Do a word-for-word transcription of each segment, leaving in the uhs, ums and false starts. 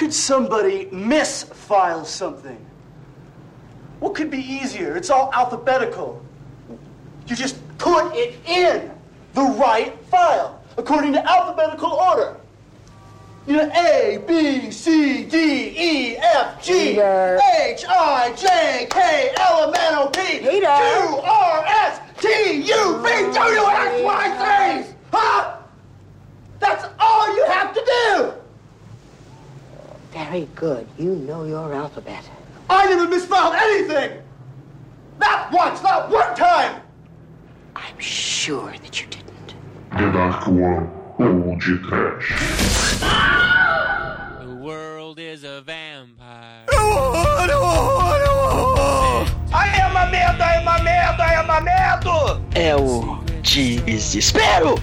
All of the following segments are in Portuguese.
could somebody misfile something? What could be easier? It's all alphabetical. You just put it in the right file, according to alphabetical order. You know, A, B, C, D, E, F, G, Peter. H, I, J, K, L, M, N, O, P, Peter. Q, R, S, T, U, V, W, X, Y, Z. Huh? That's all you have to do. Very good. You know your alphabet. I never misspelled anything. Not once, not one time. I'm sure that you didn't. The Dark One, Old Trash. The world is a vampire. Ai, é uma merda, é uma merda, é uma merda. É o desespero.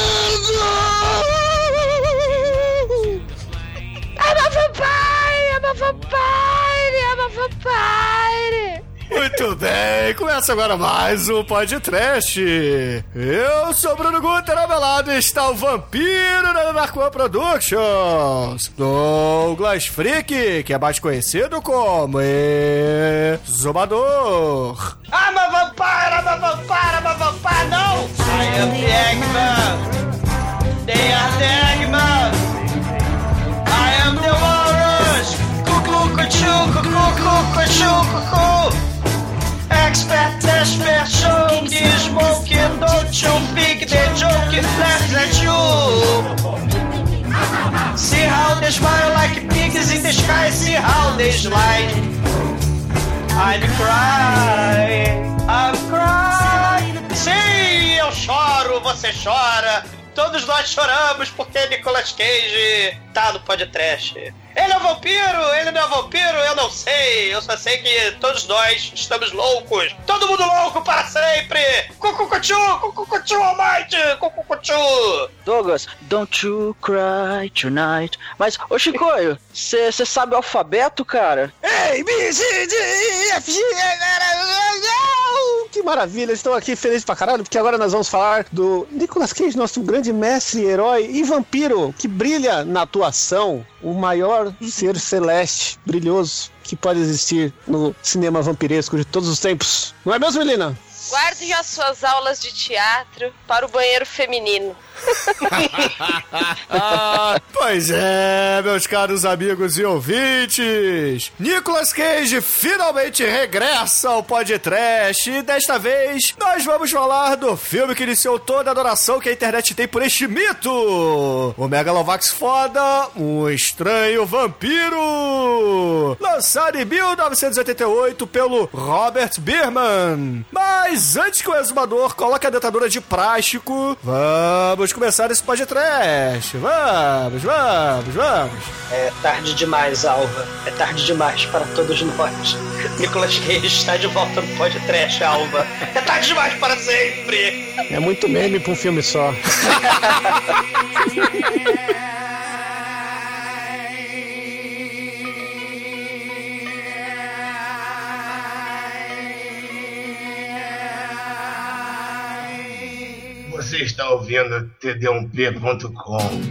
I'm a vampire, I'm a vampire, I'm a vampire. Muito bem, começa agora mais um podcast. Eu sou o Bruno Guter, ao meu lado está o vampiro da Dark One Productions, Douglas Freak, que é mais conhecido como Exumador. I'm a vampire, I'm a vampire, I'm a vampire, no! I am the Eggman. They are the Eggman. I am the walrus. Cuckoo, cuckoo, cuckoo, cuckoo, cuckoo. Expert, expert, show me smoking, don't you big the joke flash at you. See how they smile like pigs in the sky, see how they slide. I'm crying, I'm crying. Sim, eu choro, você chora. Todos nós choramos porque Nicolas Cage tá no podcast. Ele é vampiro, ele não é vampiro, eu não sei. Eu só sei que todos nós estamos loucos. Todo mundo louco para sempre. Cucucuchu, cucucuchu, almighty, cucucuchu. Douglas, don't you cry tonight. Mas, ô Chicoio, você sabe o alfabeto, cara? A, B, C, D, E, F, G, que maravilha, estou aqui feliz pra caralho, porque agora nós vamos falar do Nicolas Cage, nosso grande mestre, herói e vampiro, que brilha na atuação, o maior ser celeste, brilhoso, que pode existir no cinema vampiresco de todos os tempos. Não é mesmo, Melina? Guarde as suas aulas de teatro para o banheiro feminino. Ah, pois é, meus caros amigos e ouvintes, Nicolas Cage finalmente regressa ao podcast e desta vez nós vamos falar do filme que iniciou toda a adoração que a internet tem por este mito, o Megalovax foda, Um Estranho Vampiro, lançado em mil novecentos e oitenta e oito pelo Robert Bierman. Mas antes que o exumador coloque a dentadura de plástico, vamos começar esse podcast. Vamos, vamos, vamos. É tarde demais, Alva. É tarde demais para todos nós. Nicolas Cage está de volta no podcast, Alva. É tarde demais para sempre. É muito meme para um filme só. Você está ouvindo T D um P ponto com.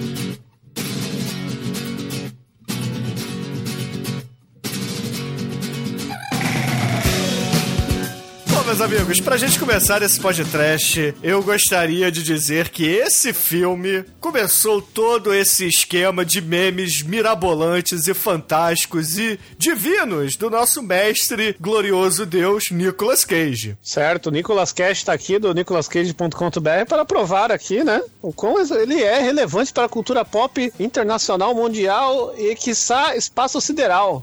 Meus amigos, pra gente começar esse podcast, eu gostaria de dizer que esse filme começou todo esse esquema de memes mirabolantes e fantásticos e divinos do nosso mestre, glorioso Deus, Nicolas Cage. Certo, o Nicolas Cage tá aqui do nicolas cage ponto com ponto b r para provar aqui, né, o quão ele é relevante para a cultura pop internacional, mundial e, quiçá, espaço sideral.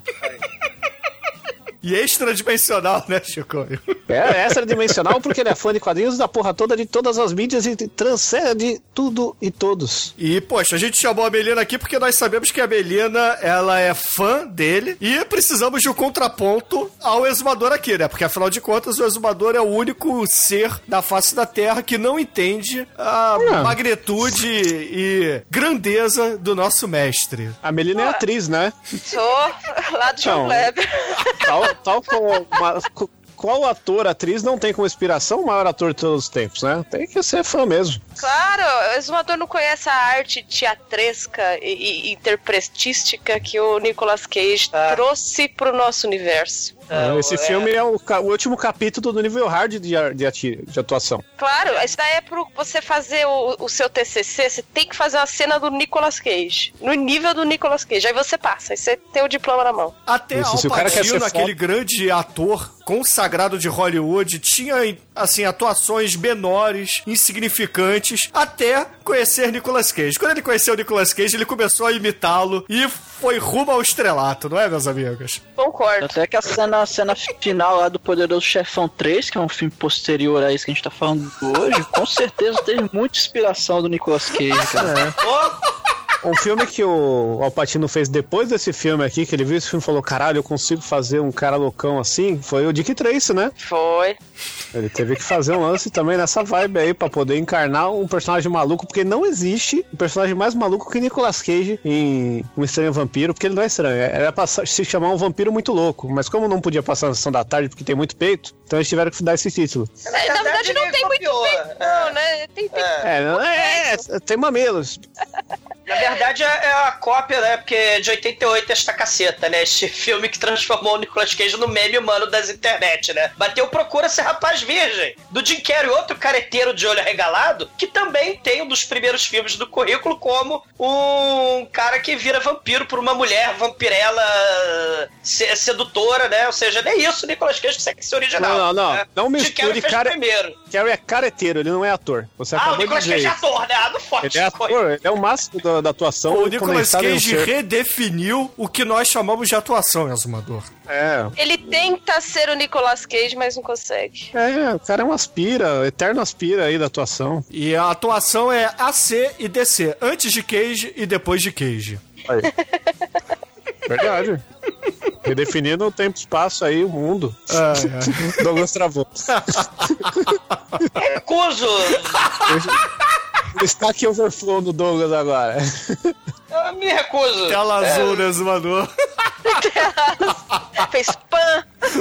E extradimensional, né, Chico? É, extradimensional porque ele é fã de quadrinhos da porra toda, de todas as mídias e transcende tudo e todos. E, poxa, a gente chamou a Melina aqui porque nós sabemos que a Melina, ela é fã dele e precisamos de um contraponto ao exumador aqui, né? Porque, afinal de contas, o exumador é o único ser da face da Terra que não entende a não. magnitude e grandeza do nosso mestre. A Melina é atriz, né? Sou lá do João Kleber. Tal, tal como uma, qual ator, atriz não tem como inspiração o maior ator de todos os tempos, né? Tem que ser fã mesmo. Claro, o exumador não conhece a arte teatresca e, e interpretística que o Nicolas Cage ah. trouxe pro nosso universo. Ah, Esse é... filme é o, o último capítulo do nível hard de, de, ati, de atuação. Claro, isso daí é pro você fazer o, o seu T C C, você tem que fazer uma cena do Nicolas Cage, no nível do Nicolas Cage, aí você passa, aí você tem o diploma na mão. Até Al Pacino, aquele grande ator consagrado de Hollywood, tinha, assim, atuações menores, insignificantes, até conhecer Nicolas Cage. Quando ele conheceu o Nicolas Cage, ele começou a imitá-lo e foi rumo ao estrelato, não é, meus amigos? Concordo. Até que a cena, a cena final lá do Poderoso Chefão três, que é um filme posterior a isso que a gente tá falando hoje, com certeza teve muita inspiração do Nicolas Cage, cara. É. Um filme que o Al Pacino fez depois desse filme aqui, que ele viu esse filme e falou, caralho, eu consigo fazer um cara loucão assim, foi o Dick Tracy, né? Foi. Ele teve que fazer um lance também nessa vibe aí, pra poder encarnar um personagem maluco, porque não existe um personagem mais maluco que Nicolas Cage em Um Estranho Vampiro, porque ele não é estranho, era pra se chamar Um Vampiro Muito Louco, mas como não podia passar na sessão da tarde porque tem muito peito, então eles tiveram que dar esse título. É, na verdade não tem muito peito não, né? Tem peito. É, é, é, tem mamilos. Na verdade é a cópia, né? Porque é de oitenta e oito esta caceta, né? Este filme que transformou o Nicolas Cage no meme humano das internet, né? Bateu Procura Ser Rapaz Virgem, do Jim Carrey, outro careteiro de olho arregalado, que também tem um dos primeiros filmes do currículo como um cara que vira vampiro por uma mulher vampirela sedutora, né? Ou seja, nem isso, Nicolas Cage consegue ser original. Não, não, não. Né? Não misture cara... primeiro. Carrey é careteiro, ele não é ator. Você ah, acabou o Nicolas de dizer Cage é ator, né? Ah, do forte. Ele é ator, ele é o máximo da, da atuação. O Nicolas Cage redefiniu o que nós chamamos de atuação, Exumador. É. Ele tenta ser o Nicolas Cage, mas não consegue. É, o cara é um aspira, eterno aspira aí da atuação. E a atuação é A C e D C, antes de Cage e depois de Cage. Aí. Verdade. Redefinindo o tempo e espaço aí, o mundo. Ah, é. Douglas travou. Recuso! O Stack Overflow no Douglas agora. Eu me recuso. Tela é. azul, né, Exumador? Fez pan.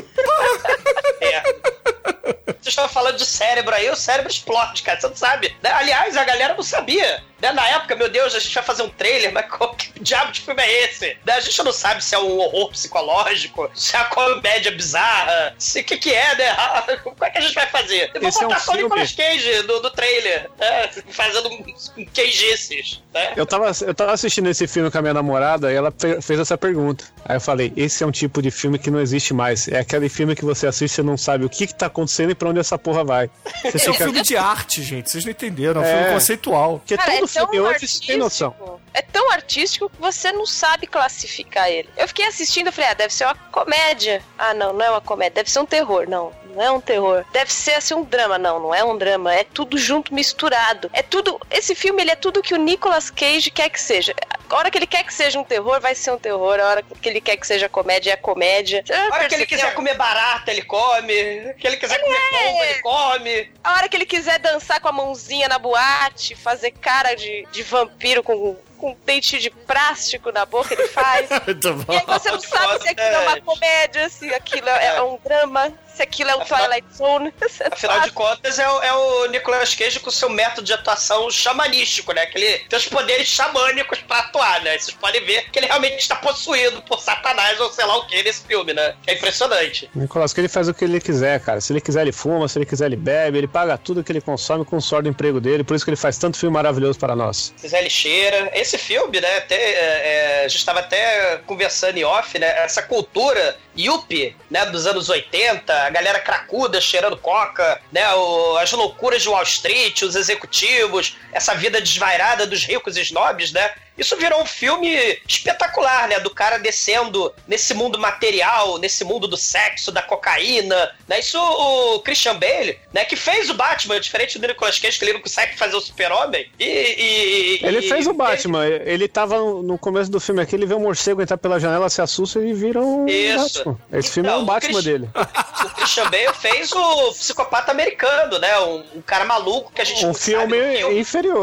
É. Vocês estão falando de cérebro aí, o cérebro explode, cara, você não sabe. Aliás, a galera não sabia. Na época, meu Deus, a gente vai fazer um trailer, mas que diabo de filme é esse? A gente não sabe se é um horror psicológico, se é uma comédia bizarra, se o que que é, né? Como é que a gente vai fazer? Eu vou esse botar é um só o filme... Nicolas Cage do, do trailer, né? Fazendo um queijices, né? Eu tava, eu tava assistindo esse filme com a minha namorada e ela fe- fez essa pergunta. Aí eu falei, esse é um tipo de filme que não existe mais. É aquele filme que você assiste e você não sabe o que que tá acontecendo e pra onde essa porra vai. Você É fica... um filme de arte, gente, vocês não entenderam, é um É. filme conceitual. Porque Cara, todo é filme tão hoje você tem noção. É tão artístico que você não sabe classificar ele. Eu fiquei assistindo e falei, ah, deve ser uma comédia. Ah, não, não é uma comédia. Deve ser um terror. Não, não é um terror. Deve ser, assim, um drama. Não, não é um drama. É tudo junto, misturado. É tudo... Esse filme, ele é tudo que o Nicolas Cage quer que seja. A hora que ele quer que seja um terror, vai ser um terror. A hora que ele quer que seja comédia, é comédia. A hora que ele quiser comer barata, ele come. Que ele quiser comer É. pomba, ele come. A hora que ele quiser dançar com a mãozinha na boate, fazer cara de, de vampiro com... com um dente de plástico na boca, ele faz. E aí você não sabe se aquilo é uma comédia, se aquilo é, é um drama, se aquilo é o Afinal, Twilight Zone. Afinal de contas, é o, é o Nicolas Cage com o seu método de atuação xamanístico, né? Que ele tem os poderes xamânicos pra atuar, né? Vocês podem ver que ele realmente está possuído por Satanás ou sei lá o que nesse filme, né? É impressionante. O Nicolas Cage faz o que ele quiser, cara. Se ele quiser, ele fuma. Se ele quiser, ele bebe. Ele paga tudo que ele consome com o suor do emprego dele. Por isso que ele faz tanto filme maravilhoso para nós. Se quiser, ele cheira. Esse filme, né? Até, é, a gente estava até conversando em off, né? Essa cultura yuppie, né? Dos anos oitenta, a galera cracuda cheirando coca, né? O, as loucuras de Wall Street, os executivos, essa vida desvairada dos ricos e snobs, né? Isso virou um filme espetacular, né? Do cara descendo nesse mundo material, nesse mundo do sexo, da cocaína, né? Isso o Christian Bale, né? Que fez o Batman, diferente do Nicolas Cage, que ele não consegue fazer o Super-Homem. E, e, Ele e, fez o Batman. Ele, ele tava no começo do filme aqui, ele vê um morcego entrar pela janela, se assusta e vira um Isso. Batman. Esse filme Então, é o Batman Chris... dele. O Christian Bale fez o Psicopata Americano, né? Um, um cara maluco que a gente Um não filme, sabe. Um filme inferior.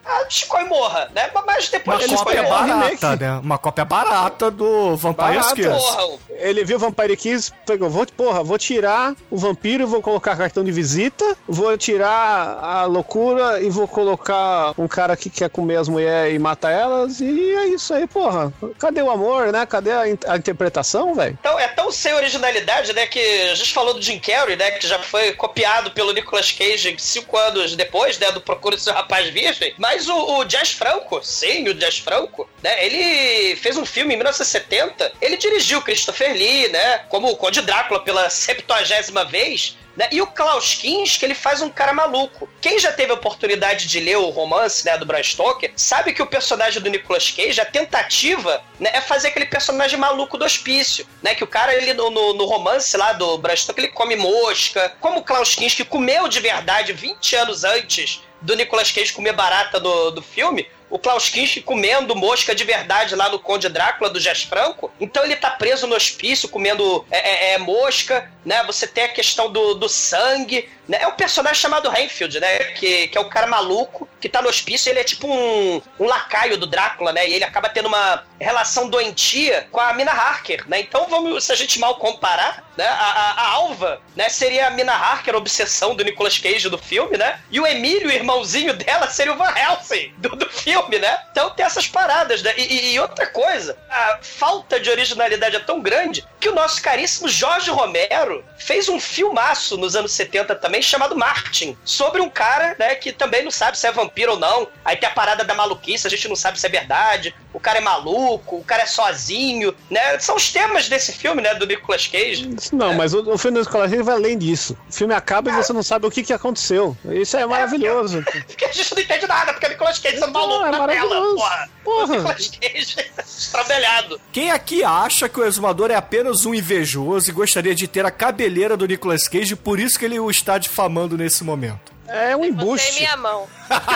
ah, Chico e morra, né? Mas depois Uma Chico cópia e morra. barata, né? Uma cópia barata do Vampire Barata. Kiss. Porra, Ele viu o Vampire Kiss, pegou, vou, porra, vou tirar o vampiro, vou colocar cartão de visita, vou tirar a loucura e vou colocar um cara que quer comer as mulheres e matar elas, e é isso aí, porra. Cadê o amor, né? Cadê a, in- a interpretação, velho? Então, é tão sem originalidade, né, que a gente falou do Jim Carrey, né, que já foi copiado pelo Nicolas Cage cinco anos depois, né, do Procura Seu Rapaz Virgem, mas o, o Jazz Franco, sim, o Jazz Franco, né, ele fez um filme em mil novecentos e setenta, ele dirigiu Christopher Lee, né, como o Conde Drácula pela septuagésima vez, né? E o Klaus Kinski, ele faz um cara maluco. Quem já teve a oportunidade de ler o romance, né, do Bram Stoker, sabe que o personagem do Nicolas Cage, a tentativa, né, é fazer aquele personagem maluco do hospício, né, que o cara, ele no, no, no romance lá do Bram Stoker, ele come mosca, como o Klaus Kinski comeu de verdade vinte anos antes do Nicolas Cage comer barata do, do filme, o Klaus Kinski comendo mosca de verdade lá no Conde Drácula do Jazz Franco, então ele tá preso no hospício comendo é, é, é, mosca, né? Você tem a questão do, do sangue, né? É um personagem chamado Renfield, né? Que, que é o cara maluco que tá no hospício, ele é tipo um, um lacaio do Drácula, né? E ele acaba tendo uma relação doentia com a Mina Harker, né? Então vamos, se a gente mal comparar, né? A, a, a Alva, né? Seria a Mina Harker, a obsessão do Nicolas Cage do filme, né? E o Emílio, o irmãozinho dela, seria o Van Helsing do, do filme, né? Então tem essas paradas, né? E, e outra coisa, a falta de originalidade é tão grande que o nosso caríssimo Jorge Romero fez um filmaço nos anos setenta também, chamado Martin, sobre um cara, né, que também não sabe se é vampiro ou não. Aí tem a parada da maluquice, a gente não sabe se é verdade, o cara é maluco, o cara é sozinho, né? São os temas desse filme, né, do Nicolas Cage. Não, é. mas o, o filme do Nicolas Cage vai além disso. O filme acaba e você não sabe o que, que aconteceu. Isso é maravilhoso. É, porque a gente não entende nada, porque o Nicolas Cage é maluco é na tela, porra. Porra. O Nicolas Cage é estrambelhado. Quem aqui acha que o Exumador é apenas um invejoso e gostaria de ter a cabeleira do Nicolas Cage e por isso que ele o está difamando nesse momento? É um Botei embuste. minha mão.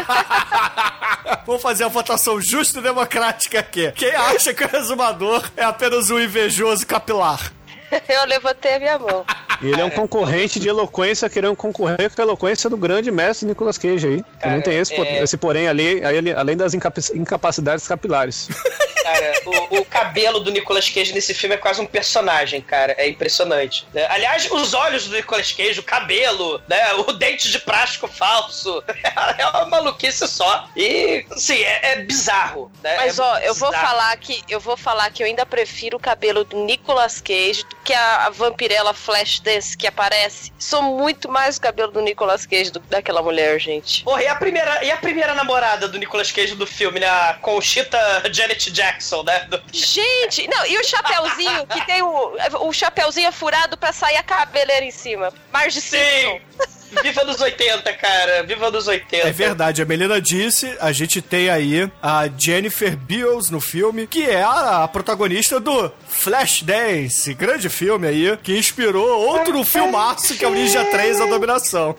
Vamos fazer a votação justa e democrática aqui. Quem acha que o Exumador é apenas um invejoso capilar? Eu levantei a minha mão. E ele é um concorrente de eloquência, querendo concorrer com a eloquência do grande mestre Nicolas Cage aí. Que não tem esse, é... esse porém ali, ali, além das incapac- incapacidades capilares. Cara, o, o cabelo do Nicolas Cage nesse filme é quase um personagem, cara. É impressionante. É, aliás, os olhos do Nicolas Cage, o cabelo, né? O dente de plástico falso. É uma maluquice só. E, assim, é, é bizarro. Né? Mas, é ó, eu vou bizarro. falar que eu vou falar que eu ainda prefiro o cabelo do Nicolas Cage do que a, a vampirela Flashdance que aparece. Sou muito mais o cabelo do Nicolas Cage do que daquela mulher, gente. Porra, e a primeira, e a primeira namorada do Nicolas Cage do filme, né? A Conchita Janet Jackson, né? Do... Gente, não, e o chapeuzinho que tem o, o chapeuzinho é furado pra sair a cabeleira em cima. Marge Simpson. Viva dos oitenta, cara. Viva dos oitenta. É verdade, a Melina disse, a gente tem aí a Jennifer Beals no filme, que é a, a protagonista do Flashdance, grande filme aí, que inspirou outro filmaço que é o Ninja três, A Dominação.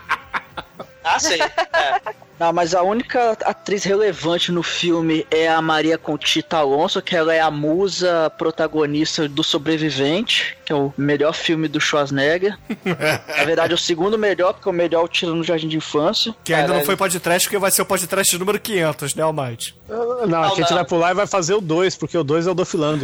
Ah, sim. É. Não, mas a única atriz relevante no filme é a Maria Conchita Alonso, que ela é a musa protagonista do Sobrevivente, que é o melhor filme do Schwarzenegger. Na verdade, é o segundo melhor, porque o melhor é o Tiro no Jardim de Infância. Que ainda Caralho. não foi podcast, porque vai ser o podcast número quinhentos, né, Almighty? Não, Não, aqui a gente não. vai pular e vai fazer o dois, porque o dois é o do Filandro.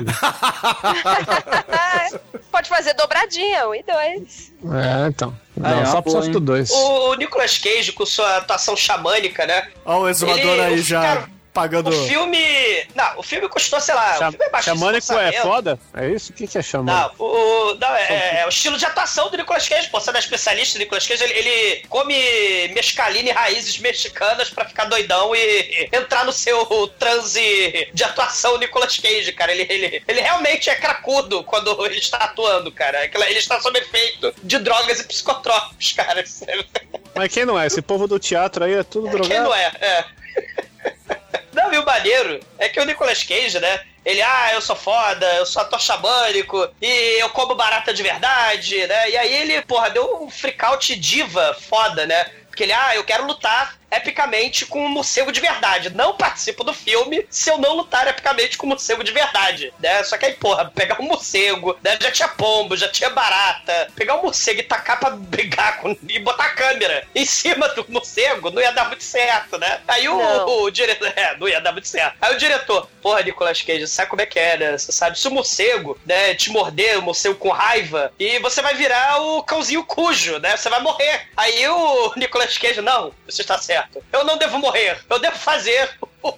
Pode fazer dobradinha, um e dois. É, então. Ah, Não, é só uma precisa boa, do dois. O Nicolas Cage, com sua atuação xamânica, né? Olha o Exumador Ele- aí o- já cara, pagando... O filme... Não, o filme custou, sei lá... Cha- o filme é baixíssimo Xamânico é orçamento. foda? É isso? O que, que é Não, xamânico? o, o- não é, é o estilo de atuação do Nicolas Cage, pô. Você é especialista do Nicolas Cage, ele, ele come mescalina e raízes mexicanas pra ficar doidão e entrar no seu transe de atuação Nicolas Cage, cara. Ele, ele, ele realmente é cracudo quando ele está atuando, cara. Ele está sob efeito de drogas e psicotrópicos, cara. Mas quem não é? Esse povo do teatro aí é tudo drogado. Quem não é? É. Não, e o maneiro é que o Nicolas Cage, né? Ele, ah, eu sou foda, eu sou ator xamânico e eu como barata de verdade, né? E aí ele, porra, deu um freak out diva foda, né? Porque ele, ah, eu quero lutar epicamente com um morcego de verdade. Não participo do filme se eu não lutar epicamente com um morcego de verdade, né? Só que aí, porra, pegar um morcego, né? Já tinha pombo, já tinha barata. Pegar um morcego e tacar pra brigar com, e botar a câmera em cima do morcego não ia dar muito certo, né? Aí o, o diretor... É, não ia dar muito certo. Aí o diretor, porra, Nicolas Cage, sabe como é que é, né? Você sabe, se o morcego, né, te morder, o morcego com raiva, e você vai virar o cãozinho cujo, né? Você vai morrer. Aí o Nicolas Cage, não, você está certo. Eu não devo morrer. Eu devo fazer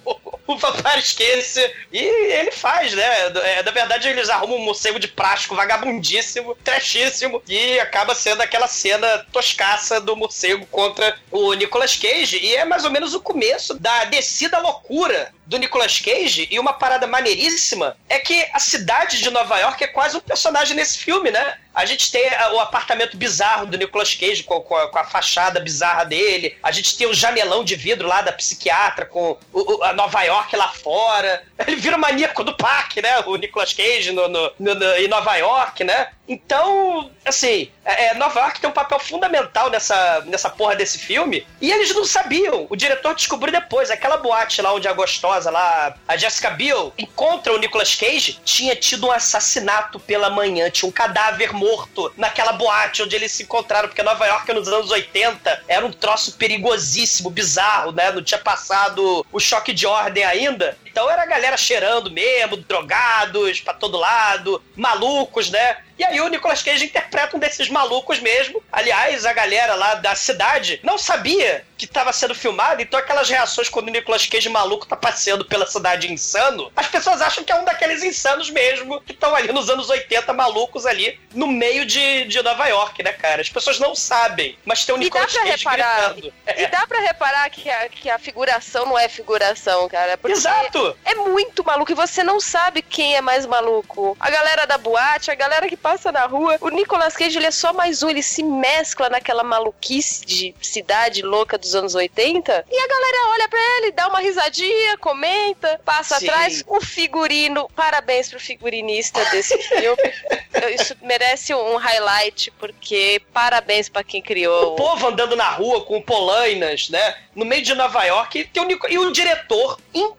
o Vampire Esquece. E ele faz, né? Na verdade, eles arrumam um morcego de plástico vagabundíssimo, trashíssimo, e acaba sendo aquela cena toscaça do morcego contra o Nicolas Cage. E é mais ou menos o começo da descida à loucura do Nicolas Cage. E uma parada maneiríssima é que a cidade de Nova York é quase um personagem nesse filme, né? A gente tem o apartamento bizarro do Nicolas Cage com, com, a, com a fachada bizarra dele. A gente tem o janelão de vidro lá da psiquiatra com o, a Nova York lá fora. Ele vira o maníaco do parque, né? O Nicolas Cage no, no, no, no, em Nova York, né? Então, assim, é, Nova York tem um papel fundamental nessa, nessa porra desse filme. E eles não sabiam. O diretor descobriu depois. Aquela boate lá onde a gostosa lá, a Jessica Biel, encontra o Nicolas Cage, tinha tido um assassinato pela manhã. Tinha um cadáver morto naquela boate onde eles se encontraram. Porque Nova York, nos anos oitenta, era um troço perigosíssimo, bizarro, né? Não tinha passado o choque de ordem ainda. Então era a galera cheirando mesmo, drogados pra todo lado, malucos, né? E aí o Nicolas Cage interpreta um desses malucos mesmo. Aliás, a galera lá da cidade não sabia que estava sendo filmado, então aquelas reações quando o Nicolas Cage maluco tá passeando pela cidade insano, as pessoas acham que é um daqueles insanos mesmo, que estão ali nos anos oitenta, malucos ali, no meio de, de Nova York, né, cara? As pessoas não sabem, mas tem o Nicolas Cage reparar, gritando. E dá pra reparar que a, que a figuração não é figuração, cara. Porque Exato! É muito maluco e você não sabe quem é mais maluco. A galera da boate, a galera que passa na rua. O Nicolas Cage, ele é só mais um, ele se mescla naquela maluquice de cidade louca dos anos oitenta, e a galera olha pra ele, dá uma risadinha, comenta, passa Sim. atrás. O figurino, parabéns pro figurinista desse filme. Isso merece um highlight, porque parabéns pra quem criou. O povo andando na rua com polainas, né? No meio de Nova York, tem o Nico... e o diretor in...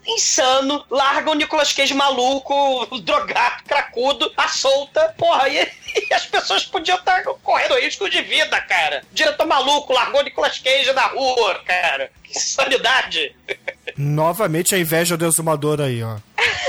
insano larga o Nicolas Cage maluco, drogado, cracudo, à solta. Porra, e, e as pessoas podiam estar correndo risco de vida, cara. O diretor maluco largou o Nicolas Cage na rua, cara. Que insanidade. Novamente a inveja do exumador aí, ó.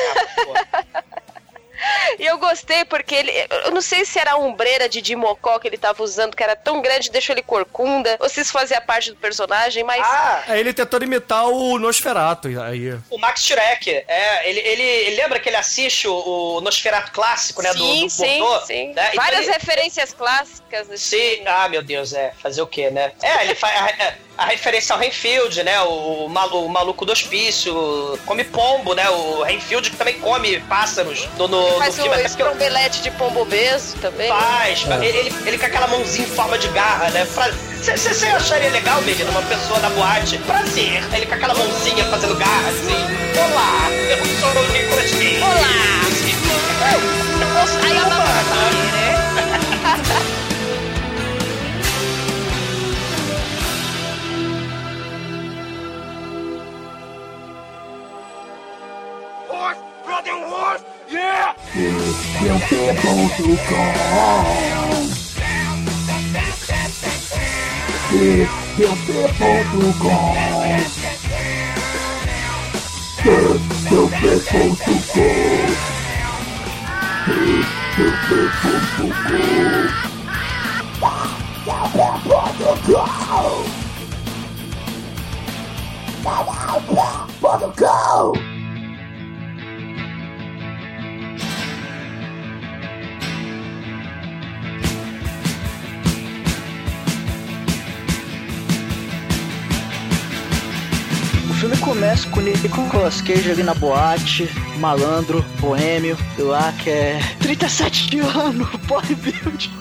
E eu gostei porque ele... Eu não sei se era a ombreira de Dimocó que ele tava usando, que era tão grande, deixou ele corcunda, ou se isso fazia parte do personagem, mas... Ah, Aí ele tentou imitar o Nosferatu aí. o Max Schreck, é, ele, ele, ele lembra que ele assiste o, o Nosferatu clássico, né, sim, do, do sim, Bordeaux, sim. né? Então Várias ele- referências clássicas nesse Sim, filme. ah, meu Deus, é, fazer o quê, né? É, ele faz a, a referência ao Renfield, né, o, malu, o maluco do hospício, come pombo, né, o Renfield que também come pássaros no, no, Ele no faz filme. o Até porque eu- estrombelete de pombo obeso também. Faz, ele, ele, ele com aquela mãozinha em forma de garra, né? Você acharia legal, menino, uma pessoa na boate? Prazer. Ele com aquela mãozinha fazendo garra, assim. Olá, eu sou o Nicolas Cage. Olá! Aí eu não né? O filme começa com o Nicolas Cage ali na boate, malandro, boêmio, lá que é trinta e sete anos, bodybuilding.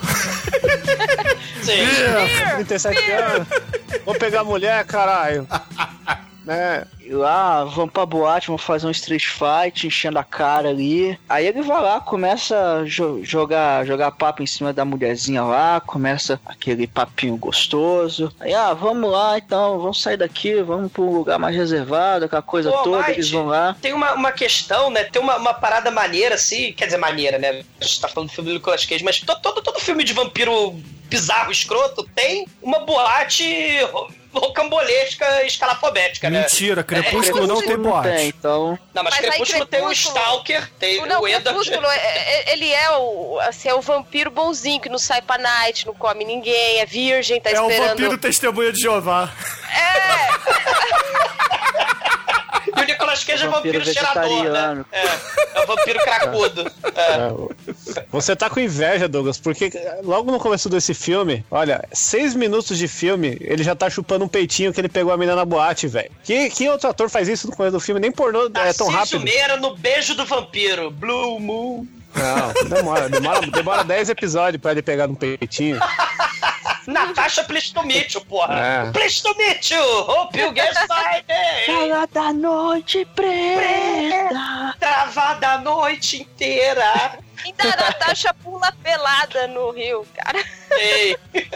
Sim. trinta e sete anos. Vou pegar mulher, caralho. Né? lá, vamos pra boate, vamos fazer um street fight, enchendo a cara ali. Aí ele vai lá, começa a jo- jogar, jogar papo em cima da mulherzinha lá, começa aquele papinho gostoso. Aí, ah, vamos lá então, vamos sair daqui, vamos pro lugar mais reservado, aquela coisa Pô, toda, Mike, eles vão lá. Tem uma, uma questão, né? Tem uma, uma parada maneira, assim, quer dizer, maneira, né? A gente tá falando do filme do Nicolas Cage, mas todo, todo, todo filme de vampiro bizarro, escroto, tem uma boate rocambolesca escalafobética, né? Mentira, Crepúsculo É, não tem boate. Tem, então... Não, mas, Mas aí Crepúsculo tem o Crepúsculo- Stalker, tem O, não, o Edward... Crepúsculo, é- é- ele é o, assim, é o vampiro bonzinho que não sai pra night, não come ninguém, é virgem, tá É o esperando... vampiro testemunha de Jeová. E o Nicolas Cage é Vampiro vampiro cheirador, né? vegetariano. É, é o vampiro cracudo. É. Você tá com inveja, Douglas, porque logo no começo desse filme, olha, seis minutos de filme, ele já tá chupando um peitinho que ele pegou a menina na boate, velho. Que, que outro ator faz isso no começo do filme? Nem pornô é tão Narciso rápido. Meira no Beijo do Vampiro. Blue Moon. Não, demora, demora, demora dez episódios pra ele pegar no peitinho. Natasha Please to meet you, porra. É. Please to meet you. Hope you get Friday. Fala da noite preta. Travada a noite inteira. Ainda a Natasha pula pelada no rio, cara. Ei.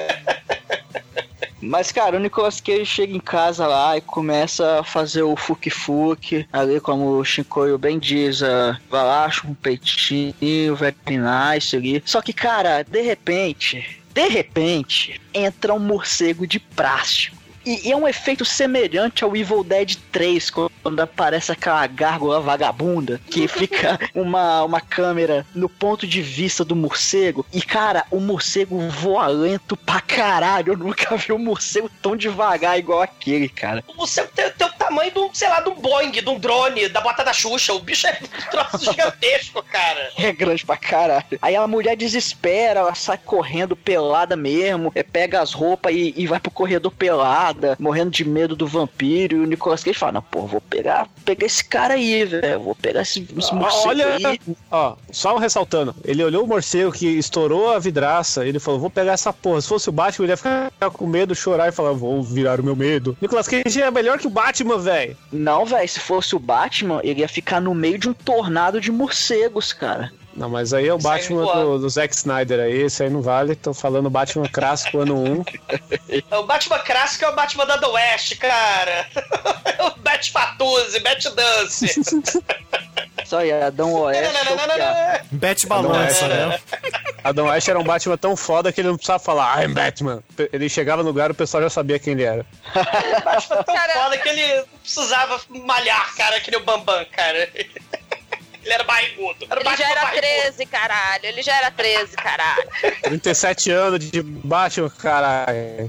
Mas, cara, o Nicolas Cage chega em casa lá e começa a fazer o fuque-fuque, ali como o Shinkoio bem diz, uh, vai lá, acha um peitinho, very nice ali. Só que, cara, de repente, de repente, entra um morcego de plástico. E, e é um efeito semelhante ao Evil Dead três, quando aparece aquela gárgula vagabunda, que fica uma, uma câmera no ponto de vista do morcego. E, cara, o morcego voa lento pra caralho. Eu nunca vi um morcego tão devagar igual aquele, cara. O morcego tem, tem o tamanho de um, sei lá, de um Boeing, de um drone, da bota da Xuxa. O bicho é um troço gigantesco, cara. É grande pra caralho. Aí a mulher desespera, ela sai correndo pelada mesmo, é, pega as roupas e, e vai pro corredor pelada, morrendo de medo do vampiro. E o Nicolas Cage fala, não, pô, vou pegar, pegar esse cara aí, velho. Vou pegar esse, esse morcego Olha, aí. ó, só um ressaltando. Ele olhou o morcego que estourou a vidraça, ele falou, vou pegar essa porra. Se fosse o Batman, ele ia ficar com medo, chorar e falar, vou virar o meu medo. Nicolas Cage é melhor que o Batman, velho. Não, velho, se fosse o Batman, ele ia ficar no meio de um tornado de morcegos, cara. Não, mas aí é o Isso aí Batman voa. do, do Zack Snyder aí, esse aí não vale. Tô falando Batman clássico ano um. O Batman clássico é o Batman da The West, cara. É o Bat Fatuzzi, Bat Dance. Só aí, Adão Oeste. Bet balança, né? Adam West era um Batman tão foda que ele não precisava falar I'm Batman. Ele chegava no lugar e o pessoal já sabia quem ele era. O Batman é tão Cara- foda que ele não precisava malhar, cara, que nem o Bambam, cara. Ele era barrigudo. Era o Ele já Batman era barrigudo. treze, caralho. Ele já era treze, caralho. trinta e sete anos de Batman, caralho.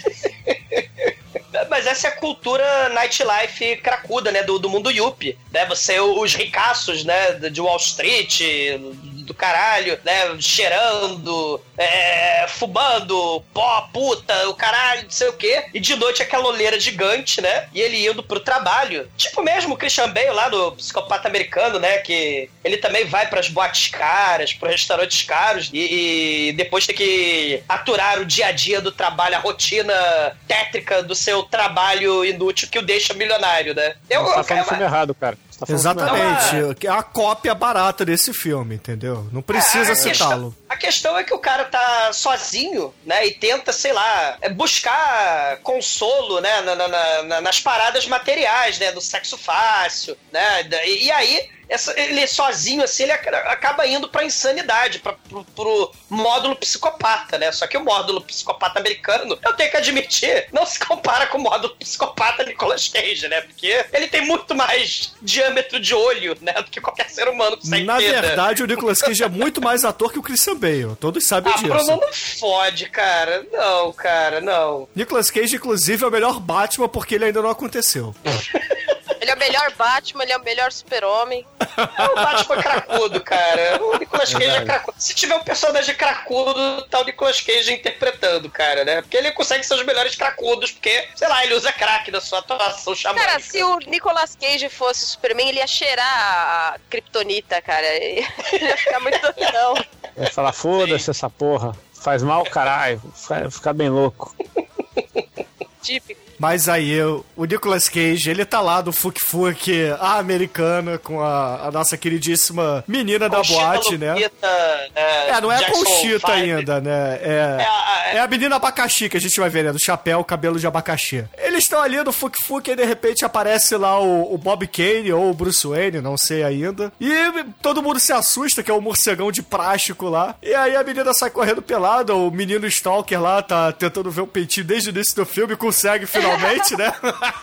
Mas essa é a cultura nightlife cracuda, né? Do, do mundo yuppie, né? Você, os ricaços, né? De Wall Street, do caralho, né? Cheirando, é, fumando, pó, puta, o caralho, não sei o quê. E de noite aquela olheira gigante, né? E ele indo pro trabalho. Tipo mesmo o Christian Bale lá do Psicopata Americano, né? Que ele também vai pras boates caras, pros restaurantes caros e, e depois tem que aturar o dia a dia do trabalho, a rotina tétrica do seu trabalho inútil que o deixa milionário, né? Eu, Você tá eu, falando eu, filme errado, cara. Você tá falando filme errado. Exatamente. É a cópia barata desse filme, entendeu? Não precisa É, a citá-lo. questão- A questão é que o cara tá sozinho, né? E tenta, sei lá, é, buscar consolo, né? Na, na- na- nas paradas materiais, né? Do sexo fácil, né? E, e aí, essa- ele sozinho, assim, ele ac- acaba indo pra insanidade, pra, pro, pro módulo psicopata, né? Só que o módulo psicopata americano, eu tenho que admitir, não se compara com o módulo psicopata Nicolas Cage, né? Porque ele tem muito mais diâmetro de olho, né? Do que qualquer ser humano que sai Na inteira. verdade, o Nicolas Cage é muito mais ator que o Christian Bale. Todos sabem Ah, disso. Bruno, não fode, cara. Não, cara, não. Nicolas Cage, inclusive, é o melhor Batman porque ele ainda não aconteceu. Ele é o melhor Batman, ele é o melhor super-homem. É o Batman cracudo, cara. O Nicolas Cage é Verdade. cracudo. Se tiver um personagem cracudo, tá o Nicolas Cage interpretando, cara, né? Porque ele consegue ser os melhores cracudos, porque, sei lá, ele usa crack na sua atuação chamada. Cara, se o Nicolas Cage fosse o Superman, ele ia cheirar a Kryptonita, cara. Ele ia ficar muito doidão. Vai falar, foda-se essa porra. Faz mal, caralho. Vai ficar bem louco. Típico. Mas aí, o Nicolas Cage, ele tá lá do Fuk Fuk, a americana, com a, a nossa queridíssima menina da Conchita boate, né? Lupita, é, É, não é a Jackson Conchita Five. ainda, né? É, É a- é- é a menina abacaxi que a gente vai ver, né? Do chapéu, cabelo de abacaxi. Eles estão ali no Fuk Fuk e de repente aparece lá o, o Bob Kane ou o Bruce Wayne, não sei ainda. E todo mundo se assusta, que é o morcegão de plástico lá. E aí a menina sai correndo pelada, o menino Stalker lá tá tentando ver o peitinho desde o início do filme, consegue finalmente, né?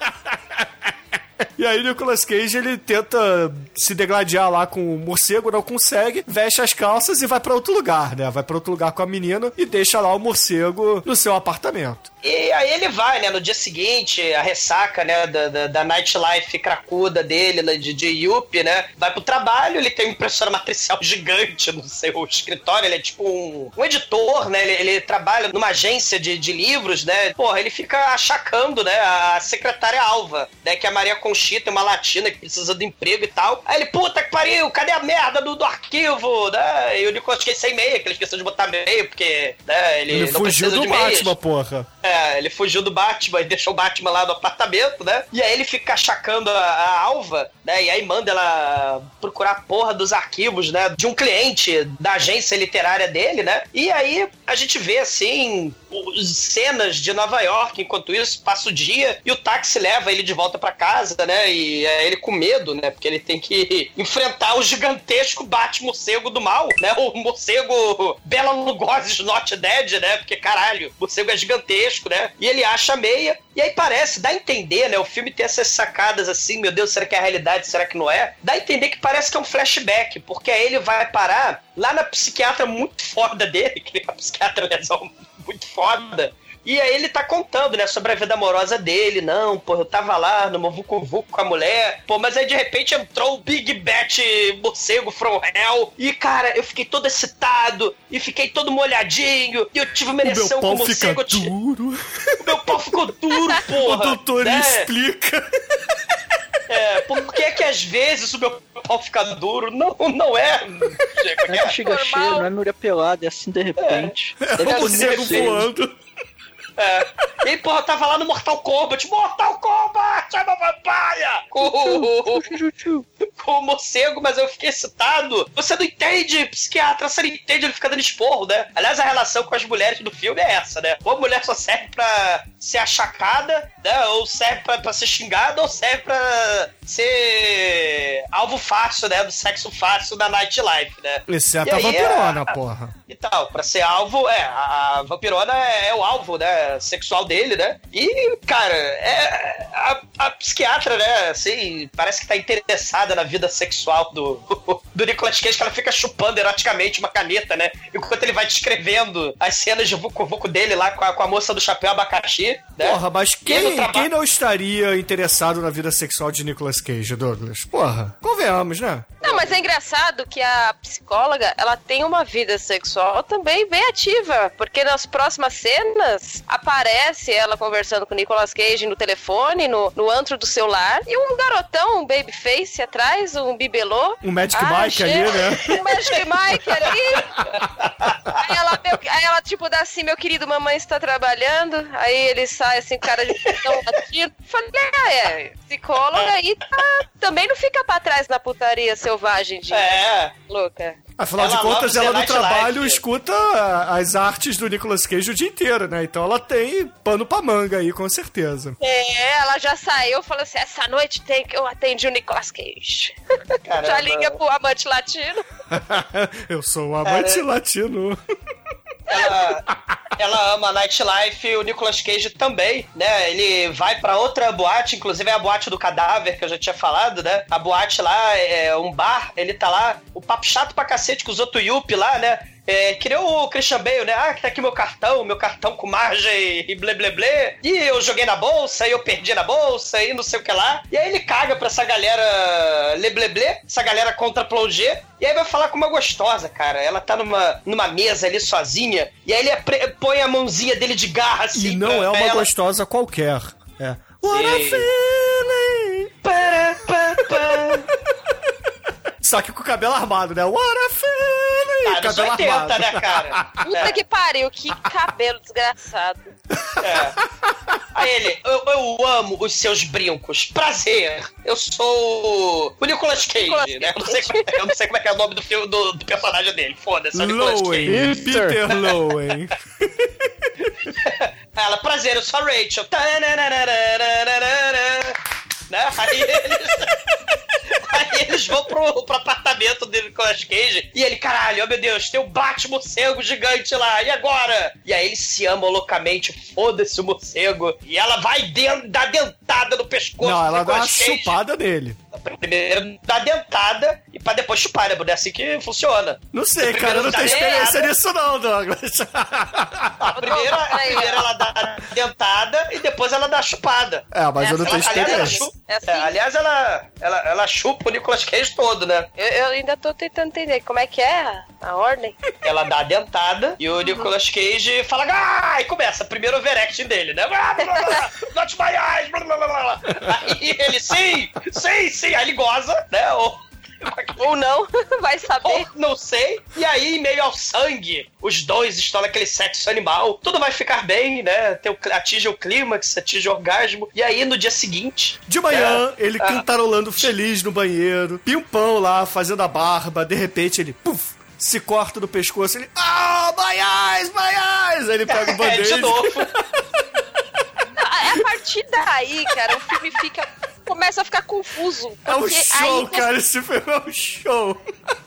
E aí o Nicolas Cage, ele tenta se degladiar lá com o morcego, não consegue, veste as calças e vai pra outro lugar, né? Vai pra outro lugar com a menina e deixa lá o morcego no seu apartamento. E aí ele vai, né, no dia seguinte, a ressaca, né, da, da, da nightlife cracuda dele, né, de, de Yuppie, né, vai pro trabalho, ele tem uma impressora matricial gigante no seu escritório, ele é tipo um, um editor, né, ele, ele trabalha numa agência de, de livros, né, porra, ele fica achacando, né, a secretária Alva, né, que é a Maria Conchita, uma latina que precisa de emprego e tal. Aí ele, puta que pariu, cadê a merda do, do arquivo, né, e o Nicolas Cage sem meia, que ele esqueceu de botar meia, porque, né, ele, Ele não fugiu precisa do de meias. Batman, porra. É, ele fugiu do Batman e deixou o Batman lá no apartamento, né? E aí ele fica achacando a, a Alva, né? E aí manda ela procurar a porra dos arquivos, né? De um cliente da agência literária dele, né? E aí a gente vê, assim, os- cenas de Nova York. Enquanto isso, passa o dia e o táxi leva ele de volta pra casa, né? E é ele com medo, né? Porque ele tem que enfrentar o gigantesco Bate-morcego do mal, né? O morcego Bela Lugosi's Not Dead, né? Porque, caralho, o morcego é gigantesco, né? E ele acha a meia, e aí parece, dá a entender, né? O filme tem essas sacadas assim, meu Deus, será que é a realidade, será que não é? Dá a entender que parece que é um flashback, porque aí ele vai parar lá na psiquiatra muito foda dele, que é uma psiquiatra, né, muito foda. E aí ele tá contando, né, sobre a vida amorosa dele. Não, pô, eu tava lá no Vucu Vucu com a mulher. Pô, mas aí de repente entrou o Big Bat morcego from hell. E, cara, eu fiquei todo excitado. E fiquei todo molhadinho. E eu tive uma O meu ereção pau com o fica morcego. eu ti- duro. O meu pau ficou duro, porra. O doutor né? explica. É, por que que às vezes o meu pau fica duro? Não, não é. Não é bexiga cheia, não é Núria pelada, é assim de repente. É Deve o ser morcego morcego. voando. É. E aí, porra, eu tava lá no Mortal Kombat. Mortal Kombat! Chama a vampire! Com o, com o morcego, mas eu fiquei excitado. Você não entende, psiquiatra, você não entende, ele fica dando esporro, né? Aliás, a relação com as mulheres do filme é essa, né? Ou a mulher só serve pra ser achacada, né? Ou serve pra, pra ser xingada, ou serve pra ser alvo fácil, né? Do sexo fácil da nightlife, né? Exceto E a aí, vampirona, a- porra. E tal, pra ser alvo, é, a, a vampirona é, é o alvo, né, sexual dele, né, e, cara, é, a, a psiquiatra, né, assim, parece que tá interessada na vida sexual do, do Nicolas Cage, que ela fica chupando eroticamente uma caneta, né, enquanto ele vai descrevendo as cenas de Vucu Vucu dele lá com a, com a moça do chapéu abacaxi, né. Porra, mas E ele quem, traba- quem não estaria interessado na vida sexual de Nicolas Cage, Douglas? Porra, convenhamos, né? Não, mas é engraçado que a psicóloga, ela tem uma vida sexual também bem ativa, porque nas próximas cenas aparece ela conversando com o Nicolas Cage no telefone, no, no antro do seu lar, e um garotão, um babyface atrás, um bibelô. Um Magic Ah, Mike ali, chega. né? Um Magic Mike ali. Aí ela, meu- aí ela, tipo, dá assim, meu querido, mamãe está trabalhando. Aí ele sai assim, cara de tão latino. Falei, ah, é, psicóloga aí tá, também não fica pra trás na putaria selvagem de É. louca. Afinal Ela de contas, loves ela the no nightlife. trabalho escuta as artes do Nicolas Cage o dia inteiro, né? Então ela tem pano pra manga aí, com certeza. É, ela já saiu, falou assim, essa noite tem que eu atendi o Nicolas Cage. Caramba. Já liga pro amante latino. Eu sou um amante Cara. latino. Ela, ela ama a nightlife, o Nicolas Cage também, né? Ele vai pra outra boate, inclusive é a boate do cadáver, que eu já tinha falado, né? A boate lá é um bar, ele tá lá, o papo chato pra cacete com os outros Yuppie lá, né? É, que nem o Christian Bale, né? Ah, que tá aqui meu cartão, meu cartão com margem e blé blé blé. E eu joguei na bolsa, e eu perdi na bolsa, e não sei o que lá. E aí ele caga pra essa galera lé blé blé, essa galera contra plongé. E aí vai falar com uma gostosa, cara. Ela tá numa, numa mesa ali sozinha. E aí ele apre- põe a mãozinha dele de garra assim. E não pra é uma ela. gostosa qualquer. É. What a Sim. feeling! Para, pa, pa. Só que com o cabelo armado, né? What a feeling! Ah, dos cabelo oitenta, armado. né, cara? Puta É. que pariu, que cabelo desgraçado. É. Aí ele, eu, eu amo os seus brincos. Prazer. Eu sou o Nicolas Cage, Nicolas né? Eu não, sei como é, eu não sei como é que é o nome do, filme, do, do personagem dele. Foda-se, é o Nicolas Cage. Lowen, Peter Lowen. Ela, prazer, eu sou a Rachel. Né? Aí eles... Aí eles vão pro, pro apartamento do Nicolas Cage e ele, caralho, oh meu Deus, tem um bate-morcego gigante lá, e agora? E aí eles se amam loucamente, foda-se o morcego, e ela vai dentro, dar dentada no pescoço Não, do ela dá uma Nicolas Cage. chupada nele. Primeiro dá dentada e pra depois chupar, né? É assim que funciona. Não sei, Primeiro cara, eu não dá tenho experiência dentada. nisso não, Douglas. A primeira, a primeira ela dá a dentada e depois ela dá a chupada. É, mas eu não tenho Ela- aliás, ela experiência. chupa- É assim? é, aliás, ela, ela, ela chupa o Nicolas Cage todo, né? Eu, eu ainda tô tentando entender como é que é a, a ordem. Ela dá a dentada e o Nicolas Cage fala, ah! E começa, primeiro o overacting dele, né? Blá, blá, blá, blá, not my eyes! Blá, blá, blá, blá. Aí ele, sim, sim, sim, aí ele goza, né? Ou, Ou não, vai saber. ou não sei. E aí, em meio ao sangue, os dois estão naquele sexo animal. Tudo vai ficar bem, né? Tem o, atinge o clímax, atinge o orgasmo. E aí, no dia seguinte... De manhã, é, ele ah, cantarolando feliz no banheiro, pimpão lá, fazendo a barba, de repente ele, puf, se corta do pescoço, ele, ah, my eyes, my eyes! Aí ele pega o É, band-aid. de novo. É a partir daí, cara, o filme fica... começa a ficar confuso. É um porque show, aí você- cara, esse filme é um show.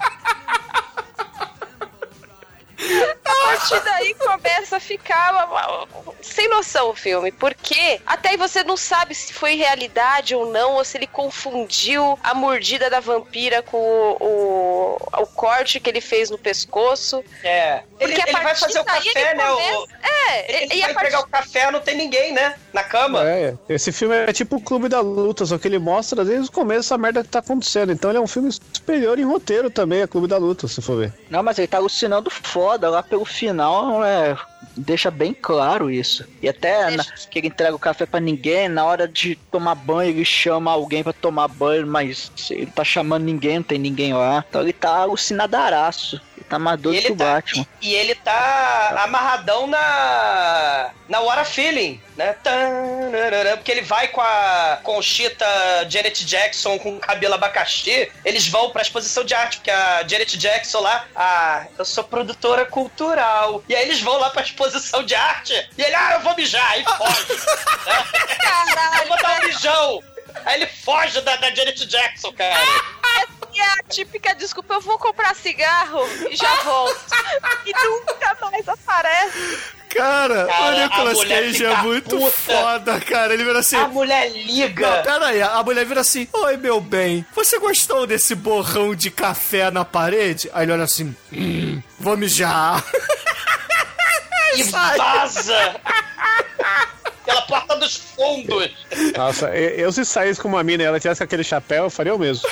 A partir daí começa a ficar sem noção o filme, porque até aí você não sabe se foi realidade ou não, ou se ele confundiu a mordida da vampira com o, o, o corte que ele fez no pescoço. É. Ele, Porque a ele vai partir fazer o daí café, ele né? começa- O, É, ele e vai a partir... pegar o café, não tem ninguém, né? Na cama. É, esse filme é tipo o Clube da Luta, só que ele mostra desde o começo a merda que tá acontecendo. Então ele é um filme superior em roteiro também, a Clube da Luta, se for ver. Não, mas ele tá alucinando foda lá pelo final, é, deixa bem claro isso. E até na, que ele entrega o café pra ninguém, na hora de tomar banho ele chama alguém pra tomar banho, mas ele tá chamando ninguém, não tem ninguém lá. Então ele tá alucinadaraço. Ele tá mais doido E que ele, o tá, Batman. e, e ele tá amarradão na na What a Feeling, né? Tanarara, porque ele vai com a Conchita Janet Jackson com cabelo abacaxi, eles vão pra exposição de arte, porque a Janet Jackson lá, ah, eu sou produtora cultural. E aí eles vão lá pra exposição de arte e ele, ah, eu vou mijar, e foge. né? Caralho, Eu vou dar um mijão. Aí ele foge da, da Janet Jackson, cara. essa é a típica desculpa, eu vou comprar cigarro e já volto. E nunca mais aparece. Cara, Cara, o Nicolas a mulher Cage é fica muito puta. foda, cara. Ele vira assim... A mulher liga. Não, pera aí, a mulher vira assim, oi meu bem, você gostou desse borrão de café na parede? Aí ele olha assim, hum, vou mijar. E vaza! Pela porta dos fundos. Nossa, eu, eu se saísse com uma mina e ela tivesse com aquele chapéu, eu faria o mesmo.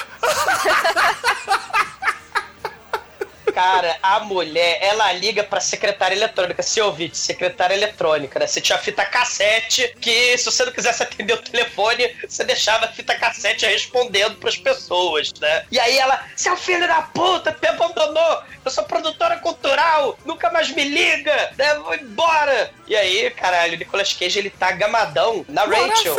Cara, a mulher, ela liga pra secretária eletrônica. Se ouvir, secretária eletrônica, né? Você tinha fita cassete, que se você não quisesse atender o telefone, você deixava a fita cassete respondendo pras pessoas, né? E aí ela, seu filho da puta, me abandonou. Eu sou produtora cultural, nunca mais me liga, né? Vou embora. E aí, caralho, o Nicolas Cage, ele tá gamadão na Rachel,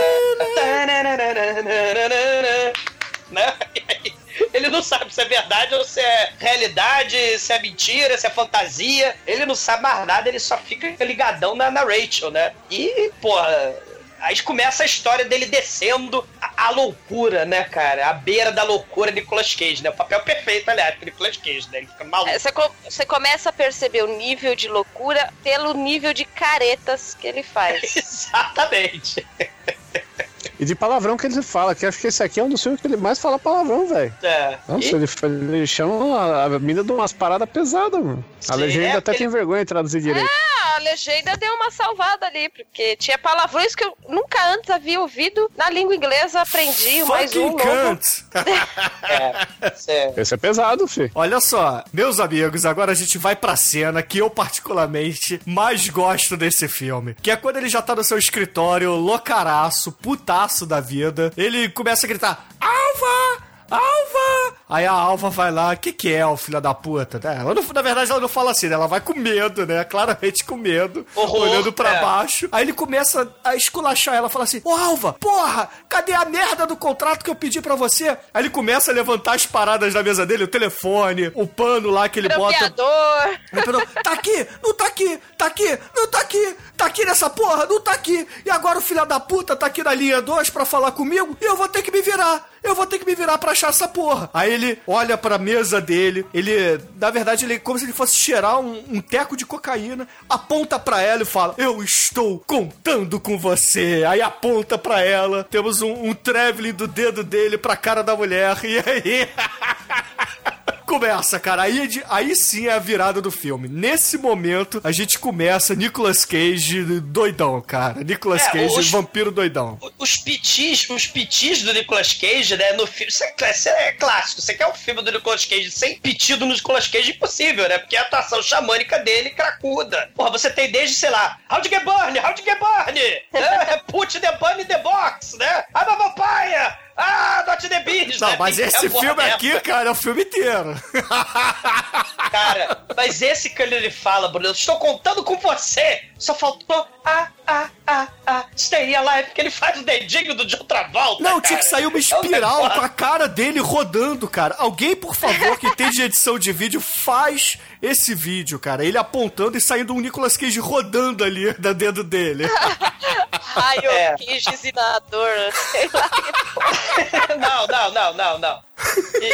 né? né? E aí, ele não sabe se é verdade ou se é realidade, se é mentira, se é fantasia. Ele não sabe mais nada, ele só fica ligadão na, na Rachel, né? E, porra, aí começa a história dele descendo a, a loucura, né, cara? A beira da loucura de Nicolas Cage, né? O papel perfeito, aliás, pro Nicolas Cage, né? Ele fica maluco. É, Você co- você começa a perceber o nível de loucura pelo nível de caretas que ele faz. Exatamente. E de palavrão que ele fala, que acho que esse aqui é um dos filmes que ele mais fala palavrão, velho. É. Nossa, E- ele, ele chama a, a mina de umas paradas pesadas, mano. A Sim, legenda é até porque tem vergonha de traduzir direito. Ah, a legenda deu uma salvada ali, porque tinha palavrões que eu nunca antes havia ouvido na língua inglesa, aprendi mais um Fucking novo. cunt. É, é. Esse é pesado, fi. Olha só, meus amigos, agora a gente vai pra cena que eu particularmente mais gosto desse filme. Que é quando ele já tá no seu escritório, loucaraço, putaço da vida. Ele começa a gritar, Alva! Alva! Aí a Alva vai lá, o que que é, o filho da puta? Ela não, na verdade, ela não fala assim, né? Ela vai com medo, né? Claramente com medo, Horror, olhando pra é. baixo. Aí ele começa a esculachar ela, fala assim, ô Alva, porra, cadê a merda do contrato que eu pedi pra você? Aí ele começa a levantar as paradas da mesa dele, o telefone, o pano lá que ele bota... Grampeador. Tá aqui, não tá aqui, tá aqui, não tá aqui, tá aqui nessa porra, não tá aqui. E agora o filho da puta tá aqui na linha dois pra falar comigo e eu vou ter que me virar. Eu vou ter que me virar pra achar essa porra. Aí ele olha pra mesa dele, ele, na verdade, ele como se ele fosse cheirar um, um teco de cocaína, aponta pra ela e fala, eu estou contando com você. Aí aponta pra ela, temos um, um traveling do dedo dele pra cara da mulher, e aí... Começa, cara, aí, aí sim é a virada do filme. Nesse momento, a gente começa Nicolas Cage doidão, cara. Nicolas É, Cage, os- vampiro doidão. Os pitis, os pitis do Nicolas Cage, né, no filme, isso é, clá- isso é clássico, você quer um filme do Nicolas Cage sem pitido no Nicolas Cage, impossível, né, porque a atuação xamânica dele cracuda. Porra, você tem desde, sei lá, How to Get Burn, How to Get Burn, né, Put the Burn in the Box, né, I'm a Vampire, ah, Not the Beast, Não, né, mas tem que ter esse a porra filme dessa. aqui, cara, é o filme inteiro. Cara, mas esse que ele fala, Bruno, eu estou contando com você. Só faltou ah, ah, ah, ah, stay alive, que ele faz o dedinho do John Travolta. Não, cara. tinha que sair uma É um espiral negócio- com a cara dele rodando, cara. Alguém, por favor, que tem de edição de vídeo, faz esse vídeo, cara. Ele apontando e saindo um Nicolas Cage rodando ali da dedo dele. Raio, É. quigezinador, sei lá. Não, não, não, não, não. E,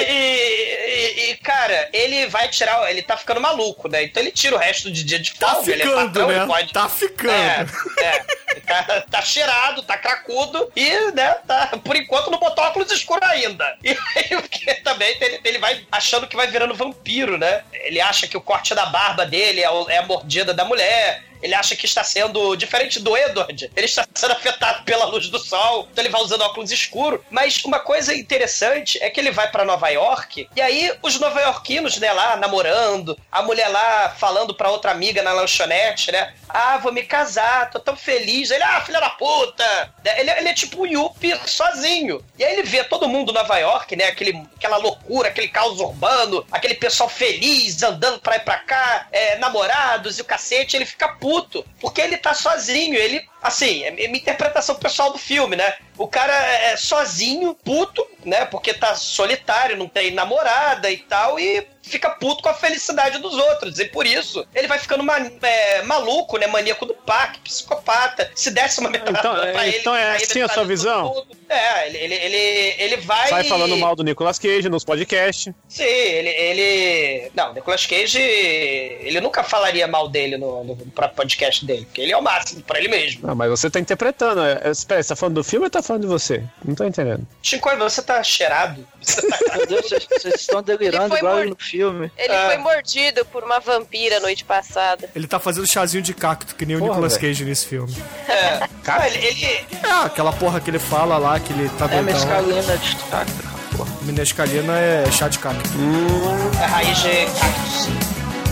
e- e- e, cara, ele vai tirar. Ele tá ficando maluco, né? Então ele tira o resto de dia de Tá folga. Ele é ficando, patrão, né? ele pode. Tá ficando. É, é. Tá, tá cheirado, tá cracudo e, né, tá, por enquanto não botou óculos escuros ainda. E aí, porque também ele, ele vai achando que vai virando vampiro, né? Ele acha que o corte da barba dele é, o- é a mordida da mulher. Ele acha que está sendo, diferente do Edward, ele está sendo afetado pela luz do sol, então ele vai usando óculos escuros. Mas uma coisa interessante é que ele vai pra Nova York, e aí os nova-iorquinos, né, lá namorando, a mulher lá falando pra outra amiga na lanchonete, né, ah, vou me casar, tô tão feliz. Ele, ah, filha da puta! Ele, ele é tipo um Yuppie sozinho. E aí ele vê todo mundo em Nova York, né, aquele, aquela loucura, aquele caos urbano, aquele pessoal feliz, andando pra ir pra cá, é, namorados e o cacete, ele fica puto, porque ele tá sozinho, ele, assim, é minha interpretação pessoal do filme, né? O cara é sozinho, puto, né? Porque tá solitário, não tem namorada e tal, e fica puto com a felicidade dos outros. E por isso, ele vai ficando ma- é, maluco, né? Maníaco do parque, psicopata. Se desse uma metralhadora Então, pra é- ele... então é aí ele assim a faz sua tudo, visão? tudo. É, ele, ele, ele, ele vai... Sai falando mal do Nicolas Cage nos podcasts. Sim, ele, ele... Não, o Nicolas Cage, ele nunca falaria mal dele no, no próprio podcast dele, porque ele é o máximo pra ele mesmo. Ah, mas você tá interpretando. É, é, Espera, você tá falando do filme ou tá falando de você? Não tô entendendo. Chico, você tá cheirado? Você tá... Meu Deus, vocês, vocês estão delirando Ele foi igual mor- no filme. Ele Ah. foi mordido por uma vampira noite passada. Ele tá fazendo chazinho de cacto, que nem o Porra, Nicolas velho. Cage nesse filme. É. Cara. Ah, ele, ele... É, aquela porra que ele fala lá, que ele tá É doidão. mescalina de cacto, porra. Mescalina é chá de cacto. É raiz de cactus.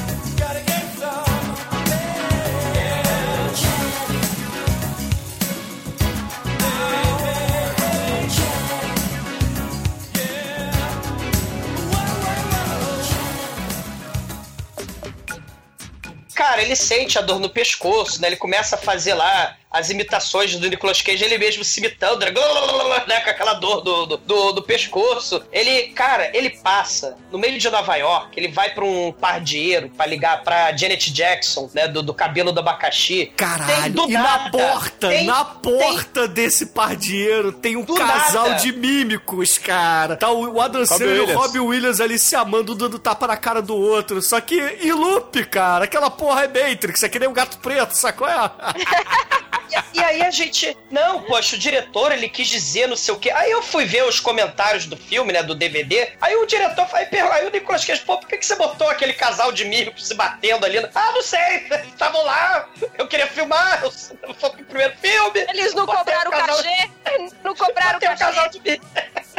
Cara, ele sente a dor no pescoço, né? Ele começa a fazer lá as imitações do Nicolas Cage, ele mesmo se imitando, né? né? Com aquela dor do, do, do, do pescoço. Ele, cara, ele passa no meio de Nova York, ele vai pra um pardieiro pra ligar pra Janet Jackson, né? Do, do cabelo do abacaxi. Tem Caralho, do e nada, na porta, tem- na porta desse pardieiro tem um Do casal nada. de mímicos, cara. Tá o o Adam Robbie Sandler e o Williams. Robbie Williams ali se amando, dando tapa na cara do outro. Só que em loop, cara. Aquela porra é Matrix, é que nem um gato preto, sacou? É? E, e aí a gente... Não, poxa, o diretor, ele quis dizer não sei o quê. Aí eu fui ver os comentários do filme, né, do D V D. Aí o diretor foi perguntar, aí o Nicolas Cage, pô, por que, que você botou aquele casal de mímicos se batendo ali? Ah, não sei, estavam lá, eu queria filmar, eu foi pro primeiro filme. Eles não Botei cobraram o casal- cachê? Não cobraram o Botei um cachê? casal de mímicos.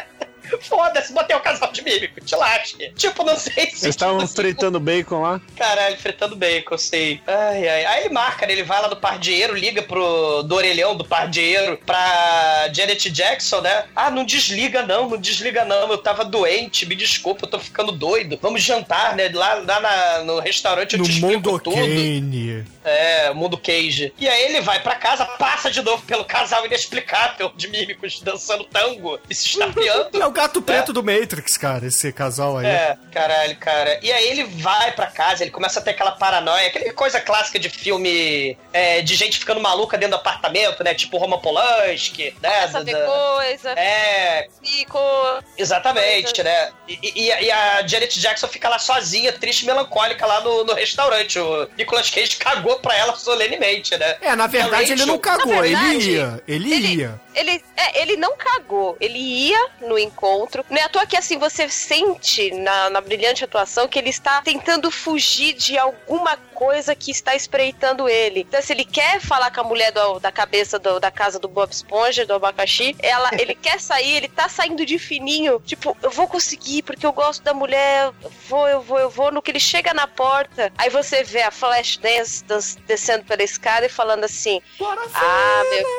Foda-se, botei o casal de mímico, te lasque. Tipo, não sei se... Eles estavam assim, fritando bacon lá? Caralho, fritando bacon, sei. Ai, ai. Aí ele marca, né? Ele vai lá do Pardieiro, liga pro... do orelhão do Pardieiro pra Janet Jackson, né? Ah, não desliga não, não desliga não. Eu tava doente, me desculpa, eu tô ficando doido. Vamos jantar, né? Lá, lá na, no restaurante eu no te explico Mundo tudo. Kane. É, Mundo Cage. E aí ele vai pra casa, passa de novo pelo casal inexplicável de mímicos dançando tango e se estapeando. É o gato preto é. do Matrix, cara, esse casal aí. É, caralho, cara. E aí ele vai pra casa, ele começa a ter aquela paranoia, aquela coisa clássica de filme é, de gente ficando maluca dentro do apartamento, né? Tipo Roman Polanski, né? Começa a ver coisa. É. Fico. Exatamente, coisa. Né? E, e, e a Janet Jackson fica lá sozinha, triste e melancólica lá no, no restaurante. O Nicolas Cage cagou pra ela solenemente, né? É, na verdade Além ele de... não cagou, verdade, ele ia. Ele, ele ia. Ele, é, ele não cagou, ele ia no encontro. Não é à toa que assim você sente na, na brilhante atuação que ele está tentando fugir de alguma coisa que está espreitando ele. Então, se ele quer falar com a mulher do, da cabeça do, da casa do Bob Esponja, do abacaxi, ela, ele quer sair, ele tá saindo de fininho. Tipo, eu vou conseguir, porque eu gosto da mulher, eu vou, eu vou, eu vou. No que ele chega na porta, aí você vê a Flash Dance descendo pela escada e falando assim: ah, meu...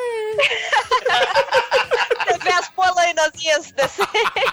Você vê as polainazinhas descendo.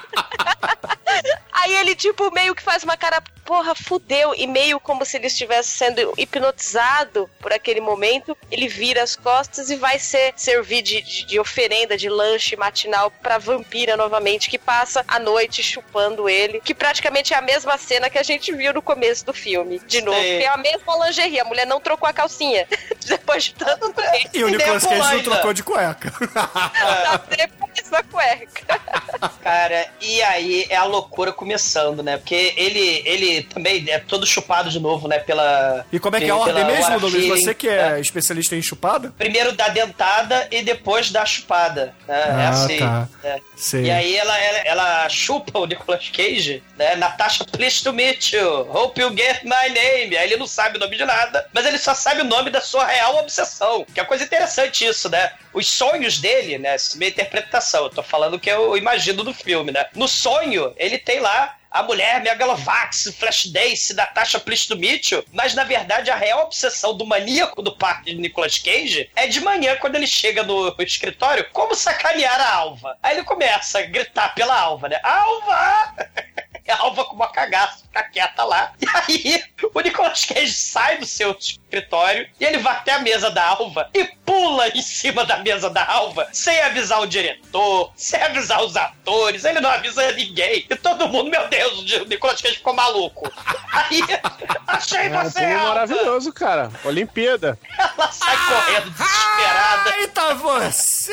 Aí ele, tipo, meio que faz uma cara, porra, fudeu. E meio como se ele estivesse sendo hipnotizado por aquele momento. Ele vira as costas e vai ser servir de, de, de oferenda, de lanche matinal pra vampira novamente, que passa a noite chupando ele. Que praticamente é a mesma cena que a gente viu no começo do filme. De novo, que é a mesma lingerie. A mulher não trocou a calcinha. Depois de tanto tempo. E o Nicolas Cage não trocou de cueca. Tá sempre a mesma cueca. Cara, e aí é a loucura começando, né? Porque ele, ele também é todo chupado de novo, né? Pela. E como é que é a ordem mesmo, Douglas? Você que é, né? especialista em chupada? Primeiro dá dentada e depois dá chupada. Né? Ah, é assim. Tá. Né? Sei. E aí ela, ela, ela chupa o Nicolas Cage, né? Natasha, pleased to meet you. Hope you get my name. Aí ele não sabe o nome de nada, mas ele só sabe o nome da sua real obsessão. Que é coisa interessante isso, né? Os sonhos dele, né? Essa é minha interpretação. Eu tô falando o que eu imagino do filme, né? No sonho, ele tem lá a mulher Megalovax, Flashdance, Natasha Pleased to Meet You, mas na verdade a real obsessão do maníaco do parque de Nicolas Cage é de manhã, quando ele chega no escritório, como sacanear a Alva. Aí ele começa a gritar pela Alva, né? Alva! A Alva com uma cagaça, fica quieta lá. E aí o Nicolas Cage sai do seu escritório e ele vai até a mesa da Alva e pula em cima da mesa da Alva sem avisar o diretor, sem avisar os atores, ele não avisa ninguém. E todo mundo, meu Deus, o Nicolas Cage ficou maluco. Aí, achei é você, um Alva! Maravilhoso, cara. Olimpíada. Ela sai ah, correndo desesperada. Ai, tá você!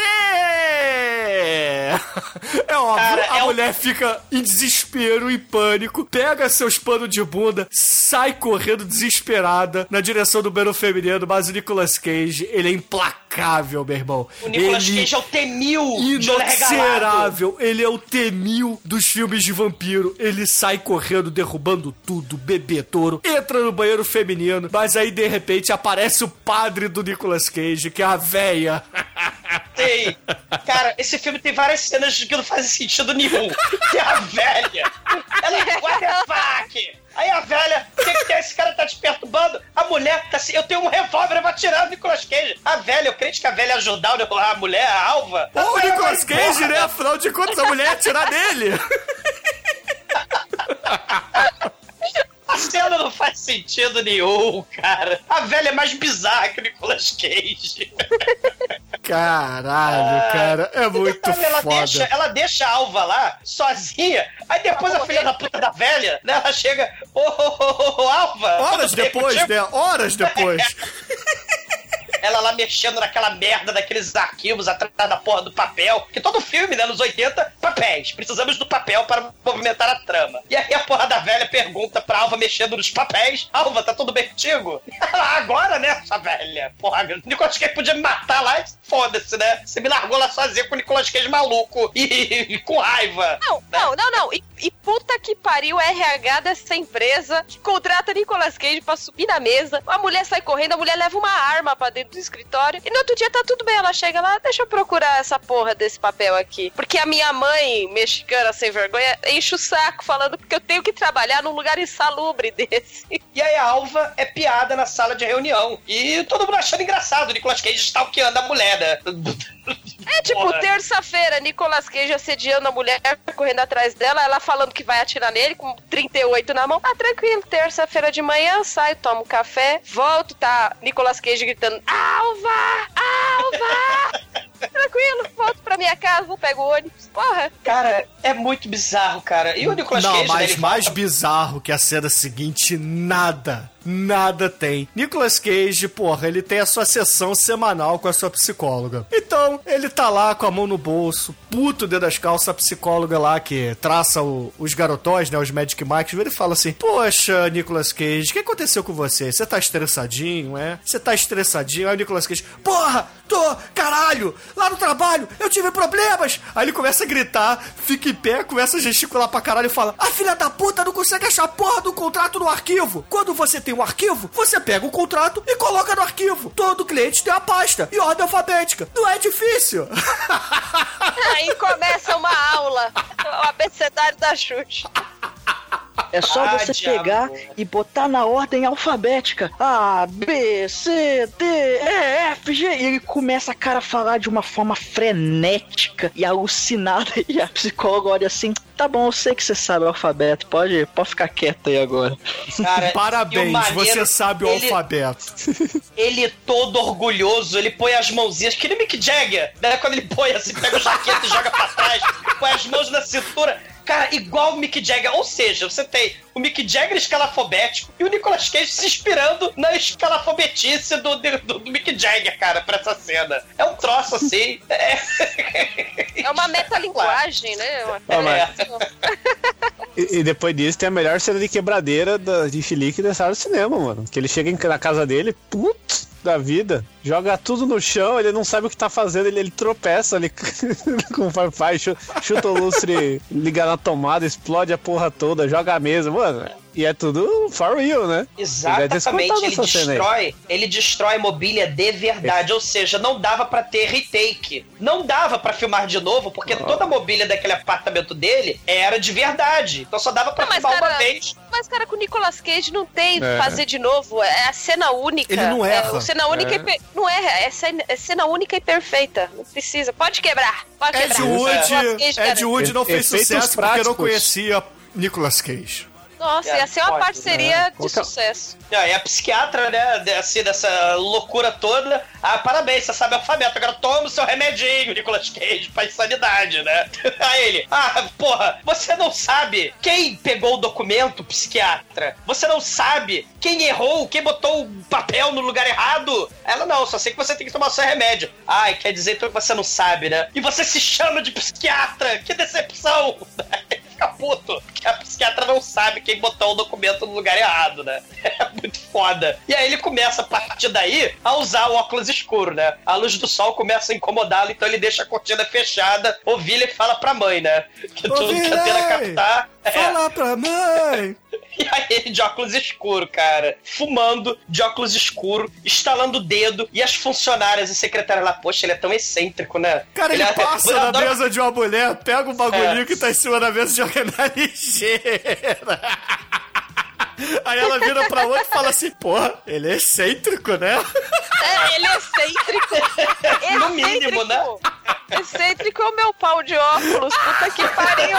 É óbvio, cara, a é mulher um... fica em desespero, em pânico, pega seus panos de bunda, sai correndo desesperada na direção do banheiro feminino, mas o Nicolas Cage, ele é implacável, meu irmão. O Nicolas ele... Cage é o T-mil inexorável. Ele é o T-mil dos filmes de vampiro. Ele sai correndo, derrubando tudo, bebedouro, entra no banheiro feminino, mas aí, de repente, aparece o padre do Nicolas Cage, que é a véia. Tem. Cara, esse filme tem várias cenas que não fazem sentido nenhum. Que é a velha. Ela é what the fuck? Aí a velha, o que, que tem? Esse cara tá te perturbando? A mulher tá assim, eu tenho um revólver, eu vou atirar no Nicolas Cage. A velha, eu crente que a velha ia ajudar a mulher, a Alva. Ô, o Nicolas Cage, porra, né? Afinal de contas, a mulher ia atirar dele. A cena não faz sentido nenhum, cara. A velha é mais bizarra que o Nicolas Cage. Caralho, ah, cara, é muito ela foda. Deixa, ela deixa a Alva lá, sozinha, aí depois a filha da puta da velha, né, ela chega, ô, ô, ô, ô, Alva... Horas depois, né, horas depois. Ela lá mexendo naquela merda daqueles arquivos atrás da porra do papel. Que todo filme, né, nos oitenta, papéis. Precisamos do papel para movimentar a trama. E aí a porra da velha pergunta pra Alva mexendo nos papéis: Alva, tá tudo bem contigo? Ela, agora, né, essa velha? Porra, o Nicolas Cage podia me matar lá e foda-se, né? Você me largou lá sozinha com o Nicolas Cage maluco e, e, e com raiva. Não, né? não, não, não. E, e puta que pariu o R H dessa empresa que contrata Nicolas Cage pra subir na mesa. A mulher sai correndo, a mulher leva uma arma pra dentro do escritório. E no outro dia tá tudo bem. Ela chega lá, deixa eu procurar essa porra desse papel aqui. Porque a minha mãe, mexicana sem vergonha, enche o saco falando que eu tenho que trabalhar num lugar insalubre desse. E aí a Alva é piada na sala de reunião. E todo mundo achando engraçado o Nicolas Cage stalkeando a mulher, né? É tipo, porra. Terça-feira, Nicolas Cage assediando a mulher, correndo atrás dela, ela falando que vai atirar nele com trinta e oito na mão. Ah, tranquilo. Terça-feira de manhã, saio, tomo café, volto, tá Nicolas Cage gritando: Alva! Alva! Tranquilo, volto pra minha casa, pego o ônibus. Porra. Cara, é muito bizarro, cara. E o Nicolas Não, Cage... mas né, mais fala... bizarro que a cena seguinte, nada. Nada tem. Nicolas Cage, porra, ele tem a sua sessão semanal com a sua psicóloga. Então, ele tá lá com a mão no bolso, puto dentro das calças, a psicóloga lá que traça o, os garotões, né, os Magic Mikes, ele fala assim: poxa, Nicolas Cage, o que aconteceu com você? Você tá estressadinho, é? Você tá estressadinho? Aí o Nicolas Cage: porra, tô, caralho, lá no trabalho, eu tive problemas. Aí ele começa a gritar, fica em pé, começa a gesticular pra caralho e fala: a filha da puta não consegue achar a porra do contrato no arquivo. Quando você tem um arquivo, você pega o contrato e coloca no arquivo. Todo cliente tem a pasta e ordem alfabética. Não é difícil. Aí começa uma aula, o abecedário da Xuxa. É só Ah, você diabo. pegar e botar na ordem alfabética. A, B, C, D, E, F, G. E ele começa, cara, a falar de uma forma frenética e alucinada. E a psicóloga olha assim: tá bom, eu sei que você sabe o alfabeto. Pode, pode ficar quieto aí agora. Cara, Parabéns, e o maneiro, você sabe o ele- alfabeto. Ele todo orgulhoso, ele põe as mãozinhas, que nem Mick Jagger, né? Quando ele põe assim, pega o jaqueta e joga pra trás, põe as mãos na cintura. Cara, igual o Mick Jagger. Ou seja, você tem o Mick Jagger escalafobético e o Nicolas Cage se inspirando na escalafobetice do, do, do Mick Jagger, cara, pra essa cena. É um troço assim. É, É uma metalinguagem, né? Uma... Ah, mas- É. E, e depois disso tem a melhor cena de quebradeira da, de Chilique dessa área do cinema, mano. Que ele chega em- na casa dele, putz, da vida, joga tudo no chão, ele não sabe o que tá fazendo, ele, ele tropeça ali com o Wi-Fi, chu- chuta o lustre, liga na tomada, explode a porra toda, joga a mesa, mano. E é tudo for real, né? Exatamente, ele, ele destrói, ele destrói mobília de verdade, ou seja, não dava pra ter retake, não dava pra filmar de novo, porque oh. toda a mobília daquele apartamento dele era de verdade, então só dava pra não, filmar cara, uma vez. Mas, cara, com o Nicolas Cage não tem É. fazer de novo, é a cena única. Ele não erra. É, cena única É. e per... Não erra, é cena, é cena única e perfeita, não precisa, pode quebrar, pode Ed quebrar. Wood, Nicolas Cage, cara. Ed Wood não fez Efeitos sucesso porque não práticos. conhecia Nicolas Cage. Nossa, É, ia ser uma pode, parceria né? de Qualquer- sucesso. É, e a psiquiatra, né, assim, dessa loucura toda, ah, parabéns, você sabe o alfabeto, agora toma o seu remedinho, Nicolas Cage, pra insanidade, né? Aí ele, ah, porra, você não sabe quem pegou o documento, psiquiatra? Você não sabe quem errou, quem botou o papel no lugar errado? Ela, não, só sei que você tem que tomar o seu remédio. Ai, quer dizer então que você não sabe, né? E você se chama de psiquiatra, que decepção! Fica puto, porque a psiquiatra não sabe quem botou o documento no lugar errado, né? É muito foda. E aí ele começa, a partir daí, a usar o óculos escuro, né? A luz do sol começa a incomodá-lo, então ele deixa a cortina fechada, Ovília e fala pra mãe, né? Que tudo que a tenta captar... É. Fala pra mãe! E aí ele de óculos escuro, cara, fumando, de óculos escuro, estalando o dedo, e as funcionárias e secretárias lá, poxa, ele é tão excêntrico, né? Cara, ele, é- passa eu na adoro- mesa de uma mulher, pega o bagulhinho É. que tá em cima da mesa e joga na lixeira. Aí ela vira pra outra e fala assim: porra, ele é excêntrico, né? É, ele é excêntrico. No mínimo, né? Excêntrico é o meu pau de óculos, puta que pariu.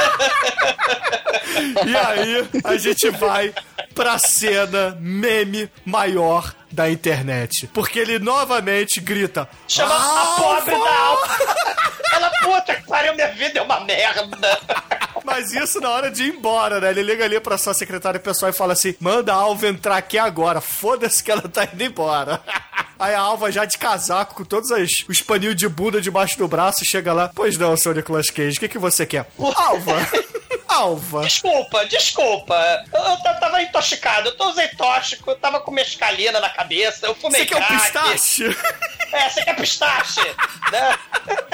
E aí a gente vai pra cena meme maior da internet. Porque ele novamente grita: Chama a pobre da Alva! Ela, puta que pariu, minha vida é uma merda! Mas isso na hora de ir embora, né? Ele liga ali pra sua secretária pessoal e fala assim: manda a Alva entrar aqui agora, foda-se que ela tá indo embora. Aí a Alva já de casaco, com todos as, os paninhos de bunda debaixo do braço, chega lá: pois não, seu Nicolas Cage, o que, que você quer? Alva! Alva! Desculpa, desculpa. Eu, eu t- tava intoxicado, eu tô usei tóxico, eu tava com mescalina na cabeça, eu fumei Você quer um crack. pistache? É, você quer pistache? Né?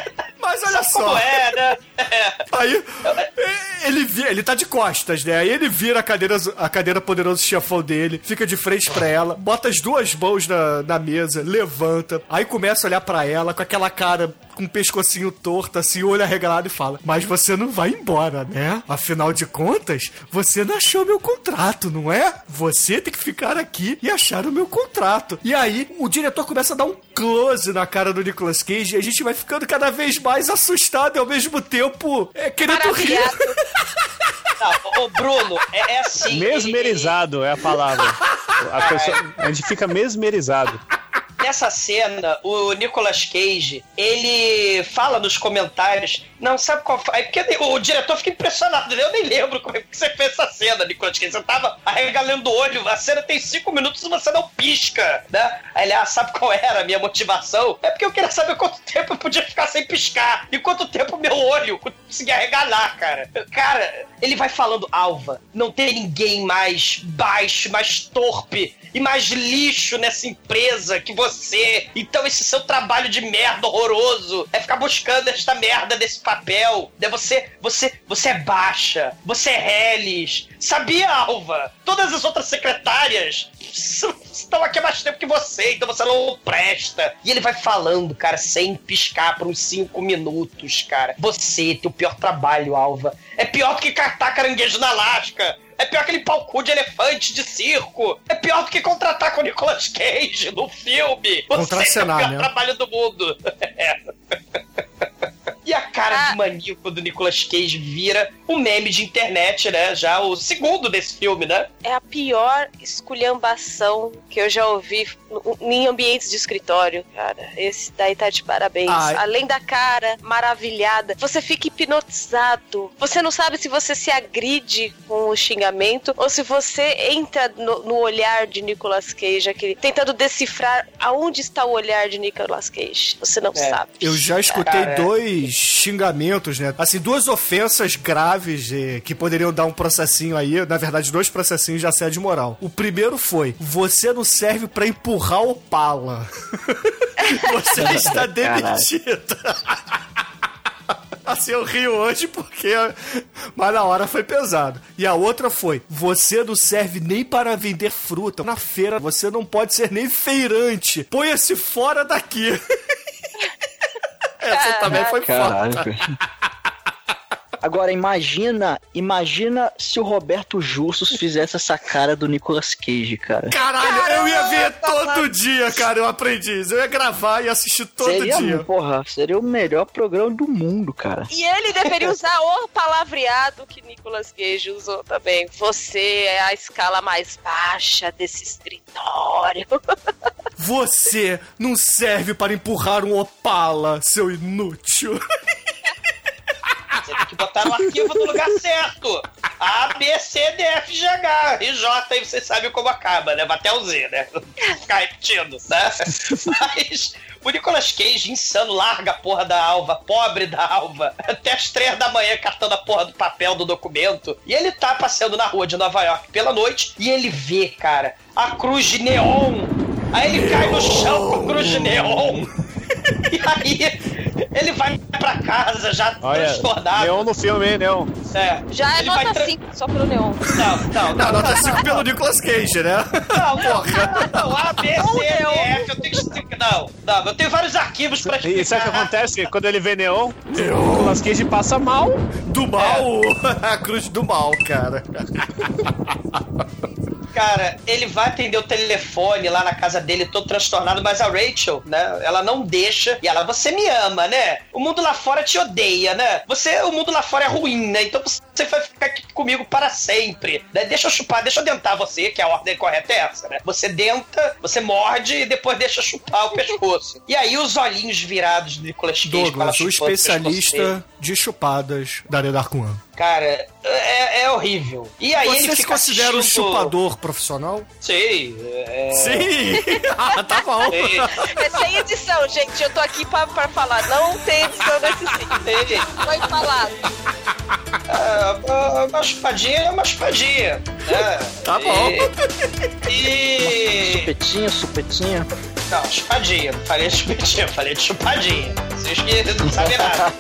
Mas olha Sabe só. como é, né? Aí, ele, vira, ele tá de costas, né? Aí ele vira a cadeira, a cadeira poderoso chefão dele, fica de frente pra ela, bota as duas mãos na, na mesa, levanta, aí começa a olhar pra ela com aquela cara, com o pescocinho torto, assim, o olho arregalado e fala: mas você não vai embora, né? Afinal de contas, você não achou meu contrato, não é? Você tem que ficar aqui e achar o meu contrato. E aí, o diretor começa a dar um close na cara do Nicolas Cage e a gente vai ficando cada vez mais assustado e ao mesmo tempo é, querendo rir. Não, ô Bruno, é, é assim... Mesmerizado é a palavra. A, pessoa, a gente fica mesmerizado. Nessa cena, o Nicolas Cage, ele fala nos comentários, não sabe qual foi, porque o diretor fica impressionado, eu nem lembro como é que você fez essa cena, Nicolas Cage, você tava arregalando o olho, a cena tem cinco minutos e você não pisca, né? Aí ele, ah, sabe qual era a minha motivação? É porque eu queria saber quanto tempo eu podia ficar sem piscar, e quanto tempo meu olho conseguia arregalar, cara. Cara, ele vai falando, Alva, não tem ninguém mais baixo, mais torpe e mais lixo nessa empresa que você. Então esse seu trabalho de merda horroroso é ficar buscando esta merda desse papel. Você, você, você é baixa, você é reles. Sabia, Alva? Todas as outras secretárias estão aqui há mais tempo que você, então você não presta. E ele vai falando, cara, sem piscar por uns cinco minutos, cara. Você tem o pior trabalho, Alva. É pior do que catar caranguejo na Alasca. É pior que limpar o cu de elefante de circo. É pior do que contratar com o Nicolas Cage no filme. Você é o pior né? trabalho do mundo. E a cara ah. de maníaco do Nicolas Cage vira um meme de internet, né? Já o segundo desse filme, né? É a pior esculhambação que eu já ouvi em ambientes de escritório, cara. Esse daí tá de parabéns. Ai. Além da cara maravilhada, você fica hipnotizado. Você não sabe se você se agride com o xingamento ou se você entra no, no olhar de Nicolas Cage, aquele, tentando decifrar aonde está o olhar de Nicolas Cage. Você não é. sabe. Eu já escutei cara, dois xingamentos, né? Assim, duas ofensas graves eh, que poderiam dar um processinho aí. Na verdade, dois processinhos de assédio moral. O primeiro foi: você não serve pra empurrar o Opala. Você está demitida. Assim, eu rio hoje porque... Mas na hora foi pesado. E a outra foi: você não serve nem para vender fruta. Na feira, você não pode ser nem feirante. Ponha-se fora daqui. Essa Caraca. também foi foda. Agora, imagina, imagina se o Roberto Justus fizesse essa cara do Nicolas Cage, cara. Caralho, Caramba, eu ia ver todo cara. dia, cara, eu aprendi isso. Eu ia gravar e assistir todo seria, dia. Porra, seria o melhor programa do mundo, cara. E ele deveria usar o palavreado que Nicolas Cage usou também. Você é a escala mais baixa desse escritório. Você não serve para empurrar um Opala, seu inútil. Você tem que botar no arquivo no lugar certo. A, B, C, D, F, G, H e J, aí você sabe como acaba, né? Vai até o Z, né? Ficar repetindo, né? Mas o Nicolas Cage, insano, larga a porra da Alva, pobre da Alva, até as três da manhã catando a porra do papel do documento. E ele tá passeando na rua de Nova York pela noite e ele vê, cara, a cruz de neon. Aí ele cai no chão com a cruz de neon. E aí ele vai pra casa já transtornado. Neon no filme, hein, Neon? É. Já é ele nota tra... cinco, só pelo Neon. Não, não, não. Não, nota cinco pelo Nicolas Cage, né? Não, não, não, não. A, B, C, D, F, eu tenho que explicar. Não, não, eu tenho vários arquivos pra explicar. E sabe o que acontece? Quando ele vê Neon, o Nicolas Cage passa mal. Do mal? É. A cruz do mal, cara. Cara, ele vai atender o telefone lá na casa dele, todo transtornado, mas a Rachel, né, ela não deixa, e ela, você me ama, né? O mundo lá fora te odeia, né? Você, o mundo lá fora é ruim, né? Então você vai ficar aqui comigo para sempre, né? Deixa eu chupar, deixa eu dentar você, que a ordem correta é essa, né? Você denta, você morde e depois deixa chupar o pescoço. E aí os olhinhos virados do Nicolas Cage. Douglas, o especialista de chupadas da Arena Dark One. Cara, é, é horrível. E aí Você ele se fica considera um assistindo... chupador profissional? Sim. É... Sim! Ah, tá bom. Sim. É sem edição, gente. Eu tô aqui pra, pra falar. Não tem edição nesse sim. Foi falado. É, uma chupadinha é uma chupadinha. Né? Tá bom. E... Supetinha, supetinha. Não, chupadinha. Não falei de chupadinha, falei de chupadinha. Vocês que não sabem nada.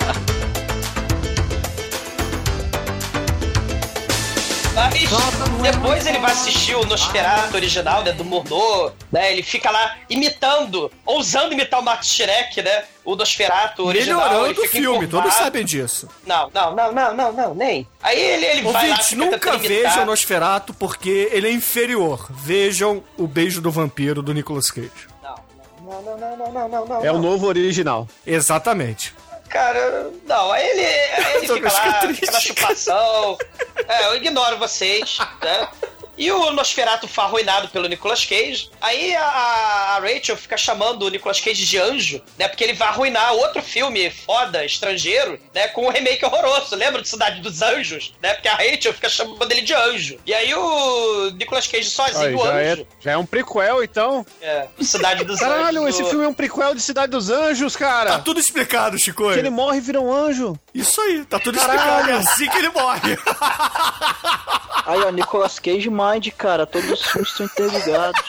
Mas depois ele vai assistir o Nosferatu original, né, do Murnau, né, ele fica lá imitando, ousando imitar o Max Schreck, né, o Nosferatu original. Melhorando o filme, encurvado. Todos sabem disso. Não, não, não, não, não, não, nem. Aí ele, ele vai lá... Ouvintes, nunca vejam o Nosferatu porque ele é inferior. Vejam o Beijo do Vampiro do Nicolas Cage. Não, não, não, não, não, não, não, não. É o novo original. Exatamente. Cara, não, aí ele, aí ele fica lá, fica na chupação. É, eu ignoro vocês, né? E o Nosferatu foi arruinado pelo Nicolas Cage. Aí a, a Rachel fica chamando o Nicolas Cage de anjo, né? Porque ele vai arruinar outro filme foda, estrangeiro, né? Com um remake horroroso. Lembra de Cidade dos Anjos? Né? Porque a Rachel fica chamando ele de anjo. E aí o Nicolas Cage sozinho, o já, anjo. é, já é um prequel, então. É, Cidade dos Caralho, Anjos. Caralho, esse do... filme é um prequel de Cidade dos Anjos, cara. Tá tudo explicado, Chico. Que ele morre e vira um anjo. Isso aí, tá tudo Caralho. explicado. É assim que ele morre. Aí, ó, Nicolas Cage Mind, cara. Todos os filmes estão interligados.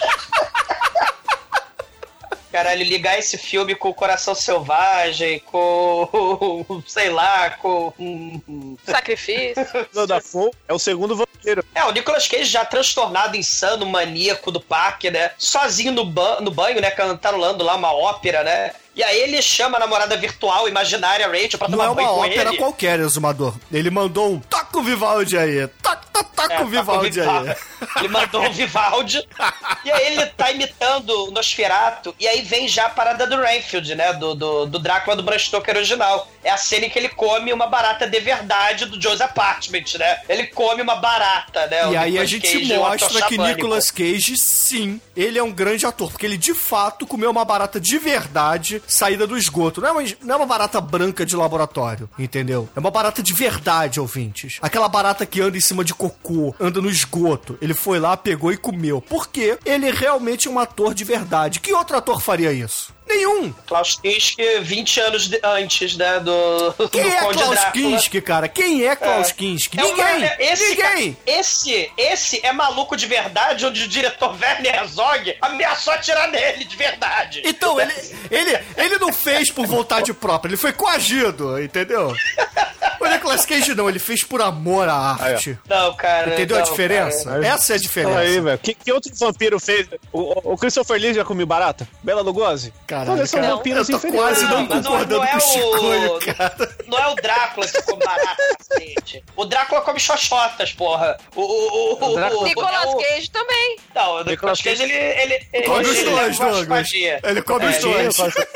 Caralho, ligar esse filme com o Coração Selvagem, com... sei lá, com... Sacrifício. Da Fo é o segundo vampiro. É, o Nicolas Cage já transtornado, insano, maníaco do parque, né? Sozinho no, ba no banho, né? Cantarolando lá uma ópera, né? E aí ele chama a namorada virtual, imaginária, Rachel, pra tomar Não é banho uma com ópera ele. qualquer, Exumador. Ele mandou um toca o Vivaldi aí. Toca, toca, toca É, o Vivaldi toca o aí. Ele mandou o Vivaldi. E aí ele tá imitando o Nosferatu. E aí vem já a parada do Renfield, né? Do, do, do Drácula do Bram Stoker original. É a cena em que ele come uma barata de verdade do Joe's Apartment, né? Ele come uma barata, né? E o aí a Nicolas gente Cage, um ator mostra que xamânico. Nicolas Cage, sim, ele é um grande ator. Porque ele, de fato, comeu uma barata de verdade saída do esgoto. Não é, uma, não é uma barata branca de laboratório, entendeu? É uma barata de verdade, ouvintes. Aquela barata que anda em cima de cocô, anda no esgoto. Ele foi lá, pegou e comeu. Por quê? Ele realmente é um ator de verdade. Que outro ator faria isso? Nenhum. Klaus Kinski, vinte anos de, antes, né, do, Quem do é Conde Klaus Drácula. Kinski, cara? Quem é Klaus É. Kinski? É Ninguém! uma- é- esse, Ninguém! ca- Esse, esse é maluco de verdade, onde o diretor Werner Herzog ameaçou atirar nele de verdade. Então, ele, ele, ele não fez por vontade própria, ele foi coagido, entendeu? O Nicolas Cage não, ele fez por amor à arte. Não, cara. Entendeu não, a diferença? cara. Essa é a diferença. Fala aí, velho. Que, que outro vampiro fez? O, o Christopher Lee já comeu barata? Bela Lugosi? Caralho, Todos são cara, vampiros eu tô inferiores. quase não Não, mas não- concordando não é com o o- Chicoio, cara. Não é o Drácula que come barata, cacete. O Drácula come xoxotas, porra. O, o, o, O Drácula- o- Nicolas o- Cage também. Não, o Nicolas Nicolas Cage, ele... ele, ele Come os ele dois, leva uma Douglas. espadinha. Ele come os É, dois.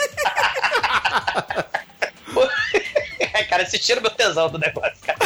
Ai, cara, vocês tiram meu tesão do negócio, cara.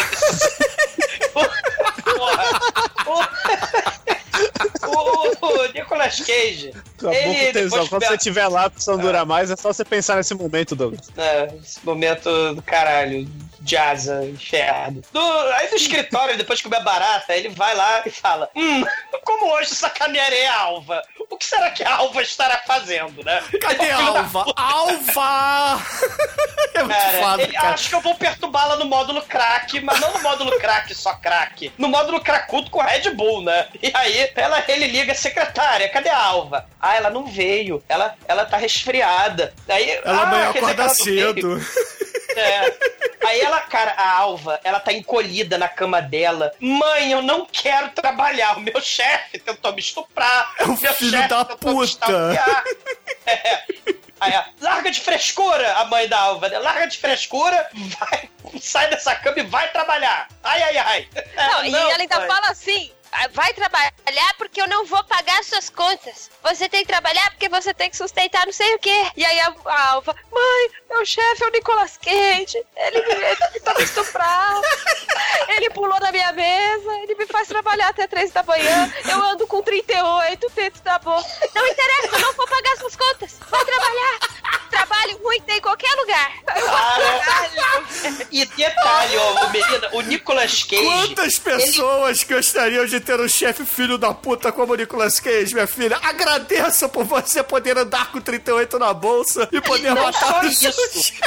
Porra. O, o, o Nicolas Cage. Acabou ele com tesão. depois Quando come- você estiver lá, precisando durar mais, é só você pensar nesse momento, Douglas. É, esse momento do caralho, de asa, inferno. Do, aí do escritório, depois que comer barata, ele vai lá e fala: Hum, como hoje sacanearei a Alva? O que será que a Alva estará fazendo, né? Cadê a Filho da Alva? Alva! É muito Cara, foda, ele cara. acha que eu vou perturbá-la no módulo crack, mas não no módulo crack, só crack. No módulo cracudo com Red Bull, né? E aí, ela, ele liga, secretária, cadê a Alva? Ah, ela não veio. Ela, ela tá resfriada. Aí, Ela ah, amanhã quer dizer que acorda ela não veio. cedo. É. Aí ela, cara, a Alva, ela tá encolhida na cama dela. Mãe, eu não quero trabalhar. O meu chefe tentou me estuprar. É o meu filho chefe da tentou me puta. stalkear. É. Aí, ó, larga de frescura, a mãe da Alva, né? Larga de frescura, vai, sai dessa cama e vai trabalhar. Ai, ai, ai. Não, É, e ela ainda mãe. fala assim: "Ah, vai trabalhar porque eu não vou pagar suas contas. Você tem que trabalhar porque você tem que sustentar não sei o quê." E aí a, a Alva: "Mãe, meu chefe é o Nicolas Cage. Ele me, ele tentou me estuprar. Ele pulou na minha mesa. Ele me faz trabalhar até três da manhã. Eu ando com trinta e oito dentro da boca. Não interessa, eu não vou pagar suas contas. Vai trabalhar. Trabalho muito em qualquer lugar." Cara, e detalhe, ó, menina, o Nicolas Cage... Quantas pessoas gostariam de ter um chefe filho da puta como o Nicolas Cage, minha filha? Agradeça por você poder andar com trinta e oito na bolsa e poder Não matar só o seu isso. chefe.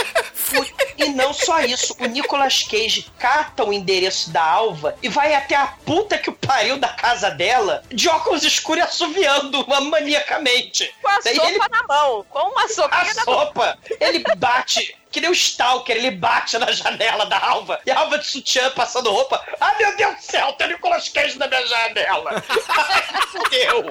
E não só isso, o Nicolas Cage cata o endereço da Alva e vai até a puta que o pariu da casa dela, de óculos escuros e assoviando maniacamente. Com a Daí sopa ele... na mão, com uma sopinha A na mão. sopa, ele bate... Que nem o Stalker, ele bate na janela da Alva. E a Alva de sutiã passando roupa. Ah, meu Deus do céu, tem o Nicolas Cage na minha janela. Fudeu.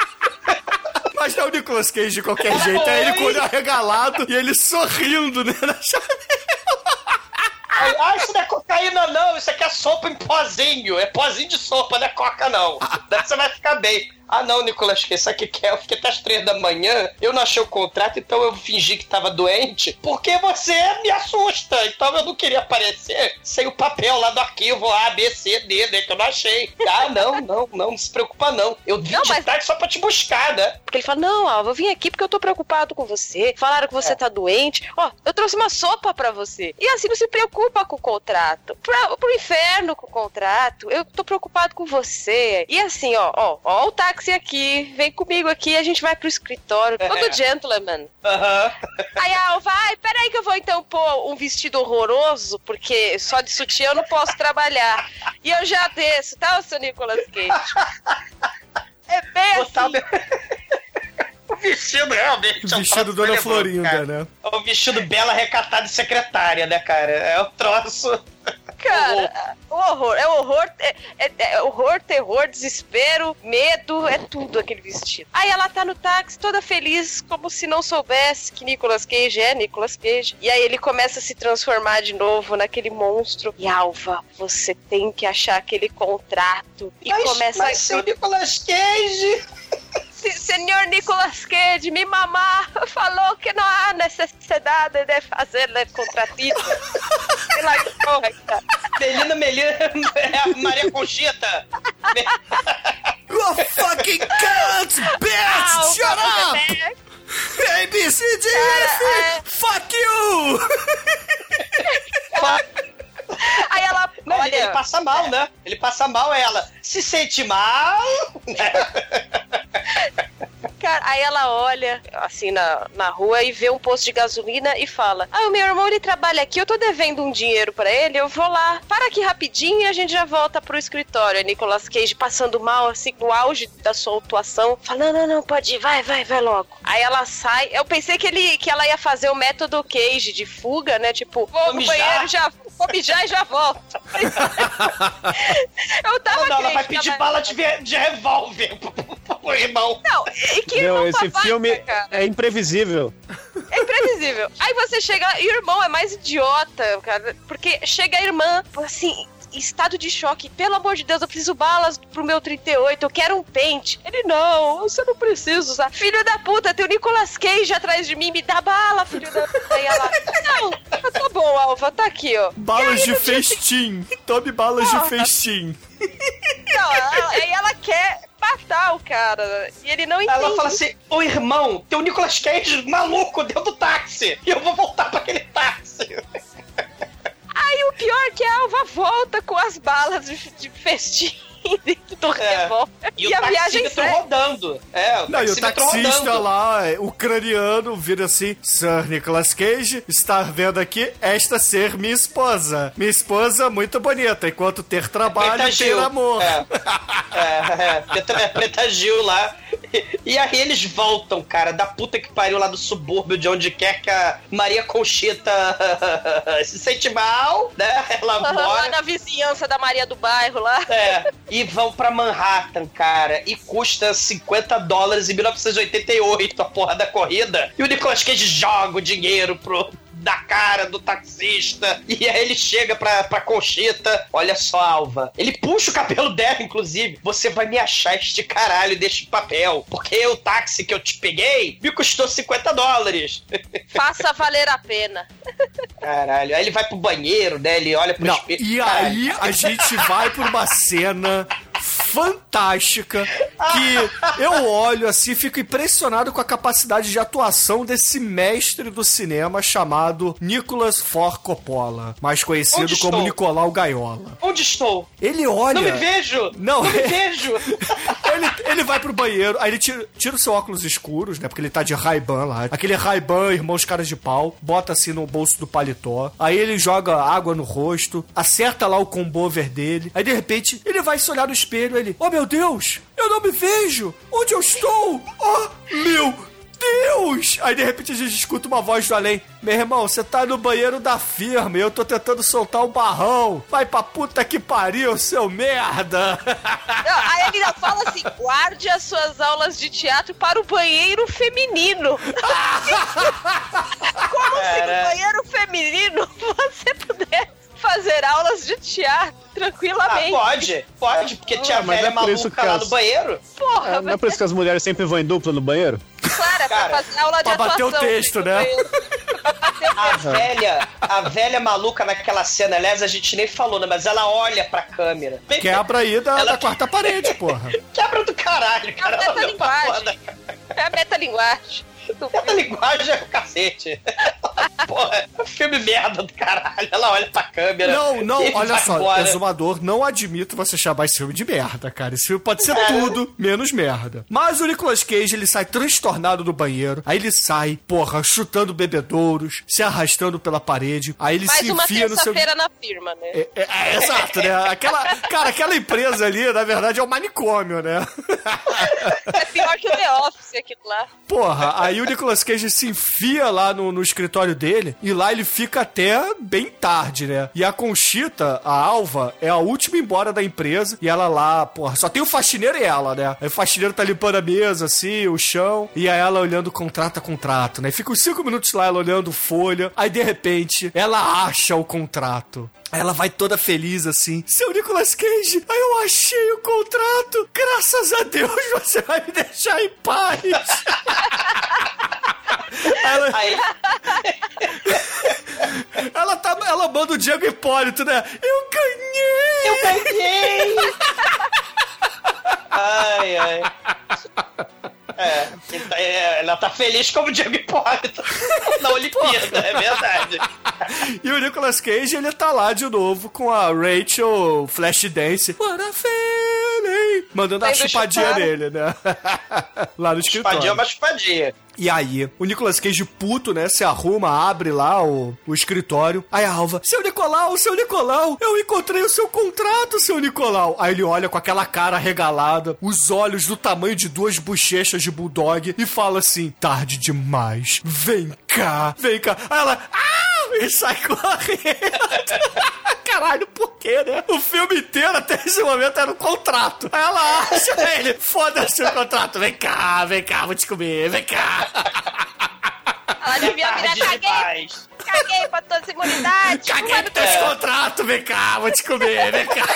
Mas não é o Nicolas Cage de qualquer jeito. É ele com o olho arregalado e ele sorrindo, né, na janela. Ah, isso não é cocaína não, isso aqui é sopa em pozinho. É pozinho de sopa, não é coca não. Daí você vai ficar bem. Ah não, Nicolas Cage, sabe o que é? Eu fiquei até as três da manhã, eu não achei o contrato, então eu fingi que tava doente, porque você me assusta, então eu não queria aparecer sem o papel lá do arquivo A, B, C, D, né, que eu não achei. Ah, não, não, não, não se preocupa não. Eu vim Não, de mas- tarde só pra te buscar, né? Porque ele fala, não, Alva, eu vim aqui porque eu tô preocupado com você. Falaram que você É. tá doente. Ó, eu trouxe uma sopa pra você. E assim, não se preocupa com o contrato. Pra, pro inferno com o contrato. Eu tô preocupado com você. E assim, ó, ó, ó o táxi aqui. Vem comigo aqui, a gente vai pro escritório. Todo É. gentleman. Aham. Aí a Alva, ai, peraí que eu vou então pôr um vestido horroroso, porque só de sutiã eu não posso trabalhar. E eu já desço, tá, o seu Nicolas Cage? É bem Botar o assim. meu- O vestido realmente. O é um vestido troço Dona tenebroso, Florinda, cara. né? É um vestido bela, recatada de secretária, né, cara? É um troço. Cara, o horror, é horror, é, é- é horror, terror, desespero, medo, é tudo aquele vestido. Aí ela tá no táxi toda feliz, como se não soubesse que Nicolas Cage é Nicolas Cage. E aí ele começa a se transformar de novo naquele monstro. E Alva, você tem que achar aquele contrato. E mas, começa mas a... seu Nicolas Cage. Se- Senhor Nicolas Cage, mi mamá falou que não há necessidade de fazer o contratito. Sei lá que porra que tá. Melina Melina é a Maria Conchita. You a fucking cunt, bitch! Alva, Shut up! você é- A, B, C, D, F! é- Fuck you! Aí ela, Não, olha... ele passa mal, né? Ele passa mal, ela se sente mal. Cara, aí ela olha, assim, na, na rua e vê um posto de gasolina e fala: ah, o meu irmão, ele trabalha aqui, eu tô devendo um dinheiro pra ele, eu vou lá. Para aqui rapidinho e a gente já volta pro escritório. Aí Nicolas Cage passando mal, assim, no auge da sua atuação, fala: não, não, não, pode ir, vai, vai, vai logo. Aí ela sai, eu pensei que, ele, que ela ia fazer o método Cage de fuga, né, tipo, vou Vou no mijar. banheiro, já vou mijar e já volto. Eu tava Não, não, ela crente vai que pedir ela- bala de, ve- de revólver pro, pro, pro irmão. Não, e que Meu, irmão esse babaca, filme cara. é imprevisível. É imprevisível. Aí você chega lá, e o irmão é mais idiota, cara, porque chega a irmã, assim, em estado de choque. Pelo amor de Deus, eu preciso balas pro meu trinta e oito, eu quero um pente. Ele, não, você não precisa usar. Filho da puta, tem o Nicolas Cage atrás de mim, me dá bala, filho da puta. Aí ela, não, tá bom, Alva, tá aqui, ó. Balas E aí, de no dia festim. Tome balas de Porra. festim. Não, ela- aí ela quer matar o cara, e ele não entende. Ela fala assim: ô irmão, tem o Nicolas Cage maluco dentro do táxi. E eu vou voltar pra aquele táxi. Aí o pior é que a Alva volta com as balas de, de festim dentro do É. revólver. E, E, o a viagem taxímetro segue. rodando. É, o Não, e o taxímetro taxista rodando. lá, é, ucraniano, vira assim: Sir Nicolas Cage, está vendo aqui esta ser minha esposa. Minha esposa muito bonita, enquanto ter trabalho, Preta ter Gil. amor. É, é, é, Preta, é, Preta Gil lá. E, e aí eles voltam, cara, da puta que pariu lá do subúrbio, de onde quer que a Maria Conchita se sente mal, né? Ela Lá mora. na vizinhança da Maria do Bairro lá. É, e vão pra Manhattan, cara, e custa cinquenta dólares em mil novecentos e oitenta e oito a porra da corrida. E o Nicolas Cage joga o dinheiro pro, da cara do taxista. E aí ele chega pra, pra Conchita. Olha só, Alva. Ele puxa o cabelo dela, inclusive. Você vai me achar este caralho deste papel. Porque o táxi que eu te peguei me custou cinquenta dólares. Faça valer a pena. Caralho. Aí ele vai pro banheiro, né? Ele olha pro Não, espelho. e Caralho. aí a gente vai por uma cena fantástica que eu olho assim, fico impressionado com a capacidade de atuação desse mestre do cinema chamado Nicolas Ford Coppola, mais conhecido Onde como estou? Nicolau Gaiola. Onde estou? Ele olha... Não me vejo! Não, Não me vejo! ele, ele vai pro banheiro, aí ele tira, tira o seu óculos escuros, né? Porque ele tá de Ray-Ban lá. Aquele Ray-Ban, irmãos caras de pau, bota assim no bolso do paletó. Aí ele joga água no rosto, acerta lá o combover dele. Aí de repente ele vai se olhar no espelho e ele, oh meu Deus, eu não me vejo! Onde eu estou? Oh meu Deus! Aí de repente a gente escuta uma voz do além. Meu irmão, você tá no banheiro da firma e eu tô tentando soltar um barrão. Vai pra puta que pariu, seu merda! Não, aí ele ainda fala assim, guarde as suas aulas de teatro para o banheiro feminino. Como se no banheiro feminino você pudesse fazer aulas de teatro tranquilamente. Ah, pode, pode, porque tinha Ah, a mas velha é por isso maluca que lá as- no banheiro. Porra, É, não é por isso que as mulheres sempre vão em dupla no banheiro? claro, é pra Cara, fazer aula de pra bater atuação. o texto, né? A velha, a velha maluca naquela cena, aliás, a gente nem falou, né? Mas ela olha pra câmera. Quebra aí da, Ela- da quarta parede, porra. Quebra do caralho, É cara. a Ela olha pra metalinguagem. foda. É a metalinguagem. Essa linguagem é o cacete. Porra, é um filme merda do caralho. Ela olha pra câmera. Não, não, e olha vai só, embora. Exumador, não admito você chamar esse filme de merda, cara. Esse filme pode ser tudo, menos merda. Mas o Nicolas Cage, ele sai transtornado do banheiro, aí ele sai, porra, chutando bebedouros, se arrastando pela parede, aí ele Mais se uma enfia no seu... terça-feira na firma, né? É, é, é, exato, né? Aquela, cara, aquela empresa ali, na verdade, é um manicômio, né? É pior que o The Office aquilo lá. Porra, aí o Nicolas Cage se enfia lá no, no escritório dele e lá ele fica até bem tarde, né? E a Conchita, a Alva, é a última embora da empresa e ela lá, porra, só tem o faxineiro e ela, né? Aí o faxineiro tá limpando a mesa, assim, o chão, e aí ela olhando contrato a contrato, né? Fica uns cinco minutos lá, ela olhando folha, aí de repente ela acha o contrato. Aí ela vai toda feliz assim. Seu Nicolas Cage, aí eu achei o contrato. Graças a Deus você vai me deixar em paz. Ela... Aí, ela, tá, ela manda o Diego Hipólito, né? Eu ganhei! eu ganhei! Ai, ai. É, é, ela tá feliz como o Diego Hipólito na Olimpíada, é verdade. E o Nicolas Cage, ele tá lá de novo com a Rachel Flashdance. What a feeling! Mandando a Ainda chupadinha chuparam. nele, né? Lá no escritório. Espadinha é uma espadinha. E aí, o Nicolas Cage puto, né, se arruma, abre lá o, o escritório. Aí a Alva, seu Nicolau, seu Nicolau, eu encontrei o seu contrato, seu Nicolau. Aí ele olha com aquela cara regalada, os olhos do tamanho de duas bochechas de bulldog e fala assim, tarde demais, vem cá, vem cá. Aí ela, ah, e sai correndo. Caralho, por quê, né? O filme inteiro até esse momento era um contrato. Aí ela acha ele, foda-se o contrato, vem cá, vem cá, vou te comer, vem cá. Ela devia virar, Tarde caguei, demais. caguei pra todas as imunidades. Caguei nos teus contratos, vem cá, vou te comer, vem cá.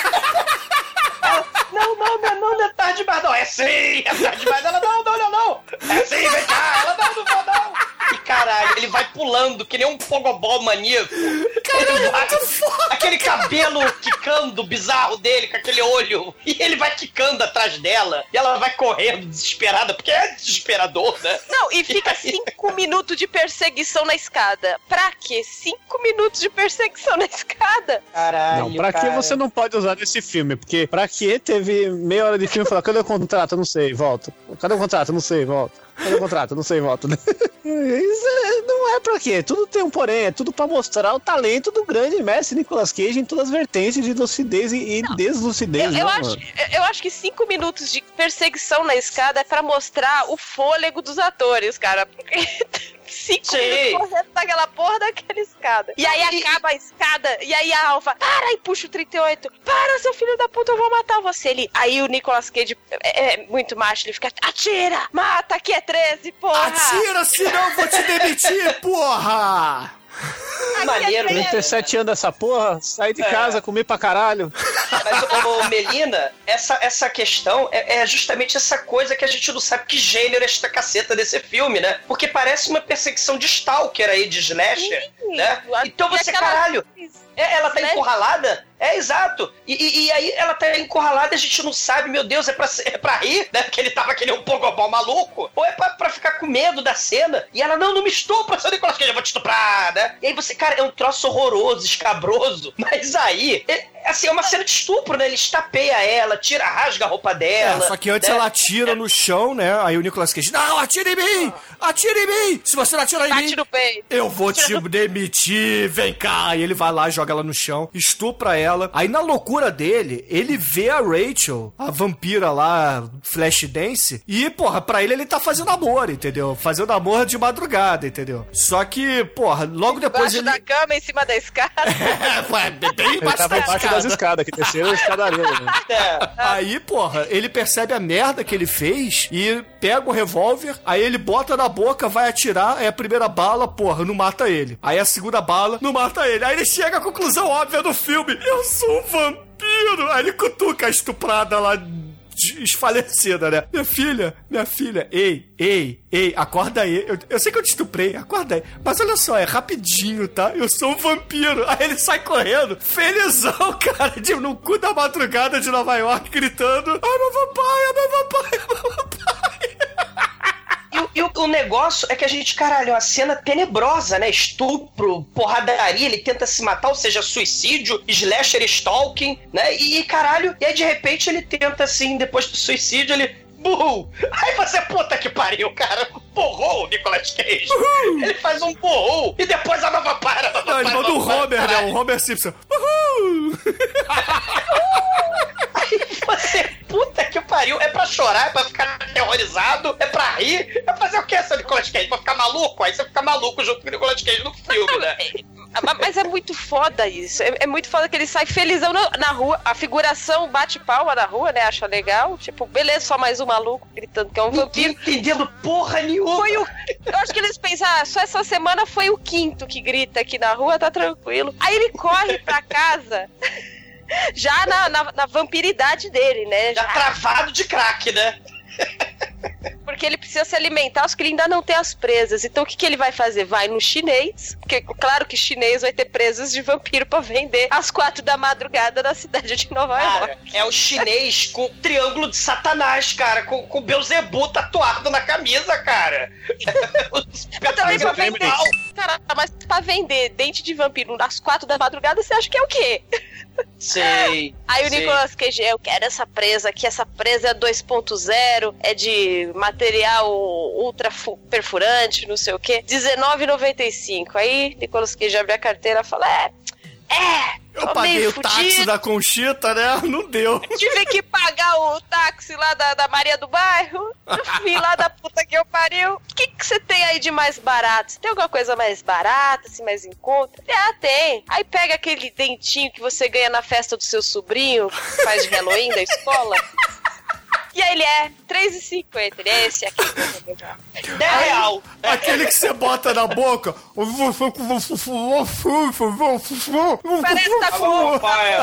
Não, não, não, não, não é tarde demais, não. É sim, é tarde demais. Ela, não, não, não, não. É sim, vem cá. Ela, não, não vou, não. E caralho, ele vai pulando que nem um pogobol maníaco. Caralho, vai, muito foda, aquele cabelo quicando bizarro dele, com aquele olho. E ele vai quicando atrás dela. E ela vai correndo desesperada, porque é desesperador, né? Não, e fica cinco minutos de perseguição na escada. Pra quê? Cinco minutos de perseguição na escada? Caralho, Não, pra que cara. você não pode usar nesse filme? Porque pra que teve meia hora de filme e falar, cadê o contrato? Não sei, volta. Cadê o contrato? Não sei, volta. Cadê o contrato? Não sei, volta. Isso é- não é pra quê? Tudo tem um porém, é tudo pra mostrar o talento do grande mestre Nicolas Cage em todas as vertentes de lucidez e, e deslucidez. Eu, né, eu, mano? acho, eu acho que cinco minutos de perseguição na escada é pra mostrar o fôlego dos atores, cara. Porque cinco Sim. minutos correndo naquela porra daquela escada. E aí acaba a escada, e aí a Alva, para, e puxa o trinta e oito. Para, seu filho da puta, eu vou matar você. Ele, aí o Nicolas Cage é, é muito macho, ele fica, atira, mata, aqui é treze, porra. Atira, senão eu vou te demitir, porra! Aqui maneiro, é trinta e treze. sete anos dessa porra, saí de É. casa, comi pra caralho. Mas, ô, ô, Melina, essa, essa questão é, é justamente essa coisa que a gente não sabe que gênero é esta caceta desse filme, né? Porque parece uma perseguição de stalker aí, de slasher, Sim. né? Então você, Aquela- caralho, é, ela tá Slash- encurralada? É, exato. E, e, e aí ela tá encurralada e a gente não sabe, meu Deus, é pra, é pra rir, né? Porque ele tava que nem um pogobol maluco? Ou é pra, pra ficar com medo da cena? E ela, não, não me estupra, seu Nicolas Cage, eu vou te estuprar, né? E aí você, cara, é um troço horroroso, escabroso. Mas aí, é- assim, é uma cena de estupro, né? Ele estapeia ela, tira, rasga a roupa dela. É, só que antes né? ela atira no chão, né? Aí o Nicolas Cage, não, atira em mim! Atira em mim! Se você não atirar em Bate mim, no peito. eu vou te Atira no- demitir, vem cá! E ele vai lá, joga ela no chão, estupra ela. Aí na loucura dele, ele vê a Rachel, a vampira lá, Flashdance, e, porra, pra ele ele tá fazendo amor, entendeu? Fazendo amor de madrugada, entendeu? Só que, porra, logo depois Embaixo ele... da cama, em cima da escada. É, foi bem Ele embaixo tava da embaixo escada. das escadas, que desceram a escadaria, né? É. Aí, porra, ele percebe a merda que ele fez e pega o revólver, aí ele bota na boca, vai atirar, aí a primeira bala, porra, não mata ele. Aí a segunda bala não mata ele. Aí ele chega à conclusão óbvia do filme: eu sou um vampiro. Aí ele cutuca a estuprada lá, desfalecida, né? Minha filha, minha filha, ei, ei, ei, acorda aí. Eu, eu sei que eu te estuprei, acorda aí. Mas olha só, é rapidinho, tá? Eu sou um vampiro. Aí ele sai correndo, felizão, cara, de, no cu da madrugada de Nova York, gritando: ai, meu vampire, meu vampire, meu vampire. E, o- e o, o negócio é que a gente, caralho, é uma cena tenebrosa, né? Estupro, porradaria, ele tenta se matar, ou seja, suicídio, slasher stalking, né? E, caralho, e aí de repente ele tenta, assim, depois do suicídio, ele... Burro! Aí você, puta que pariu, cara. Borrou o Nicolas Cage. Uhul. Ele faz um borrou e depois a nova para. A nova Não, ele para, manda o nova para, Homer, né? caralho. O Homer Simpson. Uhul! Aí você, puta que pariu. É pra chorar, é pra ficar aterrorizado, é pra rir. É fazer o que, seu Nicolas Cage? Pra ficar maluco? Aí você fica maluco junto com o Nicolas Cage no filme, né? Mas é muito foda isso. É, é muito foda que ele sai felizão na, na rua. A figuração bate palma na rua, né? Acha legal. Tipo, beleza, só mais um maluco gritando que é um Ninguém vampiro. entendendo porra nenhuma. Foi o. Eu acho que eles pensaram, ah, só essa semana foi o quinto que grita aqui na rua, tá tranquilo. Aí ele corre pra casa. Já na, na, na vampiridade dele, né? Já travado de crack, né? Porque ele precisa se alimentar, acho que ele ainda não tem as presas. Então o que, que ele vai fazer? Vai no chinês, porque claro que chinês vai ter presas de vampiro pra vender às quatro da madrugada na cidade de Nova Cara, York. é o chinês com o triângulo de Satanás, cara, com, com o Beuzebu tatuado na camisa, cara. Mas também pra Personagem vender. legal. Cara, mas pra vender dente de vampiro às quatro da madrugada, você acha que é o quê? Sei. Aí o sei. Nicolas Cage, eu quero essa presa aqui, essa presa é dois ponto zero, é de material ultra fu- perfurante, não sei o quê. dezenove reais e noventa e cinco centavos. Aí Nicolas Cage abre a carteira e fala, é, é, Eu tô paguei meio o táxi fudido. da Conchita, né? Não deu. Tive que pagar o táxi lá da, da Maria do Bairro. Fui lá da puta que eu pariu. O que que você tem aí de mais barato? Você tem alguma coisa mais barata, assim, mais em conta? Ah, tem. Aí pega aquele dentinho que você ganha na festa do seu sobrinho, que faz de Halloween da escola. E aí ele é três reais e cinquenta centavos. Ele é esse aqui. que eu vou pegar. dez real. Aquele que você bota na boca. Parece que tá com...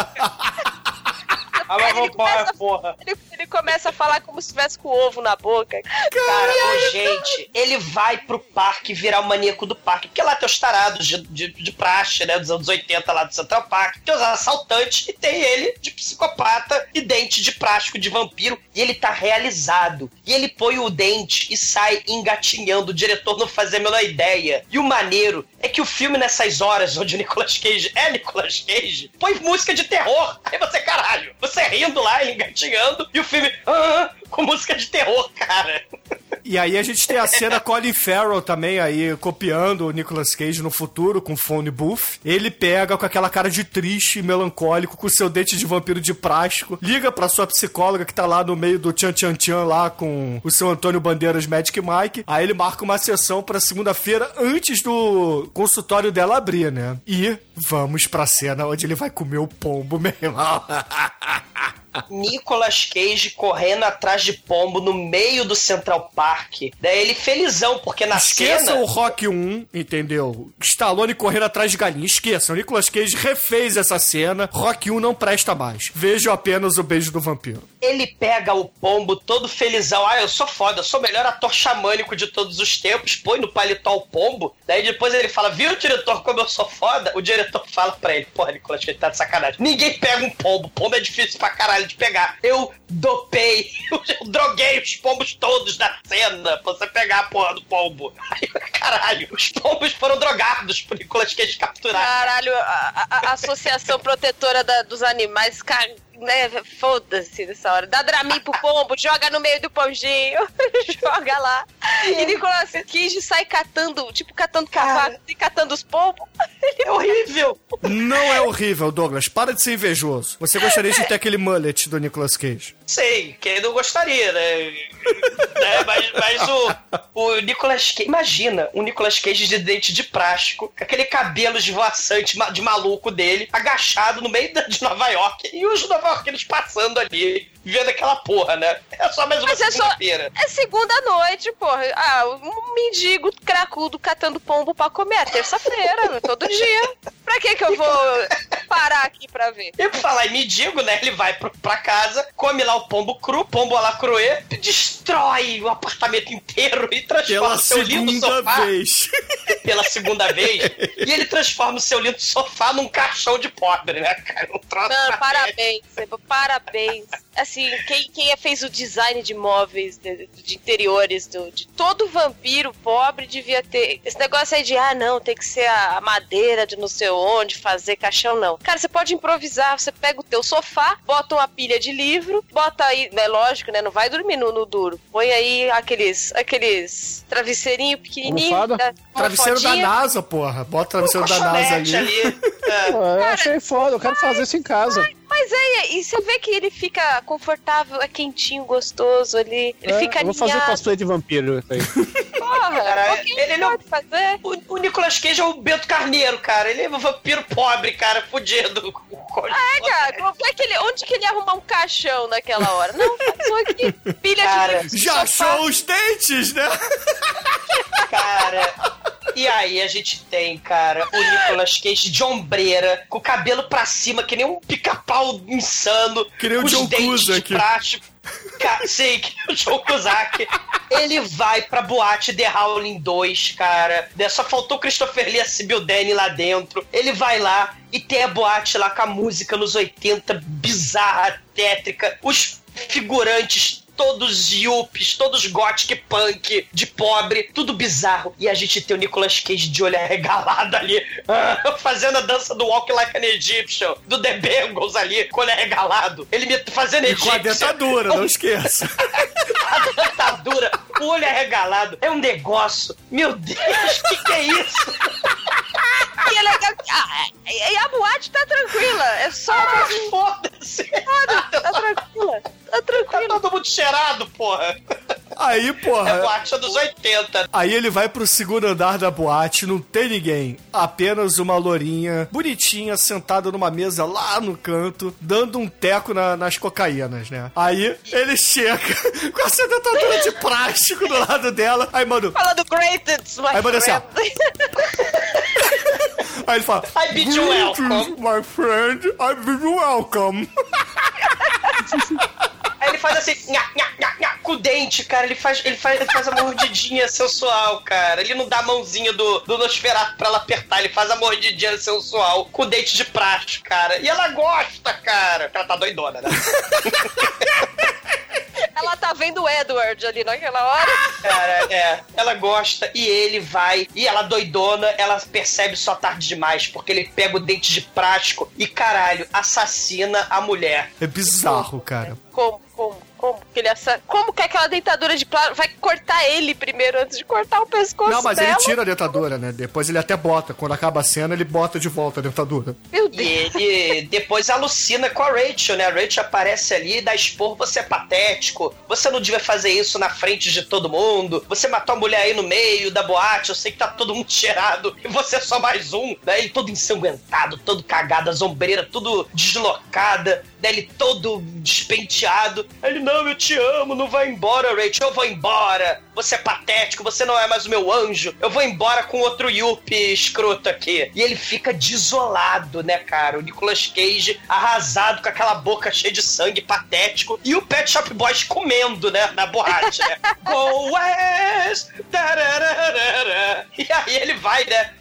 A Aí ele vampire, começa- porra. Ele, ele começa a falar como se tivesse com ovo na boca. Cara, ô, gente, ele vai pro parque virar o maníaco do parque. Porque lá tem os tarados de, de, de praxe, né? Dos anos oitenta lá do Central Park. Tem os assaltantes e tem ele de psicopata e dente de plástico de vampiro. E ele tá realizado. E ele põe o dente e sai engatinhando. O diretor não fazia a menor ideia. E o maneiro é que o filme, nessas horas onde o Nicolas Cage é Nicolas Cage, põe música de terror. Aí você, caralho, você rindo lá, ele engatinhando. E o filme, ah, com música de terror, cara. E aí a gente tem a cena Colin Farrell também aí, copiando o Nicolas Cage no futuro, com phone booth. Ele pega com aquela cara de triste e melancólico, com seu dente de vampiro de plástico, liga pra sua psicóloga que tá lá no meio do tchan tchan tchan lá com o seu Antônio Bandeiras Magic Mike. Aí ele marca uma sessão pra segunda-feira antes do consultório dela abrir, né? E vamos pra cena onde ele vai comer o pombo, meu irmão. Nicolas Cage correndo atrás de pombo no meio do Central Park. Daí ele felizão, porque na Esqueçam cena... o Rock um, entendeu? Stallone correndo atrás de galinha. Esqueçam. Nicolas Cage refez essa cena. Rock um não presta mais. Vejam apenas o beijo do vampiro. Ele pega o pombo todo felizão. Ah, eu sou foda, eu sou o melhor ator xamânico de todos os tempos. Põe no paletó o pombo. Daí depois ele fala, viu, diretor, como eu sou foda? O diretor fala pra ele, porra, Nicolas Cage tá de sacanagem. Ninguém pega um pombo. Pombo é difícil pra caralho ela de pegar. Eu dopei, eu droguei os pombos todos da cena pra você pegar a porra do pombo. Aí, caralho, os pombos foram drogados por Nicolas Cage capturar. Caralho, a, a, a Associação Protetora da, dos Animais, cara, né, foda-se nessa hora. Dá Dramin pro pombo, joga no meio do ponjinho, joga lá. E Nicolas Cage sai catando, tipo, catando cavaco e catando os pombos. É horrível. Não é horrível, Douglas. Para de ser invejoso. Você gostaria de ter aquele mullet do Nicolas Cage? Sei, quem não gostaria, né? né? Mas, mas o, o Nicolas Cage... Imagina um Nicolas Cage de dente de plástico, com aquele cabelo esvoaçante de maluco dele, agachado no meio de Nova York, e os nova-iorquinos passando ali, vendo aquela porra, né? É só mais uma segunda-feira. É, é segunda-noite, porra. Ah, um mendigo cracudo catando pombo pra comer. É terça-feira, todo dia. Pra que que eu vou parar aqui pra ver? E por falar em mendigo, né? Ele vai pro, pra casa, come lá o pombo cru, pombo à la cruê, destrói o apartamento inteiro e transforma Pela o seu lindo sofá. Vez. Pela segunda vez. E ele transforma o seu lindo sofá num caixão de pobre, né, cara? Um troço. Mano, parabéns, Seba, parabéns. Assim, quem, quem fez o design de móveis, de, de interiores, do, de todo vampiro pobre devia ter. Esse negócio aí de, ah, não, tem que ser a madeira de não sei onde, fazer caixão, não. Cara, você pode improvisar, você pega o teu sofá, bota uma pilha de livro, bota aí, né, lógico, né, não vai dormir no, no duro. Põe aí aqueles, aqueles travesseirinhos pequenininhos. Da, travesseiro da NASA, porra. Bota o travesseiro da NASA ali. ali. É. Pô, eu achei foda, eu quero fazer isso em casa. Ai, mas é, e você vê que ele fica confortável, é quentinho, gostoso ali. Ele é, fica eu vou fazer cosplay de vampiro aí. Porra, cara, ele não pode fazer. O, o Nicolas Cage é o Bento Carneiro, cara. Ele é um vampiro pobre, cara, fudido. Ah, é, cara, como é que ele, onde que ele ia arrumar um caixão naquela hora? Não, passou aqui, pilha cara, de já achou os dentes, né? Cara, e aí a gente tem, cara, o Nicolas Cage de ombreira, com o cabelo pra cima, que nem um pica-pau insano. Que nem o os John dentes de Cusack. plástico. Ca- Sei que o John Cusack. Ele vai pra boate The Howling dois, cara. Só faltou o Christopher Lee e a Sybil Danny lá dentro. Ele vai lá e tem a boate lá com a música nos oitenta, bizarra, tétrica. Os figurantes todos yuppies, todos gothic punk, de pobre, tudo bizarro. E a gente tem o Nicolas Cage de olho arregalado ali, fazendo a dança do Walk Like an Egyptian, do The Bengals ali, com o olho arregalado. Ele me fazendo E com a dentadura, não esqueça. A dentadura, o olho arregalado. É um negócio. Meu Deus, que que é isso? E é legal. Ah, e a boate tá tranquila. É só. Ah, foda-se. Foda, tá tranquila. Tá tranquila. Tá todo mundo cheirado, porra. Aí, porra. É boate dos oitenta. Aí ele vai pro segundo andar da boate, não tem ninguém. Apenas uma lourinha bonitinha sentada numa mesa lá no canto, dando um teco na- nas cocaínas, né? Aí ele chega com essa dentadura de plástico do lado dela. Aí, mano. Fala do Greatest, my Aí manda assim, ó. Aí ele fala: I bid you welcome. My friend, I bid you welcome. Aí ele faz assim, nha, nha, nha, nha, com o dente, cara. Ele faz, ele, faz, ele faz a mordidinha sensual, cara. Ele não dá a mãozinha do, do Nosferatu pra ela apertar. Ele faz a mordidinha sensual com o dente de plástico, cara. E ela gosta, cara. Ela tá doidona, né? Ela tá vendo o Edward ali naquela hora. Cara, é. Ela gosta e ele vai. E ela doidona, ela percebe só tarde demais. Porque ele pega o dente de plástico e, caralho, assassina a mulher. É bizarro, cara. Como, como, como que ele assa... Como que aquela dentadura de plástico vai cortar ele primeiro antes de cortar o pescoço Não, mas dela? ele tira a dentadura, né? Depois ele até bota. Quando acaba a cena, ele bota de volta a dentadura. Meu E Deus. ele depois alucina com a Rachel, né? A Rachel aparece ali e dá expor, você é patético, você não devia fazer isso na frente de todo mundo, você matou a mulher aí no meio da boate, eu sei que tá todo mundo cheirado e você é só mais um. Daí ele todo ensanguentado, todo cagado, as ombreiras tudo deslocada, daí ele todo despenteado. Aí ele, não, eu te amo, não vai embora, Rachel, eu vou embora. Você é patético, você não é mais o meu anjo, eu vou embora com outro yuppie escroto aqui. E ele fica desolado, né, cara? O Nicolas Cage arrasado com aquela boca cheia de sangue, patético. E o Pet Shop Boys comendo, né, na boate, né? Go West! Tararara. E aí ele vai, né?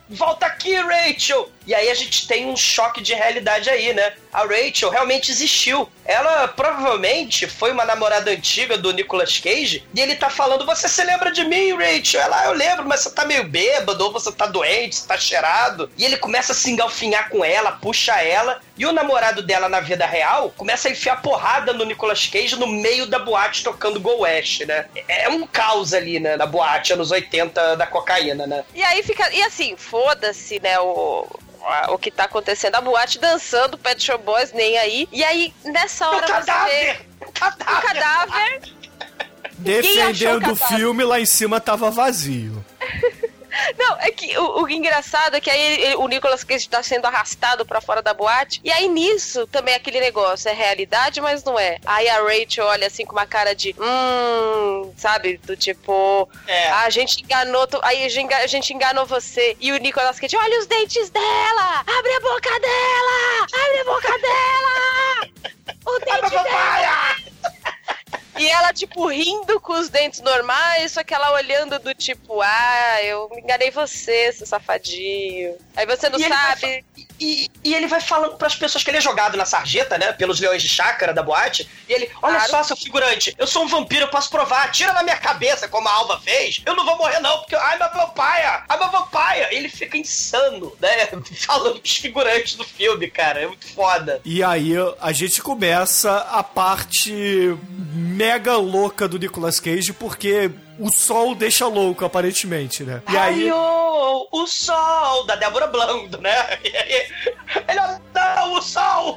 volta aqui, Rachel! E aí a gente tem um choque de realidade aí, né? A Rachel realmente existiu. Ela provavelmente foi uma namorada antiga do Nicolas Cage e ele tá falando, você se lembra de mim, Rachel? Ela, eu lembro, mas você tá meio bêbado, ou você tá doente, você tá cheirado. E ele começa a se engalfinhar com ela, puxa ela, e o namorado dela na vida real começa a enfiar porrada no Nicolas Cage no meio da boate tocando Go West, né? É um caos ali, né, na boate, anos oitenta da cocaína, né? E aí fica... E assim, foda-se, né, o... o que tá acontecendo, a boate dançando, Pet Shop Boys, nem aí. E aí, nessa hora, o cadáver! você... O cadáver! O cadáver! Defendendo o filme, lá em cima tava vazio. Não, é que o, o engraçado é que aí ele, o Nicolas Cage tá sendo arrastado pra fora da boate. E aí nisso também aquele negócio é realidade, mas não é. Aí a Rachel olha assim com uma cara de hum, sabe? Do tipo, é. ah, a gente enganou, aí a gente enganou você. E o Nicolas Cage, olha os dentes dela! Abre a boca dela! Abre a boca dela! O dente dela! E ela, tipo, rindo com os dentes normais, só que ela olhando do tipo, ah, eu me enganei você, seu safadinho. Aí você não e sabe... Ele vai, e, e ele vai falando pras pessoas que ele é jogado na sarjeta, né, pelos leões de chácara da boate, e ele, olha claro. só, seu figurante, eu sou um vampiro, eu posso provar, tira na minha cabeça, como a Alva fez, eu não vou morrer não, porque I'm a vampire, I'm a vampire. Ele fica insano, né, falando pros figurantes do filme, cara, é muito foda. E aí a gente começa a parte mega louca do Nicolas Cage, porque o sol deixa louco, aparentemente, né? E aí... Raiou o sol da Débora Blando, né? E aí, ele, não, o sol!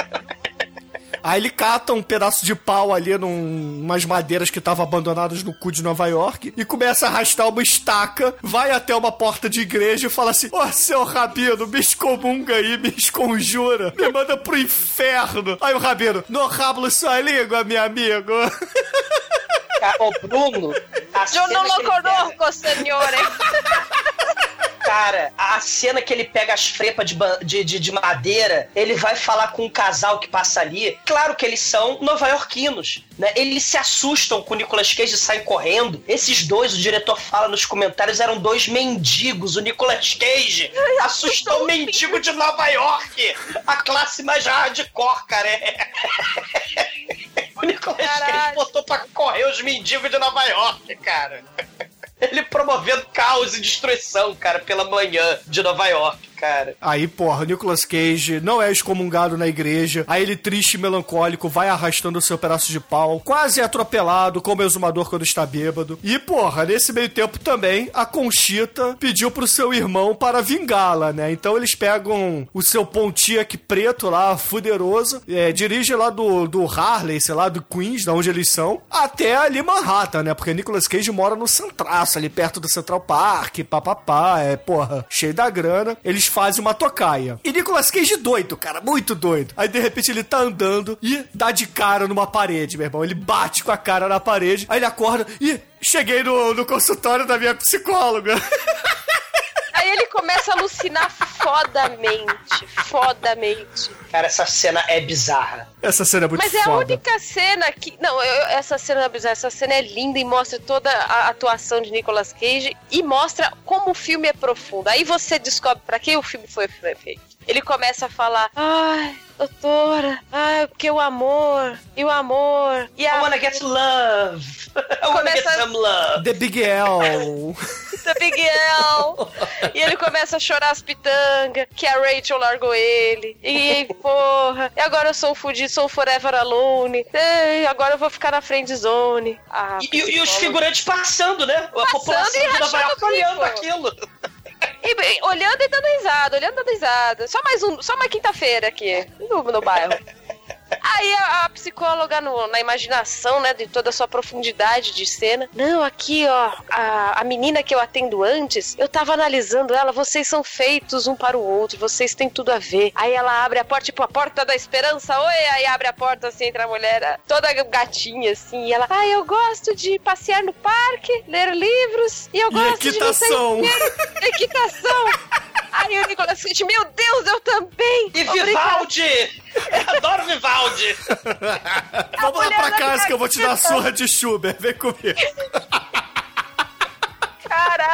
Aí ele cata um pedaço de pau ali num, umas madeiras que estavam abandonadas no cu de Nova York e começa a arrastar uma estaca, vai até uma porta de igreja e fala assim, ó, oh, seu rabino, me excomunga aí, me esconjura, me manda pro inferno. Aí o rabino, no hablo sua língua, meu amigo. Ô, Bruno, eu não lo conozco, senhora. Cara, a cena que ele pega as frepas de, de, de, de madeira, ele vai falar com um casal que passa ali. Claro que eles são nova-iorquinos, né? Eles se assustam com o Nicolas Cage e saem correndo. Esses dois, o diretor fala nos comentários, eram dois mendigos. O Nicolas Cage assustou o mendigo de Nova York. A classe mais hardcore, cara. É... O Nicolas Caralho. Cage botou pra correr os mendigos de Nova York, cara. Ele promovendo caos e destruição, cara, pela manhã de Nova York, cara. Aí, porra, o Nicolas Cage não é excomungado na igreja. Aí ele, triste e melancólico, vai arrastando o seu pedaço de pau, quase atropelado, como o exumador quando está bêbado. E, porra, nesse meio tempo também, a Conchita pediu pro seu irmão para vingá-la, né? Então eles pegam o seu Pontiac preto lá, fuderoso, é, dirige lá do, do Harley, sei lá, do Queens, da onde eles são, até ali Manhattan, né? Porque Nicolas Cage mora no centraço, ali perto do Central Park, papapá, é, porra, cheio da grana. Eles fazem uma tocaia. E Nicolas Cage doido, cara, muito doido. Aí, de repente, ele tá andando e dá de cara numa parede, meu irmão. Ele bate com a cara na parede, aí ele acorda e cheguei no, no consultório da minha psicóloga. Aí ele começa a alucinar fodamente, fodamente. Cara, essa cena é bizarra. Essa cena é muito Mas foda. é a única cena que... Não, eu, essa cena é bizarra. Essa cena é linda e mostra toda a atuação de Nicolas Cage e mostra como o filme é profundo. Aí você descobre pra que o filme foi feito. Ele começa a falar, ai, doutora, ai, porque o amor, e o amor, e a... I wanna get love. I wanna Começa... get some love. The Big L. The Big L. E ele começa a chorar as pitangas, que a Rachel largou ele. E, porra, e agora eu sou um fudido, sou um forever alone. E agora eu vou ficar na friend zone. Ah, e, e os figurantes passando, né? Passando a população e de Nova York olhando bico. aquilo. E, e, olhando e dando risada, olhando e dando risada. Só mais um, só uma quinta-feira aqui, no, no bairro. Aí a, a psicóloga, no, na imaginação, né, de toda a sua profundidade de cena. Não, aqui, ó, a, a menina que eu atendo antes, eu tava analisando ela, vocês são feitos um para o outro, vocês têm tudo a ver. Aí ela abre a porta, tipo, a porta da esperança, oi, aí abre a porta, assim, entra a mulher, toda gatinha, assim, e ela, ah, eu gosto de passear no parque, ler livros, e eu E gosto equitação. de você... Equitação. Aí o Nicolas Cage, meu Deus, eu também! E Vivaldi! Eu adoro Vivaldi! Vamos lá pra casa que eu vou te dar a surra. surra de Schubert. Vem comigo. Caralho!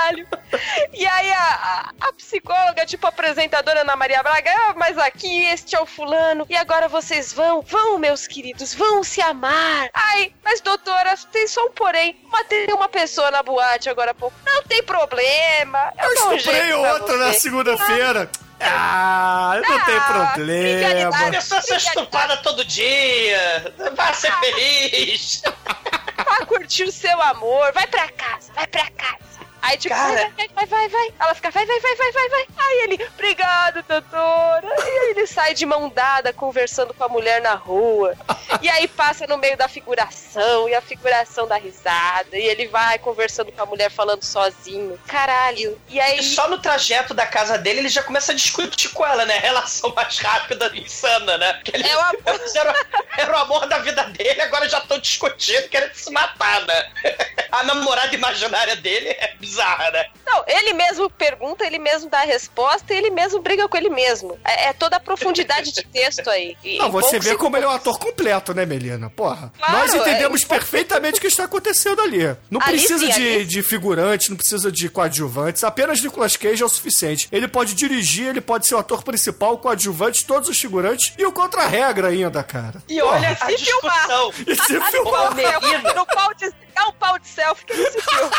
caralho. E aí a, a, a psicóloga, tipo a apresentadora Ana Maria Braga, ah, mas aqui este é o fulano, e agora vocês vão, vão meus queridos, vão se amar. Ai, mas doutora, tem só um porém, matei uma pessoa na boate agora há pouco. Não tem problema. Eu, eu estuprei um outra na segunda-feira. Ah, não ah, tem problema. A pessoa ser estuprada todo dia. Vai ser feliz. Vai curtir o seu amor. Vai pra casa, vai pra casa. Aí tipo, vai, vai, vai, vai, vai. Ela fica, vai, vai, vai, vai, vai, vai. Aí ele, obrigado, doutora. E aí ele sai de mão dada, conversando com a mulher na rua. E aí passa no meio da figuração, e a figuração dá risada. E ele vai conversando com a mulher, falando sozinho. Caralho. E aí... E só no trajeto da casa dele, ele já começa a discutir com ela, né? Relação mais rápida e insana, né? Porque ele, é o amor. Era, era o amor da vida dele, agora já estão discutindo, querendo se matar, né? A namorada imaginária dele é bizarra, né? Não, ele mesmo pergunta, ele mesmo dá a resposta e ele mesmo briga com ele mesmo. É, é toda a profundidade de texto aí. E não, você vê como ele é um ator completo, né, Melina? Porra. Claro, nós entendemos é, perfeitamente o que está acontecendo ali. Não ali precisa sim, de, de figurantes, não precisa de coadjuvantes. Apenas Nicolas Cage é o suficiente. Ele pode dirigir, ele pode ser o ator principal, coadjuvante, todos os figurantes e o contra-regra ainda, cara. E olha a discussão. E se filmar. No pau de, é um pau de selfie que ele se filma.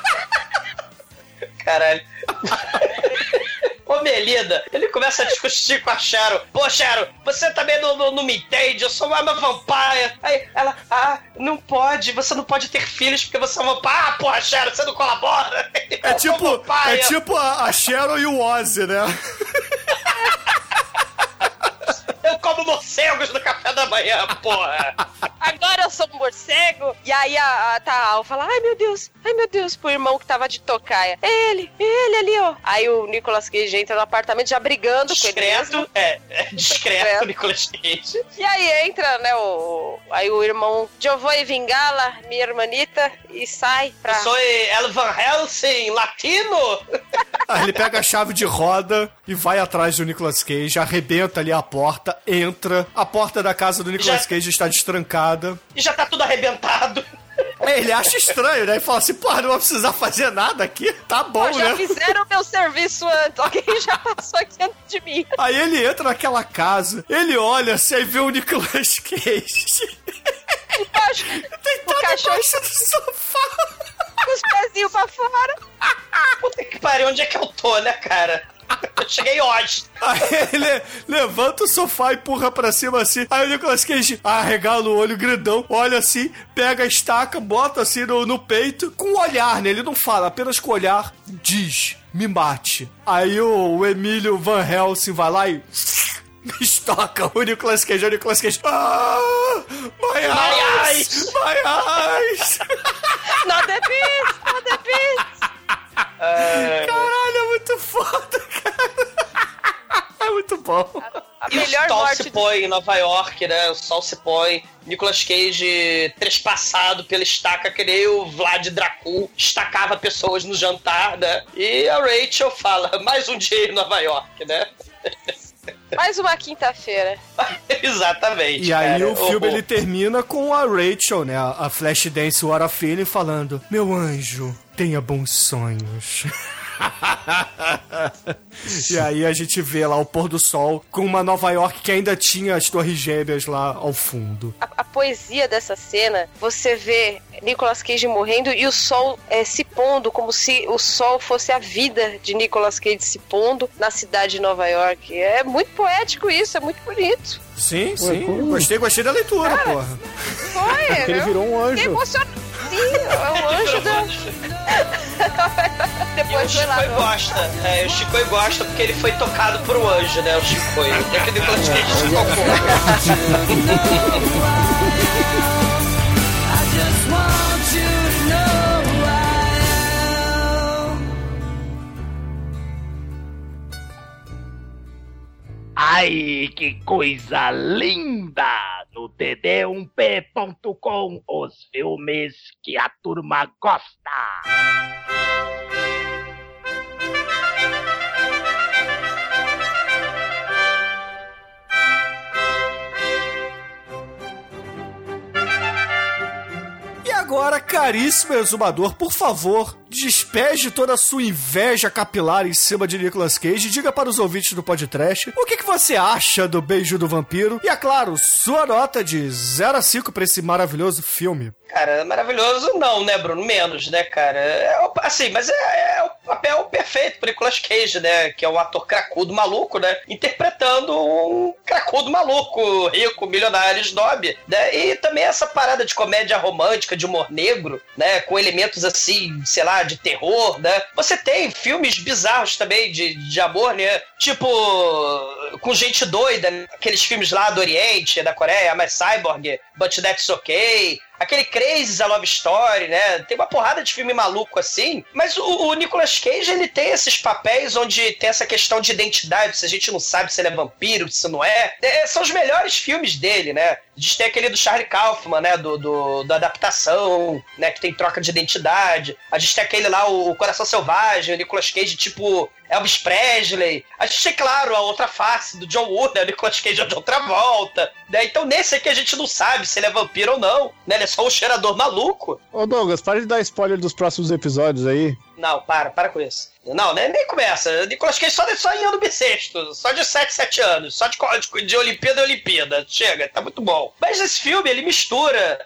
Caralho. Ô, Melina, ele começa a discutir com a Sharon. Pô, Sharon, você também não, não, não me entende, eu sou uma vampire. Aí ela, ah, não pode, você não pode ter filhos porque você é uma vampire. Ah, porra, Sharon, você não colabora. É tipo, é tipo a, a Sharon e o Ozzy, né? Eu como morcegos no café da manhã, porra. Agora eu sou um morcego. E aí a, a Taal fala, ai meu Deus, ai meu Deus, pro irmão que tava de tocaia. Ele, ele ali, ó. Aí o Nicolas Cage entra no apartamento já brigando discreto, com ele mesmo. É, é discreto, Nicolas Cage. E aí entra, né, o... Aí o irmão, eu vou vingá-la, minha irmanita, e sai pra... Eu sou El Van Helsing, latino? Aí ele pega a chave de roda e vai atrás do Nicolas Cage, arrebenta ali a porta, entra, a porta da casa do Nicolas já... Cage está destrancada. E já tá tudo arrebentado. Ele acha estranho, né? E fala assim, porra, não vai precisar fazer nada aqui. Tá bom, Pô, já né? Já fizeram o meu serviço antes. Alguém já passou aqui antes de mim. Aí ele entra naquela casa, ele olha assim, aí vê o Nicolas Cage. O cacho... Deitado embaixo do sofá. Com os pezinhos pra fora. Puta que pariu, onde é que eu tô, né, cara? Eu cheguei hoje. Aí ele levanta o sofá e empurra pra cima assim. Aí o Nicolas Cage arregala o olho grandão, olha assim, pega a estaca, bota assim no, no peito, com o olhar, né? Ele não fala, apenas com o olhar, diz, me mate. Aí o, o Emílio Van Helsing vai lá e... estoca o Nicolas Cage, o Nicolas Cage. Ah! My eyes! My eyes! Not the beast! Not the beast! É... Caralho, é muito foda, cara. É muito bom. A, a e melhor o sol morte se põe em Nova York, né? O sol se põe. Nicolas Cage trespassado pela estaca, que nem o Vlad Dracul estacava pessoas no jantar, né? E a Rachel fala, mais um dia em Nova York, né? Mais uma quinta-feira. Exatamente. E aí cara. o filme oh, oh. ele termina com a Rachel, né? A Flashdance What a Feeling falando: meu anjo, tenha bons sonhos. E aí a gente vê lá o pôr do sol com uma Nova York que ainda tinha as torres gêmeas lá ao fundo. A, a poesia dessa cena, você vê Nicolas Cage morrendo e o sol é, se pondo, como se o sol fosse a vida de Nicolas Cage se pondo na cidade de Nova York. É muito poético isso, é muito bonito. Sim, sim. Ué, gostei, gostei da leitura, cara, porra. Foi, é ele virou um anjo. Emocionante. Sim, é um anjo da... Depois e o Chico gosta. É, o Chico gosta porque ele foi tocado por um anjo, né? O Chico. E aquele Nicolas Cage se tocou. Ai, que coisa linda! No D D um P ponto com, os filmes que a turma gosta. E agora, caríssimo exumador, por favor, despeje toda a sua inveja capilar em cima de Nicolas Cage e diga para os ouvintes do podcast o que, que você acha do Beijo do Vampiro. E, é claro, sua nota de zero a cinco pra esse maravilhoso filme. Cara, maravilhoso não, né, Bruno? Menos, né, cara? É, assim, mas é, é o papel perfeito pro Nicolas Cage, né? Que é um ator cracudo maluco, né? Interpretando um cracudo maluco, rico, milionário, snob, né? E também essa parada de comédia romântica, de humor negro, né? Com elementos assim, sei lá, de terror, né? Você tem filmes bizarros também de, de amor, né? Tipo, com gente doida, né? Aqueles filmes lá do Oriente, da Coreia, mais Cyborg, But That's Okay... Aquele Crazy, a Love Story, né? Tem uma porrada de filme maluco assim. Mas o, o Nicolas Cage, ele tem esses papéis onde tem essa questão de identidade. Se a gente não sabe se ele é vampiro, se não é. é são os melhores filmes dele, né? A gente tem aquele do Charlie Kaufman, né? Do, do, do Adaptação, né? Que tem troca de identidade. A gente tem aquele lá, o, o Coração Selvagem, o Nicolas Cage, tipo... Elvis Presley. A gente tem, claro, a outra face do John Woo, né? O Nicolas Cage é de outra volta. Né? Então, nesse aqui a gente não sabe se ele é vampiro ou não. Né? Ele é só um cheirador maluco. Ô, Douglas, para de dar spoiler dos próximos episódios aí. Não, para, para com isso. Não, nem, nem começa. Nicolas Cage só, só em ano bissexto, só de sete, sete anos, só de, de, de Olimpíada em Olimpíada. Chega, tá muito bom. Mas esse filme, ele mistura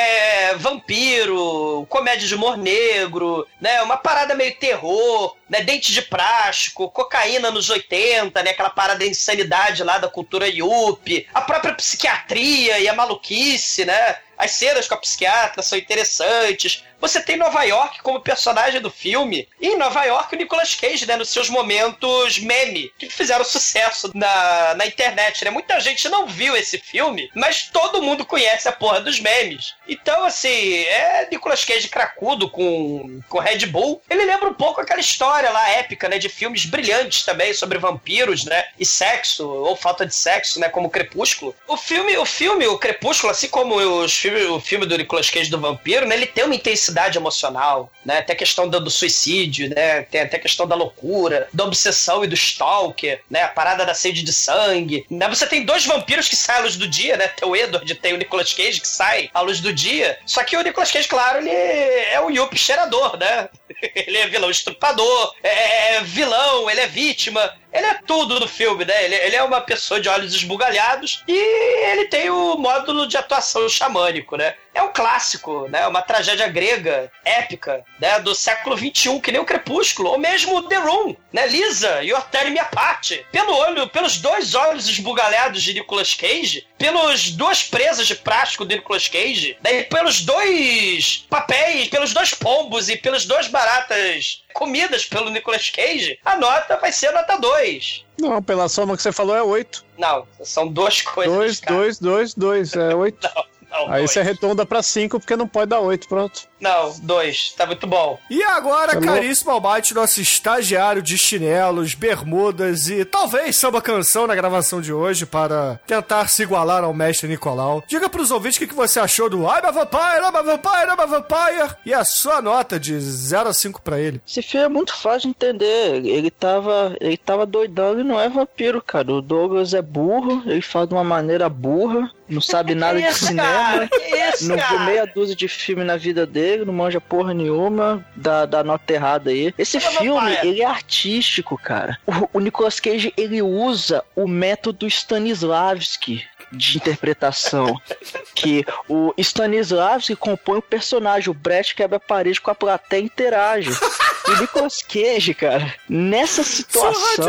é, vampiro, comédia de humor negro, né? Uma parada meio terror, né? Dente de plástico, cocaína nos oitenta, né? Aquela parada de insanidade lá da cultura yuppie, a própria psiquiatria e a maluquice, né? As cenas com a psiquiatra são interessantes. Você tem Nova York como personagem do filme. E em Nova York o Nicolas Cage, né, nos seus momentos meme, que fizeram sucesso na, na internet, né? Muita gente não viu esse filme, mas todo mundo conhece a porra dos memes. Então, assim, é Nicolas Cage cracudo com, com Red Bull. Ele lembra um pouco aquela história lá épica, né, de filmes brilhantes também sobre vampiros, né, e sexo, ou falta de sexo, né, como Crepúsculo. O filme, o filme, o Crepúsculo, assim como os filme, o filme do Nicolas Cage do vampiro, né, ele tem uma intensidade emocional, né, tem a questão do, do suicídio, né, tem até a questão da loucura, da obsessão e do stalker, né, a parada da sede de sangue, né, você tem dois vampiros que saem à luz do dia, né, tem o Edward e tem o Nicolas Cage que sai à luz do dia, só que o Nicolas Cage, claro, ele é um yuppie cheirador, né, ele é vilão estrupador, é vilão, ele é vítima, ele é tudo no filme, né? Ele, ele é uma pessoa de olhos esbugalhados e ele tem o módulo de atuação xamânico, né? É um clássico, né? Uma tragédia grega, épica, né? Do século vinte e um, que nem o Crepúsculo, ou mesmo The Room, né? Lisa, You're Tearing Me Apart. Pelo olho, pelos dois olhos esbugalhados de Nicolas Cage, pelos duas presas de plástico do Nicolas Cage, né? E pelos dois papéis, pelos dois pombos e pelas duas baratas comidas pelo Nicolas Cage, a nota vai ser nota dois. Não, pela soma que você falou é oito. Não, são duas coisas. dois, dois, dois, dois, é oito. Não. Não, aí dois. você arredonda pra cinco porque não pode dar oito, pronto. Não, dois, tá muito bom. E agora, Tá caríssimo Albate, nosso estagiário de chinelos, bermudas e talvez samba canção na gravação de hoje para tentar se igualar ao mestre Nicolau. Diga pros ouvintes o que, que você achou do I'm a Vampire, I'm a Vampire, I'm a Vampire e a sua nota de zero a cinco pra ele. Esse filme é muito fácil de entender. Ele tava, ele tava doidão e não é vampiro, cara. O Douglas é burro, ele fala de uma maneira burra, não sabe nada de Isso, cinema. cara, isso, Não viu cara. meia dúzia de filme na vida dele, não manja porra nenhuma, dá, dá nota errada aí. Esse Mas, filme, papai, ele é artístico, cara. O, o Nicolas Cage, ele usa o método Stanislavski de interpretação, que o Stanislavski compõe o personagem, o Brecht quebra a parede com a plateia e interage. E o Nicolas Cage, cara, nessa situação...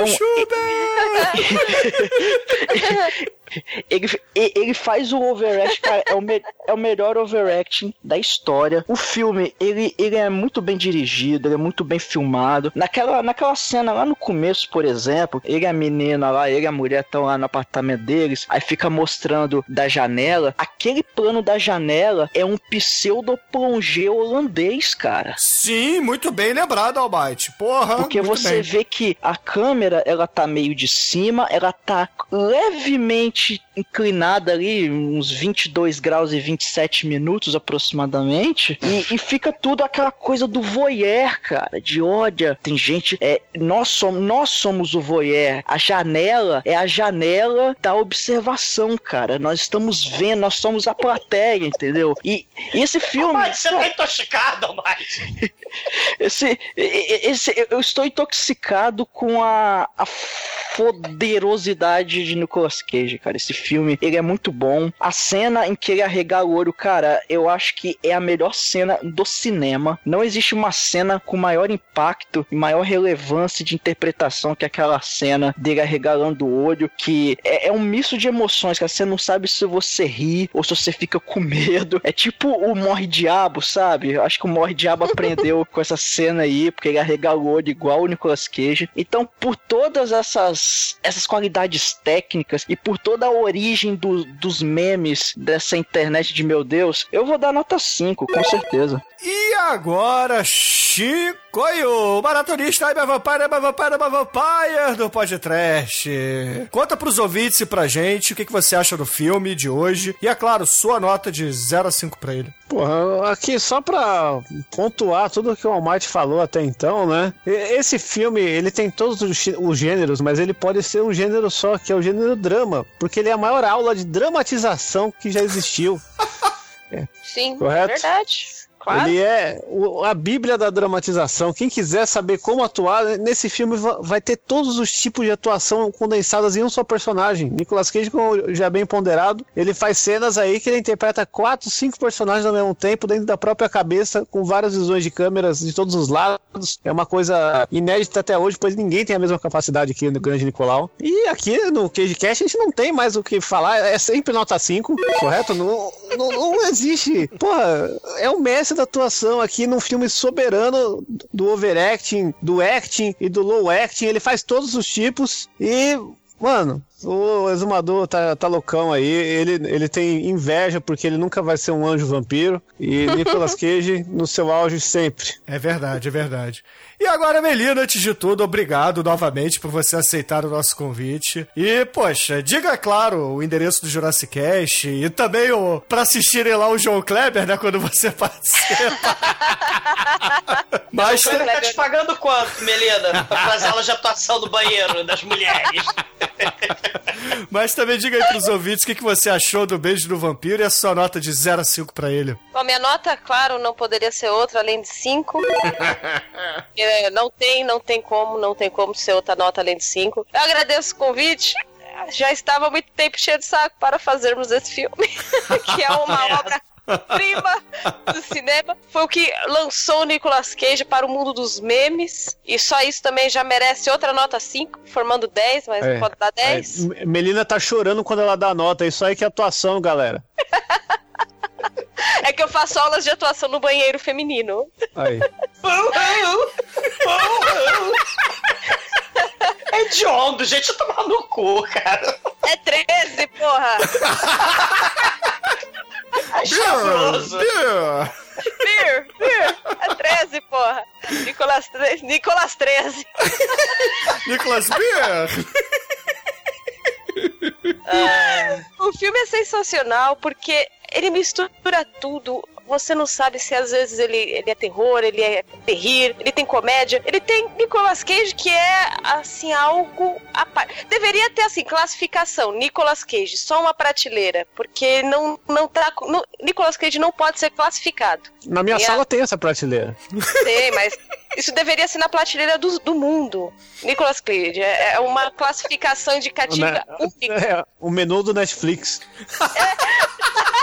Ele, ele faz o overact, cara, é o, me, é o melhor overacting da história. O filme, ele, ele é muito bem dirigido, ele é muito bem filmado. Naquela, naquela cena lá no começo, por exemplo, ele e a menina lá, ele e a mulher estão lá no apartamento deles, aí fica mostrando da janela. Aquele plano da janela é um pseudo-plongé holandês, cara. Sim, muito bem lembrado, Albite. Porra, Porque muito você bem. vê que a câmera, ela tá meio de cima, ela tá levemente levemente inclinada ali, uns vinte e dois graus e vinte e sete minutos aproximadamente, e, e fica tudo aquela coisa do voyeur, cara, de olha, tem gente, é, nós, somos, nós somos o voyeur, a janela é a janela da observação, cara, nós estamos vendo, nós somos a plateia, entendeu? E, e esse filme... Mas você tá intoxicado, Mike. esse, esse, eu estou intoxicado com a, a poderosidade de Nicolas Cage, cara. Esse filme, ele é muito bom. A cena em que ele arregala o olho, cara, eu acho que é a melhor cena do cinema. Não existe uma cena com maior impacto e maior relevância de interpretação que aquela cena dele arregalando o olho, que é, é um misto de emoções, cara. Você não sabe se você ri ou se você fica com medo. É tipo o Morre Diabo, sabe? Eu acho que o Morre Diabo aprendeu com essa cena aí, porque ele arregala o olho igual o Nicolas Cage. Então, por todas essas, essas qualidades técnicas e por toda a origem do, dos memes dessa internet de meu Deus, eu vou dar nota cinco, com certeza. E agora, Chicoio, maratonista, I'm a Vampire, I'm a Vampire, I'm a Vampire do podcast. Conta pros ouvintes e pra gente o que, que você acha do filme de hoje. E é claro, sua nota de zero a cinco pra ele. Porra, aqui só pra pontuar tudo que o Almighty falou até então, né? Esse filme, ele tem todos os gêneros, mas ele pode ser um gênero só, que é o gênero drama, porque ele é a maior aula de dramatização que já existiu. É. Sim, correto? Verdade. Claro. Ele é o, a bíblia da dramatização. Quem quiser saber como atuar, nesse filme vai ter todos os tipos de atuação condensadas em um só personagem. Nicolas Cage, como já bem ponderado, ele faz cenas aí que ele interpreta quatro, cinco personagens ao mesmo tempo, dentro da própria cabeça, com várias visões de câmeras de todos os lados. É uma coisa inédita até hoje, pois ninguém tem a mesma capacidade aqui no Grande Nicolau. E aqui no CageCast a gente não tem mais o que falar, é sempre nota cinco, correto? Não, não, não existe. Porra, é o mestre da atuação aqui num filme soberano do overacting, do acting e do low acting. Ele faz todos os tipos e, mano, o Exumador tá, tá loucão aí. Ele, ele tem inveja porque ele nunca vai ser um anjo vampiro. E Nicolas Cage no seu auge sempre. É verdade, é verdade. E agora, Melina, antes de tudo, obrigado novamente por você aceitar o nosso convite. E, poxa, diga, claro, o endereço do Jurassic Cast e também o, pra assistirem lá o João Kleber, né, quando você participa. Mas o Kleber tá te pagando quanto, Melina, pra fazer aula de atuação do banheiro das mulheres? Mas também diga aí pros ouvintes o que, que você achou do Beijo do Vampiro e a sua nota de zero a cinco pra ele. Bom, minha nota, claro, não poderia ser outra além de cinco. Não tem, não tem como, não tem como ser outra nota além de cinco. Eu agradeço o convite. Já estava há muito tempo cheio de saco para fazermos esse filme, que é uma obra prima do cinema. Foi o que lançou o Nicolas Cage para o mundo dos memes. E só isso também já merece outra nota cinco, formando dez, mas é, não pode dar dez. É, Melina tá chorando quando ela dá nota. Isso aí que é atuação, galera. É que eu faço aulas de atuação no banheiro feminino. Aí. É de onda, gente, eu tomar no cu, cara. É treze, porra. É chabroso. Beer, beer, beer. É treze, porra. Nicolas, Nicolas treze. Nicolas Beer. Ah, o filme é sensacional porque ele mistura tudo. Você não sabe se às vezes ele, ele é terror, ele é terrir, ele tem comédia. Ele tem Nicolas Cage, que é, assim, algo à parte. Deveria ter, assim, classificação. Nicolas Cage, só uma prateleira. Porque não, não tá... Não, Nicolas Cage não pode ser classificado. Na minha tem sala a... tem essa prateleira. Tem, mas isso deveria ser na prateleira do, do mundo. Nicolas Cage é, é uma classificação indicativa o única. É, o menu do Netflix. É...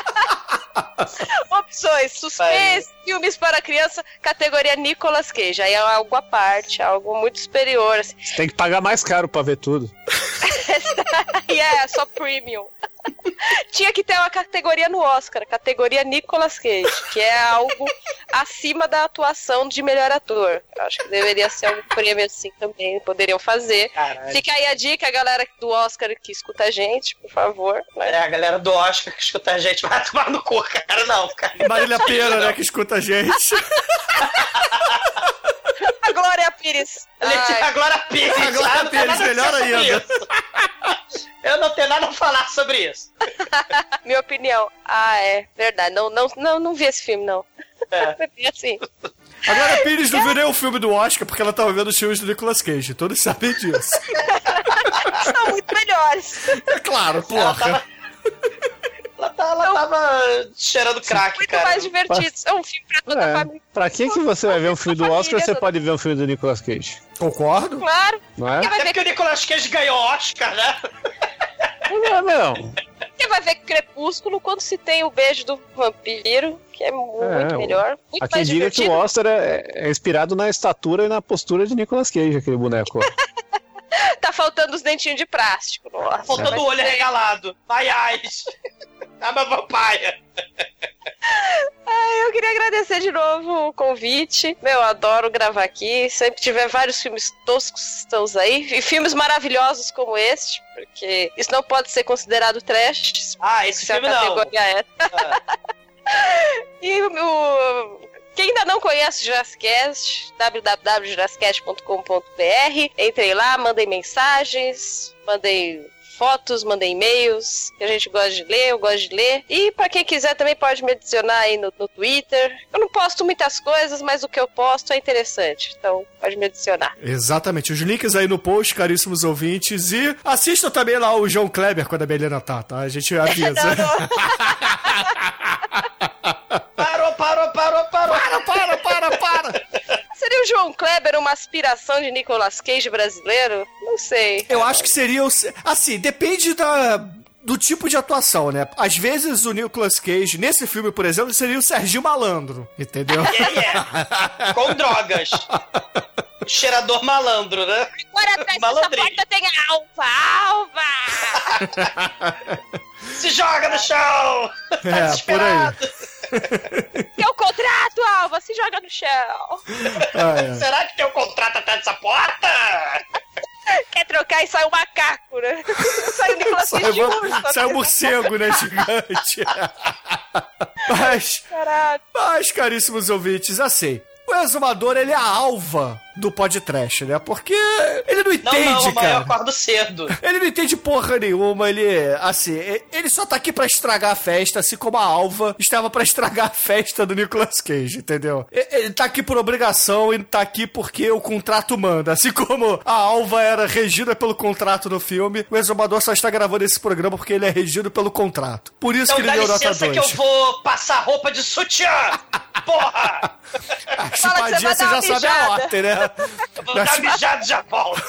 Opções, suspense, filmes para criança, categoria Nicolas Cage. Aí é algo à parte, algo muito superior, assim. Você tem que pagar mais caro pra ver tudo. E é, só premium. Tinha que ter uma categoria no Oscar, categoria Nicolas Cage, que é algo acima da atuação de melhor ator. Acho que deveria ser um prêmio assim também, poderiam fazer. Caralho. Fica aí a dica, a galera do Oscar que escuta a gente, por favor. É, a galera do Oscar que escuta a gente vai tomar no cu, cara, não, cara. Marília Pera, né, que escuta a gente. A Glória Pires. A Glória Pires. A Glória Pires, melhor ainda. Eu não tenho nada a falar sobre isso. Minha opinião. Ah, é. Verdade. Não, não, não, não vi esse filme, não. É. assim. Agora a Pires não viu nem o filme do Oscar porque ela tava vendo os filmes do Nicolas Cage. Todos sabem disso. São muito melhores. É claro, porra. Ela tava, ela tava, ela tava cheirando crack, muito cara. mais divertido. É um filme pra toda É. a família. Pra que que você vai ver um filme do Família Oscar, você toda. pode ver um filme do Nicolas Cage? Concordo. Claro. Não é? Quem vai Até ver, porque o Nicolas Cage ganhou Oscar, né? Não, não. quem vai ver Crepúsculo quando se tem o beijo do vampiro, que é muito É, melhor. Muito Há quem mais diga que o divertido. Oscar é, é inspirado na estatura e na postura de Nicolas Cage, aquele boneco. Tá faltando os dentinhos de plástico. Nossa, Faltando vai o olho ser- arregalado. Vai, Ais. I'm a vampire. Ai, eu queria agradecer de novo o convite. Meu, eu adoro gravar aqui. Sempre tiver vários filmes toscos estamos aí. E filmes maravilhosos como este, porque isso não pode ser considerado trash. Ah, esse se a filme não. categoria é. E o. Quem ainda não conhece o Jurassicast, w w w ponto jurassicast ponto com ponto b r. Entrem lá, mandem mensagens, mandem fotos, mandem e-mails, que a gente gosta de ler, eu gosto de ler. E pra quem quiser também pode me adicionar aí no, no Twitter. Eu não posto muitas coisas, mas o que eu posto é interessante, então pode me adicionar. Exatamente. Os links aí no post, caríssimos ouvintes. E assistam também lá o João Kleber quando a Belena tá, tá? A gente avisa. Não, não. Parou, parou, parou, parou. Para, para, para, para! Seria o João Kleber uma aspiração de Nicolas Cage brasileiro? Não sei. Eu acho que seria o... Assim, depende da... do tipo de atuação, né? Às vezes o Nicolas Cage, nesse filme, por exemplo, seria o Serginho Malandro, entendeu? É, é. Com drogas. Cheirador malandro, né? Agora atrás dessa Malandrinho. porta tem a Alva! Alva! Se joga no chão! Tá É, por desesperado. Tem o contrato, Alva! Se joga no chão! Ah, é. Será que tem um contrato atrás dessa porta? Quer trocar e sai um macaco, né? Sai o Nicolas Sai, Cage de o- urso. sai o morcego, né, gigante? Mas, Caralho. mas, caríssimos ouvintes, assim, o Exumador, ele é a alva do podcast, né? Porque ele não Não, entende, não, amanhã eu cara. acordo cedo. Ele não entende porra nenhuma, ele, assim, ele só tá aqui pra estragar a festa, assim como a Alva estava pra estragar a festa do Nicolas Cage, entendeu? Ele tá aqui por obrigação, ele tá aqui porque o contrato manda. Assim como a Alva era regida pelo contrato no filme, o Exumador só está gravando esse programa porque ele é regido pelo contrato. Por isso Então que ele dá deu nota licença que eu dois. vou passar roupa de sutiã! Porra! A Fala que chupadinha você vai você dar já uma sabe a mijada. ordem, né? Eu vou dar mijado e já volto.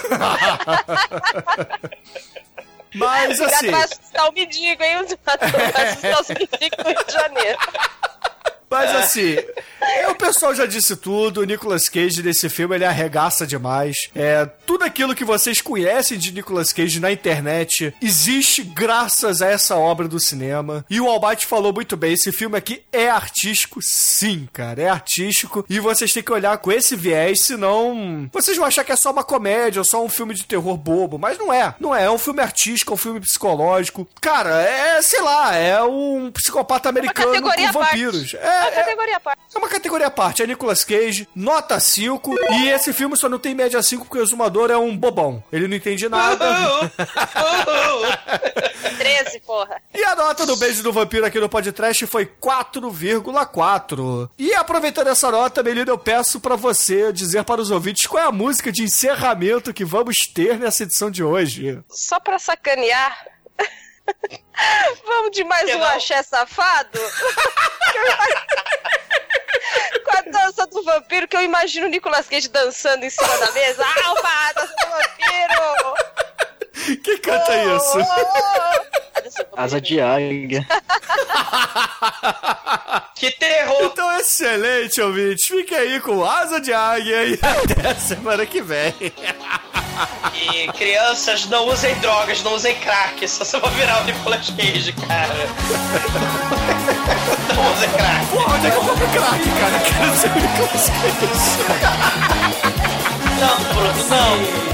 Mas O gato assim... vai assustar o mendigo, hein? O gato vai assustar os mendigos do Rio de Janeiro. Mas assim, é, o pessoal já disse tudo, o Nicolas Cage nesse filme ele arregaça demais. É, tudo aquilo que vocês conhecem de Nicolas Cage na internet existe graças a essa obra do cinema. E o Almighty falou muito bem, esse filme aqui é artístico, sim, cara, é artístico. E vocês têm que olhar com esse viés, senão vocês vão achar que é só uma comédia ou só um filme de terror bobo. Mas não é, não é, é um filme artístico, é um filme psicológico. Cara, é, sei lá, é um psicopata americano com categoria à parte. vampiros. É É, uma categoria à parte. é uma categoria à parte, é Nicolas Cage, nota cinco, e esse filme só não tem média cinco porque o Exumador é um bobão. Ele não entende nada. treze, porra. E a nota do Beijo do Vampiro aqui no podcast foi quatro vírgula quatro. E aproveitando essa nota, Melina, eu peço pra você dizer para os ouvintes qual é a música de encerramento que vamos ter nessa edição de hoje. Só pra sacanear. Vamos de mais Que um não? axé safado? Com a dança do vampiro, que eu imagino o Nicolas Cage dançando em cima da mesa. Alfa, a dança do vampiro! Quem canta isso? A dança do vampiro. Asa de águia. Que terror! Então, excelente, ouvintes. Fique aí com Asa de Águia e até a semana que vem. E crianças, não usem drogas, não usem crack, só você vai virar o Nicolas Cage, cara. Não usem crack. Pô, onde é que eu compro crack, cara? Eu quero ser o Nicolas Cage. Não, Bruno, não.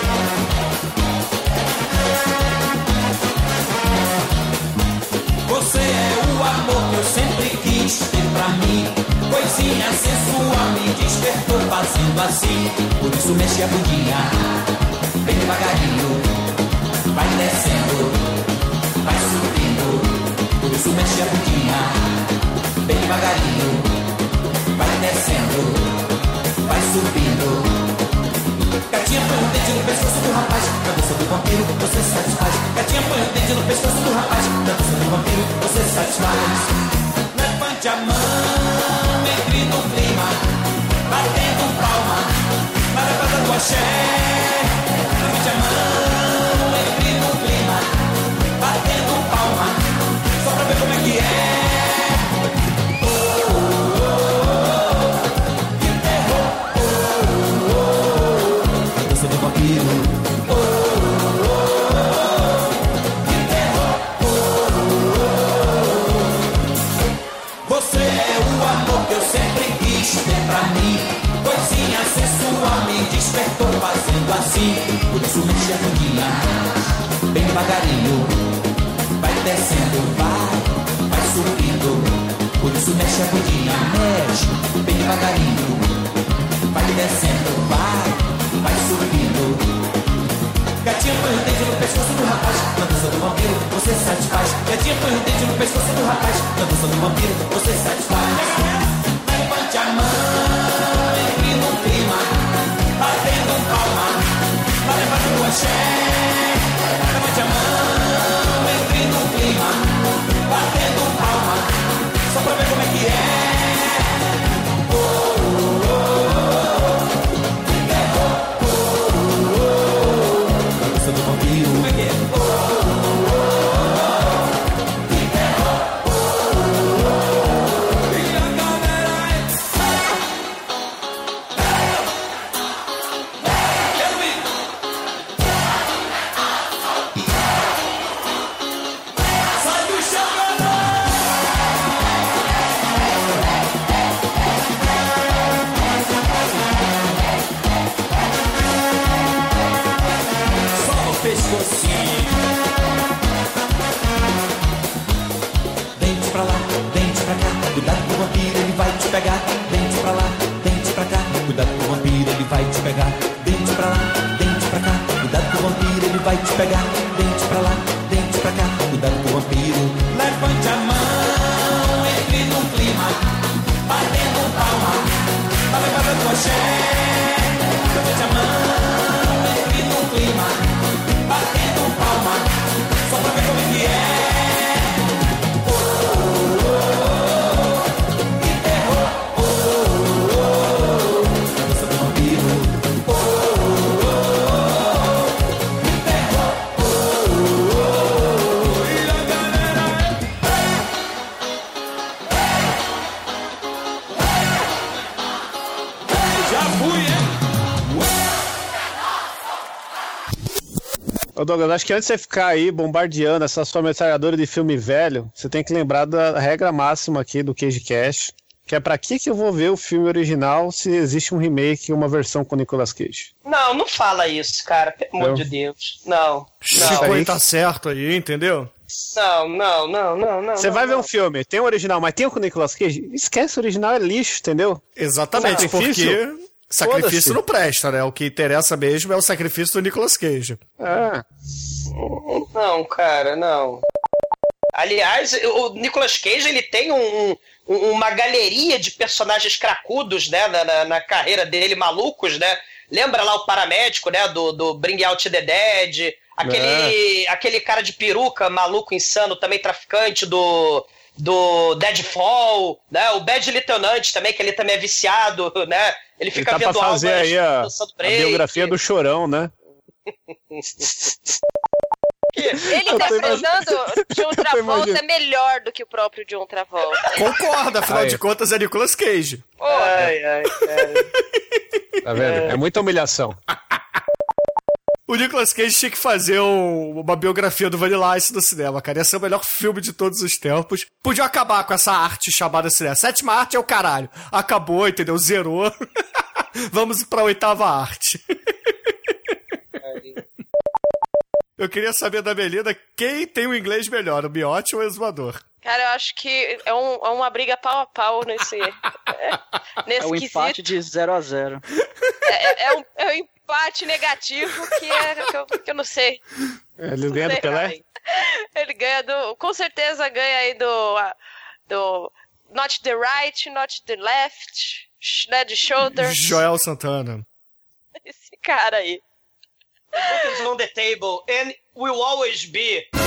Você é o amor que eu sempre quis ter pra mim. Coisinha sensual me despertou fazendo assim. Por isso mexe a bundinha, bem devagarinho. Vai descendo, vai subindo, por isso mexe a bundinha, bem devagarinho, vai descendo, vai subindo. Gatinha põe o dente no pescoço do rapaz, na dança do vampiro você satisfaz. Gatinha põe o dente no pescoço do rapaz, na dança do vampiro você satisfaz. Levante a mão, entre no clima, batendo palma, na levada do axé. Levante a mão, entre no clima, batendo palma, só pra ver como é que é. Você é o amor que eu sempre quis ter pra mim. Coisinha sensual me despertou fazendo assim. Por isso mexe a bundinha, bem devagarinho, vai descendo, vai, vai subindo. Por isso mexe a bundinha, mexe, bem devagarinho, vai descendo, vai, vai subindo. Gatinha põe o dente no pescoço do rapaz, na dança do vampiro você satisfaz. Gatinha põe o dente no pescoço do rapaz, na dança do vampiro você satisfaz. Levante a mão, entre no clima, batendo palma, na levada do axé. Levante a mão, entre no clima, batendo palma, só pra ver como é que é. Do vampiro, como é que é? Oh, oh, oh, que terror! Oh, oh, oh, e a galera é. Quero ir! Sai do chão, pescocinho. Dente pra lá, dente pra cá, cuidado com o vampiro, ele vai te pegar. Dente pra lá, dente pra cá, cuidado com o vampiro, ele vai te pegar. Dente pra lá, dente pra cá, cuidado com o vampiro, ele vai te pegar. Dente pra lá, dente pra cá, cuidado com o vampiro. Levante a mão, entre no clima, batendo palma, na levada do axé. Levante a mão, entre no clima, batendo palma, só pra ver como é que é. Oh, oh, oh, que terror. Oh, oh, oh, dança do vampiro. Oh, oh, oh, que terror. Oh, oh, oh, e a galera é. Já fui, hein? Ô Douglas, acho que antes de você ficar aí bombardeando essa sua metralhadora de filme velho, você tem que lembrar da regra máxima aqui do CageCast, que é pra que que eu vou ver o filme original se existe um remake, uma versão com Nicolas Cage? Não, não fala isso, cara, pelo amor de Deus. Não, Chico não. aí tá certo aí, entendeu? Não, não, não, não, não. Você não, vai não. ver um filme, tem o original, mas tem o com Nicolas Cage? Esquece, o original é lixo, entendeu? Exatamente, porque sacrifício não presta, né? O que interessa mesmo é o sacrifício do Nicolas Cage. É. Não, cara, não. Aliás, o Nicolas Cage, ele tem um, um, uma galeria de personagens cracudos, né, na, na, na carreira dele, malucos, né? Lembra lá o paramédico, né, do, do Bring Out the Dead, aquele, é. aquele cara de peruca, maluco, insano, também traficante do... do Deadfall, né? O Bad Lieutenant também, que ele também é viciado, né? Ele fica ele tá vendo pra fazer almas, aí a, a biografia do Chorão, né? Ele interpretando John Travolta é melhor do que o próprio John Travolta. Concorda, afinal Ai. de contas é Nicolas Cage. Ai, ai, ai. Tá vendo? É, é muita humilhação. O Nicolas Cage tinha que fazer um, uma biografia do Vanilla Ice no cinema, cara. Ia ser o melhor filme de todos os tempos. Podia acabar com essa arte chamada cinema. Sétima arte é o caralho. Acabou, entendeu? Zerou. Vamos pra oitava arte. Eu queria saber da Melinda quem tem o inglês melhor, o Miotti ou o Exumador? Cara, eu acho que é, um, é uma briga pau a pau nesse, é, nesse É o quesito. empate de zero a zero. É, é, um, é um empate negativo que, é, que, eu, que eu não sei. Ele ganha do Pelé? Ele ganha do... Com certeza ganha aí do... Do... Not the right, not the left, né? De shoulder. Joel Santana. Esse cara aí. The book is on the table and will always be...